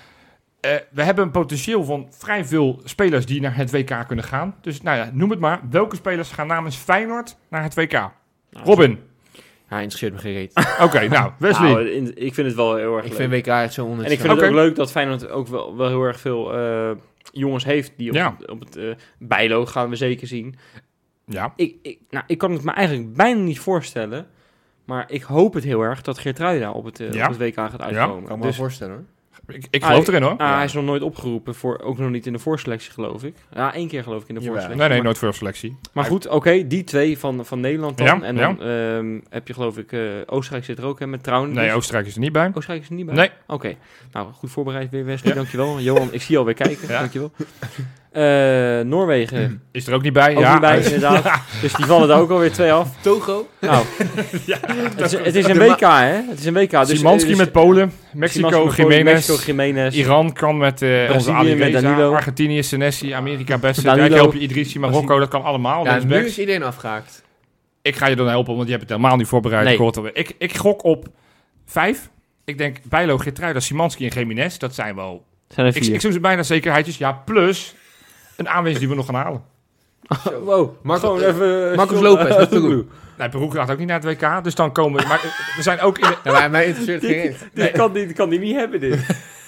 We hebben een potentieel van vrij veel spelers die naar het WK kunnen gaan. Dus nou ja, noem het maar. Welke spelers gaan namens Feyenoord naar het WK? Nou, Robin. Hij interesseert me geen reet. Oké, nou, Wesley. nou, ik vind het wel heel erg Ik leuk. vind WK echt zo En ik vind oninteressant. het Oké. ook leuk dat Feyenoord ook wel heel erg veel jongens heeft die Ja. op het Bijlo gaan we zeker zien. Ja, Ik kan het me eigenlijk bijna niet voorstellen. Maar ik hoop het heel erg dat Geertruida op het WK gaat uitkomen. Ik kan me wel Dus, voorstellen. ik geloof erin hoor. hij is nog nooit opgeroepen, ook nog niet in de voorselectie geloof ik. Ja, 1 keer geloof ik in de Jawel. voorselectie. Nee, Maar- nooit voor selectie. Maar goed, oké, die twee van Nederland dan. Ja, En dan heb je geloof ik, Oostenrijk zit er ook hè, met Trouwen. Nee, Oostenrijk is er niet bij. Oostenrijk is er niet bij? Nee. Oké, nou goed voorbereid weer Wesley, Ja. dankjewel. Johan, ik zie je alweer kijken, Ja. dankjewel. Noorwegen, Is er ook niet bij. ook ja. niet bij inderdaad. Dus die vallen er ook alweer 2 af. Togo? Nou, Ja, het is een WK hè, het is een WK. Dus, Szymanski met Polen, Mexico, Szymanski met Polen, Jiménez, Mexico, Jiménez. Iran kan met onze Brazilië Ali met Reza, Danilo. Argentinië, Senesi, Amerika best. Danilo. Ik help je Idrissi, Marokko, dat kan allemaal. Ja, nu linksbacks. is iedereen afgehaakt. Ik ga je dan helpen, want je hebt het helemaal niet voorbereid. Nee. Ik hoor het alweer. Ik gok op 5. Ik denk Bijlo, Geertruida, Szymanski en Jiménez. Dat zijn wel... Zijn er Ik 4. zoek ze bijna zekerheidjes. Ja, plus een aanwinst die we nog gaan halen. Wow, gewoon even... Marcos Lopez met Peru. Nee, Peru gaat ook niet naar het WK, dus dan komen we... Maar we zijn ook in de... Ja, maar mij interesseert geen reet. Dit kan die niet hebben, dit.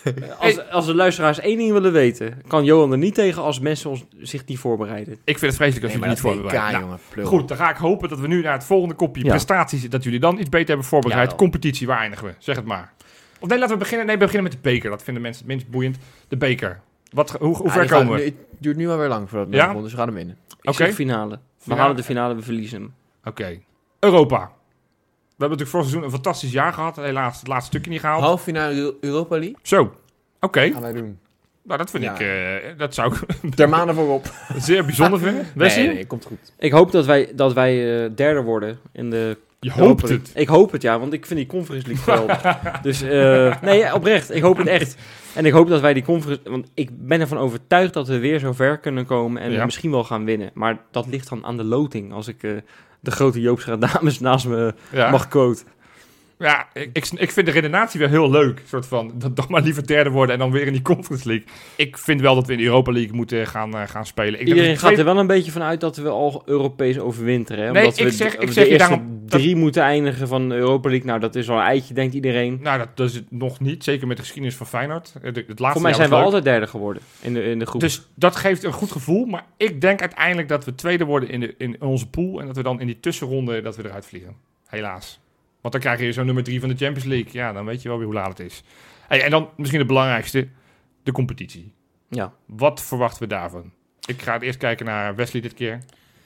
Als de luisteraars één ding willen weten, kan Johan er niet tegen als mensen zich niet voorbereiden. Ik vind het vreselijk als Nee, jullie maar niet dat voorbereid. WK, Nou, jongen. Plul. goed, dan ga ik hopen dat we nu naar het volgende kopje Ja. prestaties... dat jullie dan iets beter hebben voorbereid. Jawel. Competitie, waar eindigen we? Zeg het maar. Of nee, laten we beginnen. Nee, we beginnen met de beker. Dat vinden mensen het minst boeiend. De beker. Hoe ver komen we? Het duurt nu alweer lang voordat we Ja? begonnen, dus we gaan hem winnen. Ik Oké. zeg finale. We Finale. halen de finale, we verliezen hem. Oké. Europa. We hebben natuurlijk vorig seizoen een fantastisch jaar gehad. Helaas het laatste stukje niet gehaald. Halve finale Europa League Zo. Oké. gaan wij doen. Nou, dat vind Ja. ik... dat zou ik Ter maanden voorop. zeer bijzonder vinden. Wesley? Nee, komt goed. Ik hoop dat wij derde worden in de... Je Europa hoopt League. het. Ik hoop het, ja, want ik vind die Conference League geweldig. Dus nee, oprecht. Ik hoop het echt. En ik hoop dat wij die Conference... Want ik ben ervan overtuigd dat we weer zo ver kunnen komen en Ja. we misschien wel gaan winnen. Maar dat ligt dan aan de loting, als ik de grote Joopstra dames naast me Ja. mag quote. Ja, ik vind de redenatie wel heel leuk. Een soort van, dat toch maar liever derde worden en dan weer in die Conference League. Ik vind wel dat we in de Europa League moeten gaan spelen. Ik denk Iedereen dat gaat de er wel een beetje van uit dat we al Europees overwinteren. Hè? Nee, Omdat ik we zeg de je eerste daarom- 3 moeten eindigen van de Europa League. Nou, dat is al een eitje, denkt iedereen. Nou, dat is het nog niet. Zeker met de geschiedenis van Feyenoord. Het laatste Voor mij jaar zijn we was leuk. altijd derde geworden in de groep. Dus dat geeft een goed gevoel. Maar ik denk uiteindelijk dat we tweede worden in onze pool. En dat we dan in die tussenronde dat we eruit vliegen. Helaas. Want dan krijg je zo'n nummer 3 van de Champions League. Ja, dan weet je wel weer hoe laat het is. Hey, en dan misschien het belangrijkste. De competitie. Ja. Wat verwachten we daarvan? Ik ga eerst kijken naar Wesley dit keer.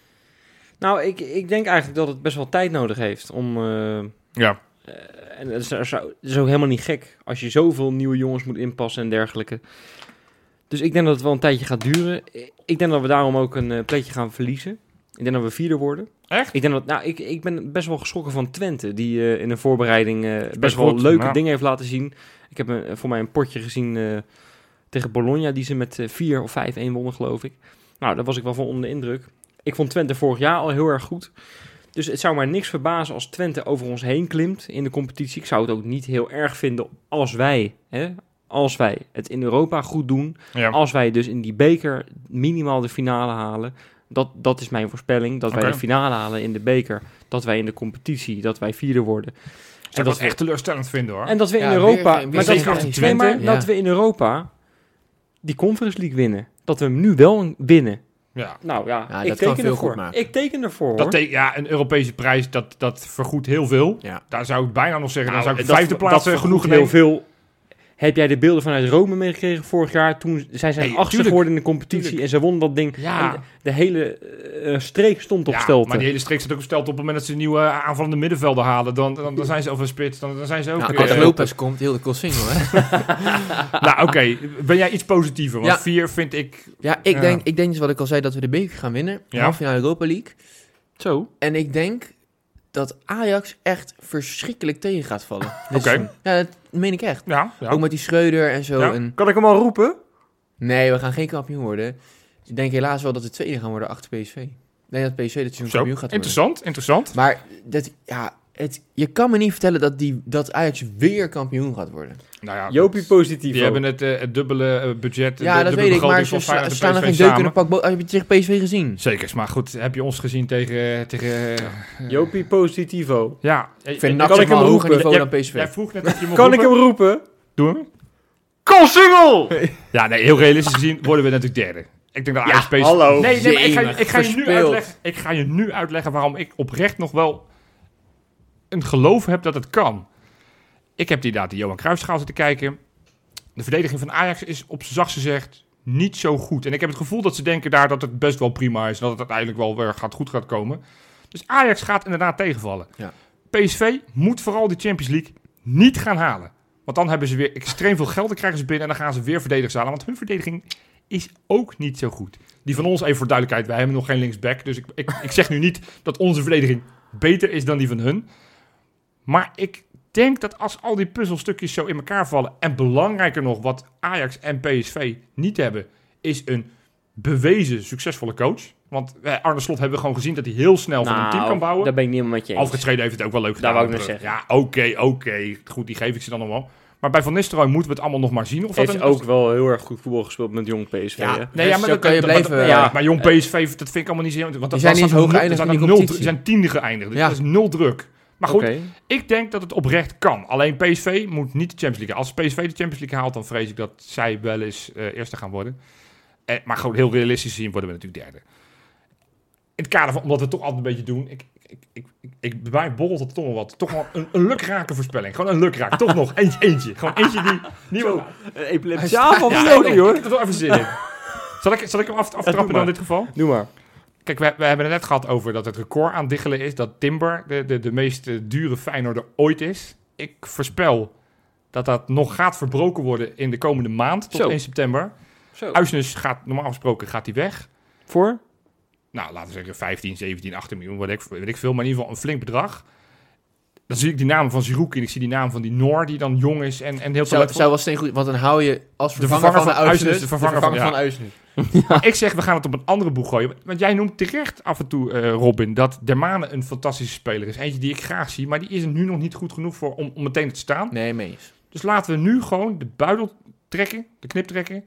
Nou, ik denk eigenlijk dat het best wel tijd nodig heeft om... Ja. En het is ook helemaal niet gek als je zoveel nieuwe jongens moet inpassen en dergelijke. Dus ik denk dat het wel een tijdje gaat duren. Ik denk dat we daarom ook een plekje gaan verliezen. Ik denk dat we vierde worden. Echt? Ik denk dat, nou, ik ben best wel geschrokken van Twente, die in een voorbereiding best wel goed, leuke ja. dingen heeft laten zien. Ik heb voor mij een potje gezien tegen Bologna, die ze met 4 of 5-1 wonnen, geloof ik. Nou, daar was ik wel van onder de indruk. Ik vond Twente vorig jaar al heel erg goed. Dus het zou mij niks verbazen als Twente over ons heen klimt in de competitie. Ik zou het ook niet heel erg vinden als wij het in Europa goed doen. Ja. Als wij dus in die beker minimaal de finale halen. Dat is mijn voorspelling. Dat wij Oké. de finale halen in de beker. Dat wij in de competitie, dat wij vierde worden. En dat echt teleurstellend vinden, hoor. En dat we in Ja, Europa... weer maar zeker dat, achter nee, Twente. maar Ja. dat we in Europa die Conference League winnen. Dat we hem nu wel winnen. Ja. Nou ja, Ja, ik dat kan teken veel ervoor. goed maken. Ik teken ervoor, hoor. Een Europese prijs, dat vergoedt heel veel. Ja. Daar zou ik bijna nog zeggen, Nou, dan zou ik dat- vijfde plaats dat genoeg vergoedt heel nemen. veel. Heb jij de beelden vanuit Rome meegekregen vorig jaar? Toen zij zijn Nee, achtste tuurlijk. geworden in de competitie Tuurlijk. en ze wonnen dat ding. Ja. En de hele streek stond op Ja, stelte. maar die hele streek staat ook op stelte op het moment dat ze een nieuwe aanvallende middenvelden halen. Dan zijn ze over spits, dan zijn ze ook... Nou, weer- als Lopez komt, heel de Koolsingel, hè? Nou, oké. Ben jij iets positiever? Want Ja. 4 vind ik... Ja, ik denk dus wat ik al zei, dat we de beker gaan winnen. Ja. Half finale Europa League. Zo. En ik denk dat Ajax echt verschrikkelijk tegen gaat vallen. dit Oké. seizoen. Ja, dat meen ik echt. Ja. Ook met die Schreuder en zo. Ja. En Kan ik hem al roepen? nee, we gaan geen kampioen worden. Ik denk helaas wel dat we tweede gaan worden achter PSV. Ik denk dat PSV dit seizoen Zo, kampioen gaat worden. interessant. Maar je kan me niet vertellen dat Ajax weer kampioen gaat worden. Nou ja, Jopie positief. die hebben het dubbele budget. Ja, de dat dubbele weet ik, maar begroting ze van Feyenoord en staan er PSV geen deuk in samen. de pak. Heb je het tegen PSV gezien? Zeker, maar goed, heb je ons gezien tegen Jopie positivo. ja. Ik vind kan NAC ik zeg maar hem een hoger roepen? niveau dan PSV. Jij vroeg net of je hem Kan ik hem roepen? Doe hem. Koolsingel! Ja, nee, heel realistisch gezien worden we natuurlijk derde. Ik denk dat Ja, Ajax PSV... hallo. Nee, maar Jemig, ik ga je nu uitleggen waarom ik oprecht nog wel een geloof heb dat het kan. Ik heb inderdaad de Johan Cruijffschaal zitten kijken. De verdediging van Ajax is op z'n zachtst gezegd niet zo goed. En ik heb het gevoel dat ze denken daar dat het best wel prima is. En dat het uiteindelijk wel weer goed gaat komen. Dus Ajax gaat inderdaad tegenvallen. Ja. PSV moet vooral die Champions League niet gaan halen. Want dan hebben ze weer extreem veel geld. Dan krijgen ze binnen en dan gaan ze weer verdedigers halen. Want hun verdediging is ook niet zo goed. Die van ons, even voor duidelijkheid, wij hebben nog geen linksback. Dus ik zeg nu niet dat onze verdediging beter is dan die van hun. Maar ik denk dat als al die puzzelstukjes zo in elkaar vallen... en belangrijker nog, wat Ajax en PSV niet hebben... is een bewezen succesvolle coach. Want Arne Slot hebben we gewoon gezien dat hij heel snel van een team kan bouwen. Daar ben ik niet helemaal met je eens. Alfred Schreuder heeft het ook wel leuk gedaan. Daar wou ik net zeggen. Ja, oké. Goed, die geef ik ze dan nog wel. Maar bij Van Nistelrooy moeten we het allemaal nog maar zien. Of Heeft dat ook wel heel erg goed voetbal gespeeld met jong PSV. Ja. hè? Nee, ja, maar Zo kan je blijven, Ja, ja. maar jong PSV, dat vind ik allemaal niet zo... Want Die zijn niet eens hoog geëindigd in die competitie. Die zijn tiende geëindigd. Dus Ja. dat is nul druk. Maar goed, Oké. ik denk dat het oprecht kan. Alleen PSV moet niet de Champions League. Als PSV de Champions League haalt, dan vrees ik dat zij wel eens eerste gaan worden. Maar gewoon heel realistisch gezien worden we natuurlijk derde. In het kader van, omdat we het toch altijd een beetje doen... bij mij borrelt het toch wel wat. Toch wel een lukrake voorspelling. Gewoon een lukraak. Toch nog eentje. Gewoon eentje die... Niemand... Epileptische aanval Ja, van ik Jopie, hoor. heb er wel even zin in. Zal ik hem aftrappen dan in dit geval? Doe maar. Kijk, we hebben het net gehad over dat het record aan diggelen is. Dat Timber de meest dure Feyenoorder ooit is. Ik voorspel dat dat nog gaat verbroken worden in de komende maand. Tot Zo. 1 september. Zo. Uisnes gaat, normaal gesproken, gaat hij weg. Voor? Nou, laten we zeggen 15, 17, 18 miljoen, weet ik veel. Maar in ieder geval een flink bedrag. Dan zie ik die naam van Giroud en ik zie die naam van die Noor die dan jong is en heel Zou wel steengoed, want dan hou je als De vervanger vervanger van van Uisnes, Uisnes, de de vervanger vervanger van- van Uisnes. Maar ik zeg, we gaan het op een andere boeg gooien. Want jij noemt terecht af en toe, Robin, dat Dermane een fantastische speler is. Eentje die ik graag zie, maar die is er nu nog niet goed genoeg voor om meteen te staan. Nee, mee eens. Dus laten we nu gewoon de buidel trekken, de knip trekken,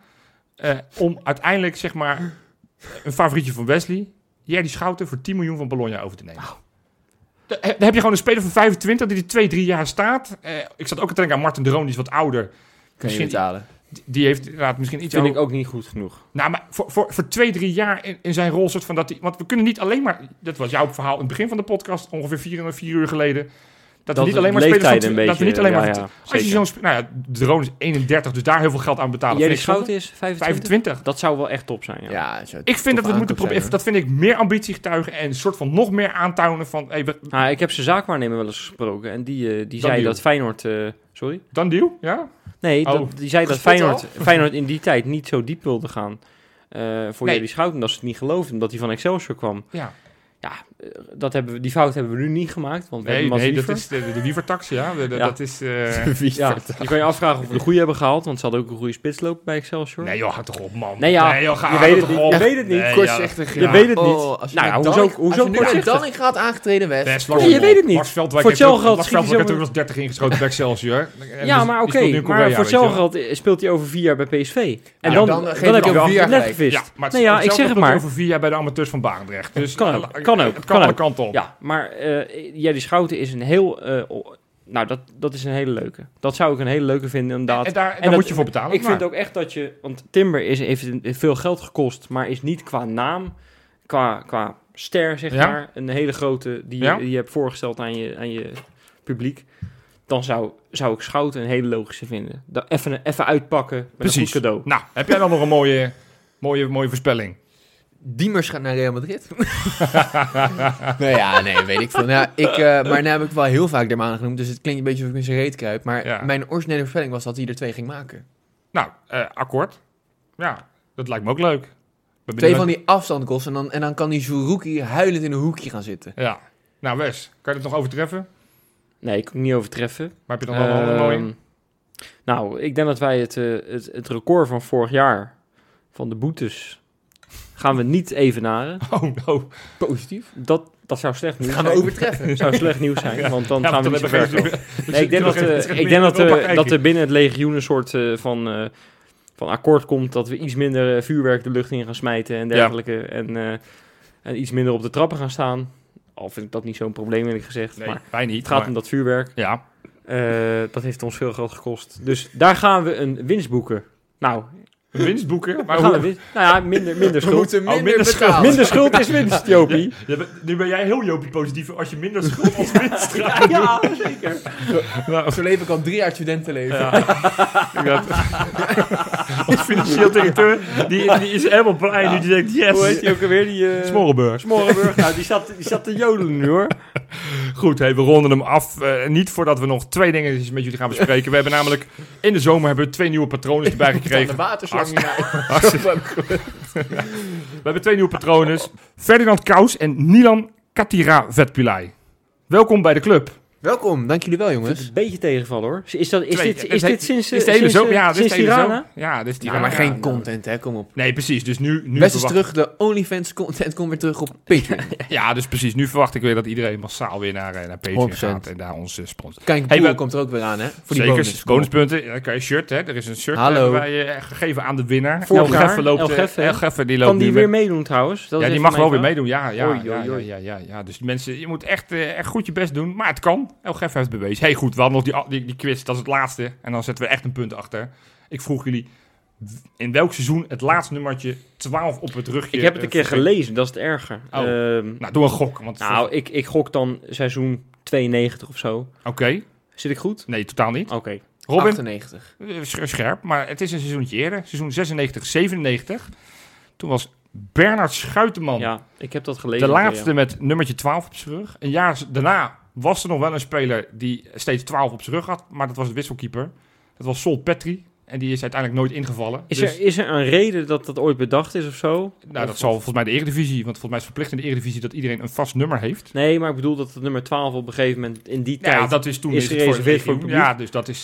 om uiteindelijk, zeg maar, een favorietje van Wesley, Jerdy Schouten, voor 10 miljoen van Bologna over te nemen. Dan heb je gewoon een speler van 25 die er 2-3 jaar staat. Ik zat ook te denken aan Martin de Roon, die is wat ouder. Kan je Misschien- betalen. Die heeft inderdaad misschien iets Vind ouder- ik ook niet goed genoeg. Nou, maar voor 2-3 jaar in zijn rol soort van dat hij... Want we kunnen niet alleen maar... Dat was jouw verhaal in het begin van de podcast, ongeveer 4 uur geleden. Dat we niet alleen maar spelers leeftijd van... een dat we beetje, niet alleen maar... ja, ja, als je zeker. zo'n... Nou ja, de Roon is 31, dus daar heel veel geld aan betalen. Jerry vind ik zonde. Schouten is 25? 25. Dat zou wel echt top zijn, ja. Ja, zo Ik vind dat we het moeten aankoop proberen... zijn, Dat vind ik meer ambitie getuigen en een soort van nog meer aantonen van... Hey, Nou, ik heb zijn zaakwaarnemer wel eens gesproken en die zei deal. dat Feyenoord... sorry? dan deal, ja? Nee, Oh. die zei dat Gespot Feyenoord in die tijd niet zo diep wilde gaan voor Nee. Jerry Schouten. Dat ze het niet geloofden, omdat hij van Excelsior kwam. Ja. Ja, die fout hebben we nu niet gemaakt. Want we hebben Mats dat Wiever. is de Wievertax, ja. Ja. Dat is... Ja, je kan je afvragen of we de goede hebben gehaald, want ze hadden ook een goede spitsloop bij Excelsior. Nee joh, ga toch op, man. Nee, ja, joh, ga je weet het toch niet. op. Je weet het niet. Nee, Kortzichtig. Je weet het niet. Als je Nou ja, met hoezo Als je nu met kortzichtig? Dalling gaat aangetreden, West. Best Ja, je weet het niet. Lars Veldwijk Voor hetzelfde geld Lars schiet hij Veldwijk heeft zo- ook wel 30 ingeschoten bij Excelsior. En Ja, dus maar die speelt nu oké. in Maar Korea, voor weet je wel. hetzelfde geld speelt hij over 4 jaar bij PSV. En Ja, dan dan heb geef ik je hem wel 4 jaar net gelijk. gevist. Ja, maar Nee, ja, ik zeg het maar. over 4 jaar bij de amateurs van Barendrecht. Dus Kan ook, kan ook, Het kan kan alle ook. kanten op. Ja, maar Jerry Schouten is een heel... dat is een hele leuke. Dat zou ik een hele leuke vinden, inderdaad. En daar dat- moet je voor betalen. Ik vind ook echt dat je... Want Timber heeft veel geld gekost, maar is niet qua naam, qua ster, zeg Ja. maar, een hele grote die Ja. je hebt voorgesteld aan je publiek. Dan zou ik Schouten een hele logische vinden. Even uitpakken met een Precies. goed cadeau. Nou, heb jij dan nog een mooie voorspelling? Diemers gaat naar Real Madrid. Nee, weet ik veel. Nou, maar nu heb ik wel heel vaak Dermanen genoemd, dus het klinkt een beetje of ik in zijn reet kruip. Maar Ja. mijn originele voorspelling was dat hij er 2 ging maken. Nou, akkoord. Ja, dat lijkt me ook leuk. 2 van die afstandgoals en dan kan die Zourouki huilend in een hoekje gaan zitten. Ja. Nou, Wes, kan je het nog overtreffen? Nee, ik kan het niet overtreffen. Maar heb je dan nog een andere mooie? Nou, ik denk dat wij het record van vorig jaar van de boetes gaan we niet evenaren. Oh, no. Positief. Dat zou slecht nieuws Gaan we zijn. overtreffen. zou slecht nieuws zijn, want dan gaan we niet zo ver komen. Dus Nee, ik denk dat er binnen het legioen een soort van akkoord komt dat we iets minder vuurwerk de lucht in gaan smijten en dergelijke. En iets minder op de trappen gaan staan. Al vind ik dat niet zo'n probleem, eerlijk gezegd. Nee, Maar wij niet. het gaat maar- om dat vuurwerk. Ja. Dat heeft ons veel geld gekost. Dus daar gaan we een winst boeken. Nou, Winstboeken? Maar daar gaan we hoe... winst. Nou ja, minder We schuld. moeten minder minder schuld. betalen. Minder schuld is winst, Jopie. Nu ben jij heel Jopie positief als je minder schuld als winst gaat Ja, zeker. Nou, Zo leef ik al 3 jaar studentenleven. ja. Ons financieel directeur, die is helemaal blij nu. Die denkt, yes. Hoe heet die ook alweer? Die, Smorenburg. Smorenburg. Nou, die zat te jodelen nu, hoor. Goed, hey, we ronden hem af. Niet voordat we nog 2 dingen met jullie gaan bespreken. We hebben namelijk in de zomer hebben we 2 nieuwe patronen erbij Van de gekregen. waterslang. We hebben 2 nieuwe patronen. Ferdinand Kous en Nilan Katira-Vetpilai. Welkom bij de club. Welkom, dank jullie wel Het jongens. is een beetje tegenvallen, hoor. Is dit Is sinds de hele zomer? Ja, dit is sinds de hele Tirana? zomer. Ja, dit is Ja, Tirana. maar geen Ja, content hè, kom op. Nee, precies. Dus nu Best is verwacht- terug, de OnlyFans content komt weer terug op Patreon. Ja, dus precies. Nu verwacht ik weer dat iedereen massaal weer naar Patreon 100%. gaat en daar ons sponsort. Kijk, Hey, Poel we- komt er ook weer aan hè, voor die Zeker, bonus. Kom op. bonuspunten. Ja, dan kan je shirt, hè. Er is een shirt Hallo. hebben wij gegeven aan de winnaar. Vorig El jaar, Geffe loopt. El Geffe, El Geffe, die loopt Kan die nu weer met- meedoen, trouwens? Dat Ja, is die even mag wel weer mijn meedoen. Ja, Oei, oei, oei. ja. Dus die mensen, je moet echt goed je best doen. Maar het kan. El Geffe heeft het bewezen. Hey, goed, we hadden nog die quiz. Dat is het laatste. En dan zetten we echt een punt achter. Ik vroeg jullie in welk seizoen het laatste nummertje 12 op het rugje... Ik heb het een keer vergeet. gelezen, dat is het erger. Oh. Nou, doe een gok. Want Nou, ik gok dan seizoen 92 of zo. Oké. Zit ik goed? Nee, totaal niet. Oké. Robin? 98. Scherp, maar het is een seizoentje eerder. Seizoen 96, 97. Toen was Bernard Schuiteman Ja, ik heb dat gelezen. de een keer, laatste met nummertje 12 op zijn rug. Een jaar daarna was er nog wel een speler die steeds 12 op zijn rug had. Maar dat was de wisselkeeper. Dat was Sol Petri. En die is uiteindelijk nooit ingevallen. Dus, Is er een reden dat dat ooit bedacht is of zo? nou, dat zal volgens mij de Eredivisie. Want volgens mij is het verplicht in de Eredivisie dat iedereen een vast nummer heeft. Nee, maar ik bedoel dat het nummer 12 op een gegeven moment in die Ja, tijd... dat is toen is het gereserveerd voor het legioen. Ja, dus dat is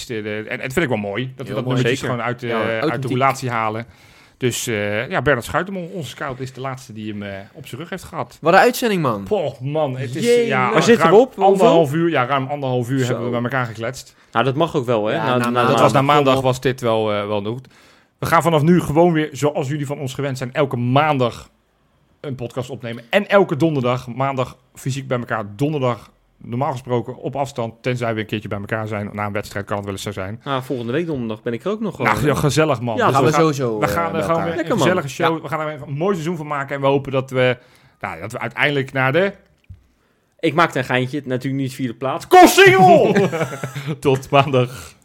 en het vind ik wel mooi. Dat we Heel dat mooi, nummertje zeker. gewoon uit de authentiek. roulatie halen. Dus ja, Bernard Schuiteman, onze scout, is de laatste die hem op zijn rug heeft gehad. Wat een uitzending man. Poh, man, het is Jee, ja, waar zitten ruim we op? Anderhalf uur, ja, ruim anderhalf uur Zo. hebben we bij elkaar gekletst. Nou, dat mag ook wel, hè? Ja, Dat maandag. was na maandag kom op. was dit wel goed. We gaan vanaf nu gewoon weer, zoals jullie van ons gewend zijn, elke maandag een podcast opnemen. En elke donderdag, maandag fysiek bij elkaar, donderdag normaal gesproken op afstand, tenzij we een keertje bij elkaar zijn. Na een wedstrijd kan het wel eens zo zijn. Nou, volgende week donderdag ben ik er ook nog gewoon. Nou, ja, gezellig man. Ja, Dus gaan we gaan- sowieso we gaan bij er gewoon elkaar. weer Lekker, een man. gezellige show. We gaan er even een mooi seizoen van maken. En we hopen dat we uiteindelijk naar de Ik maakte een geintje, natuurlijk niet vierde plaats. Kossingel! Tot maandag.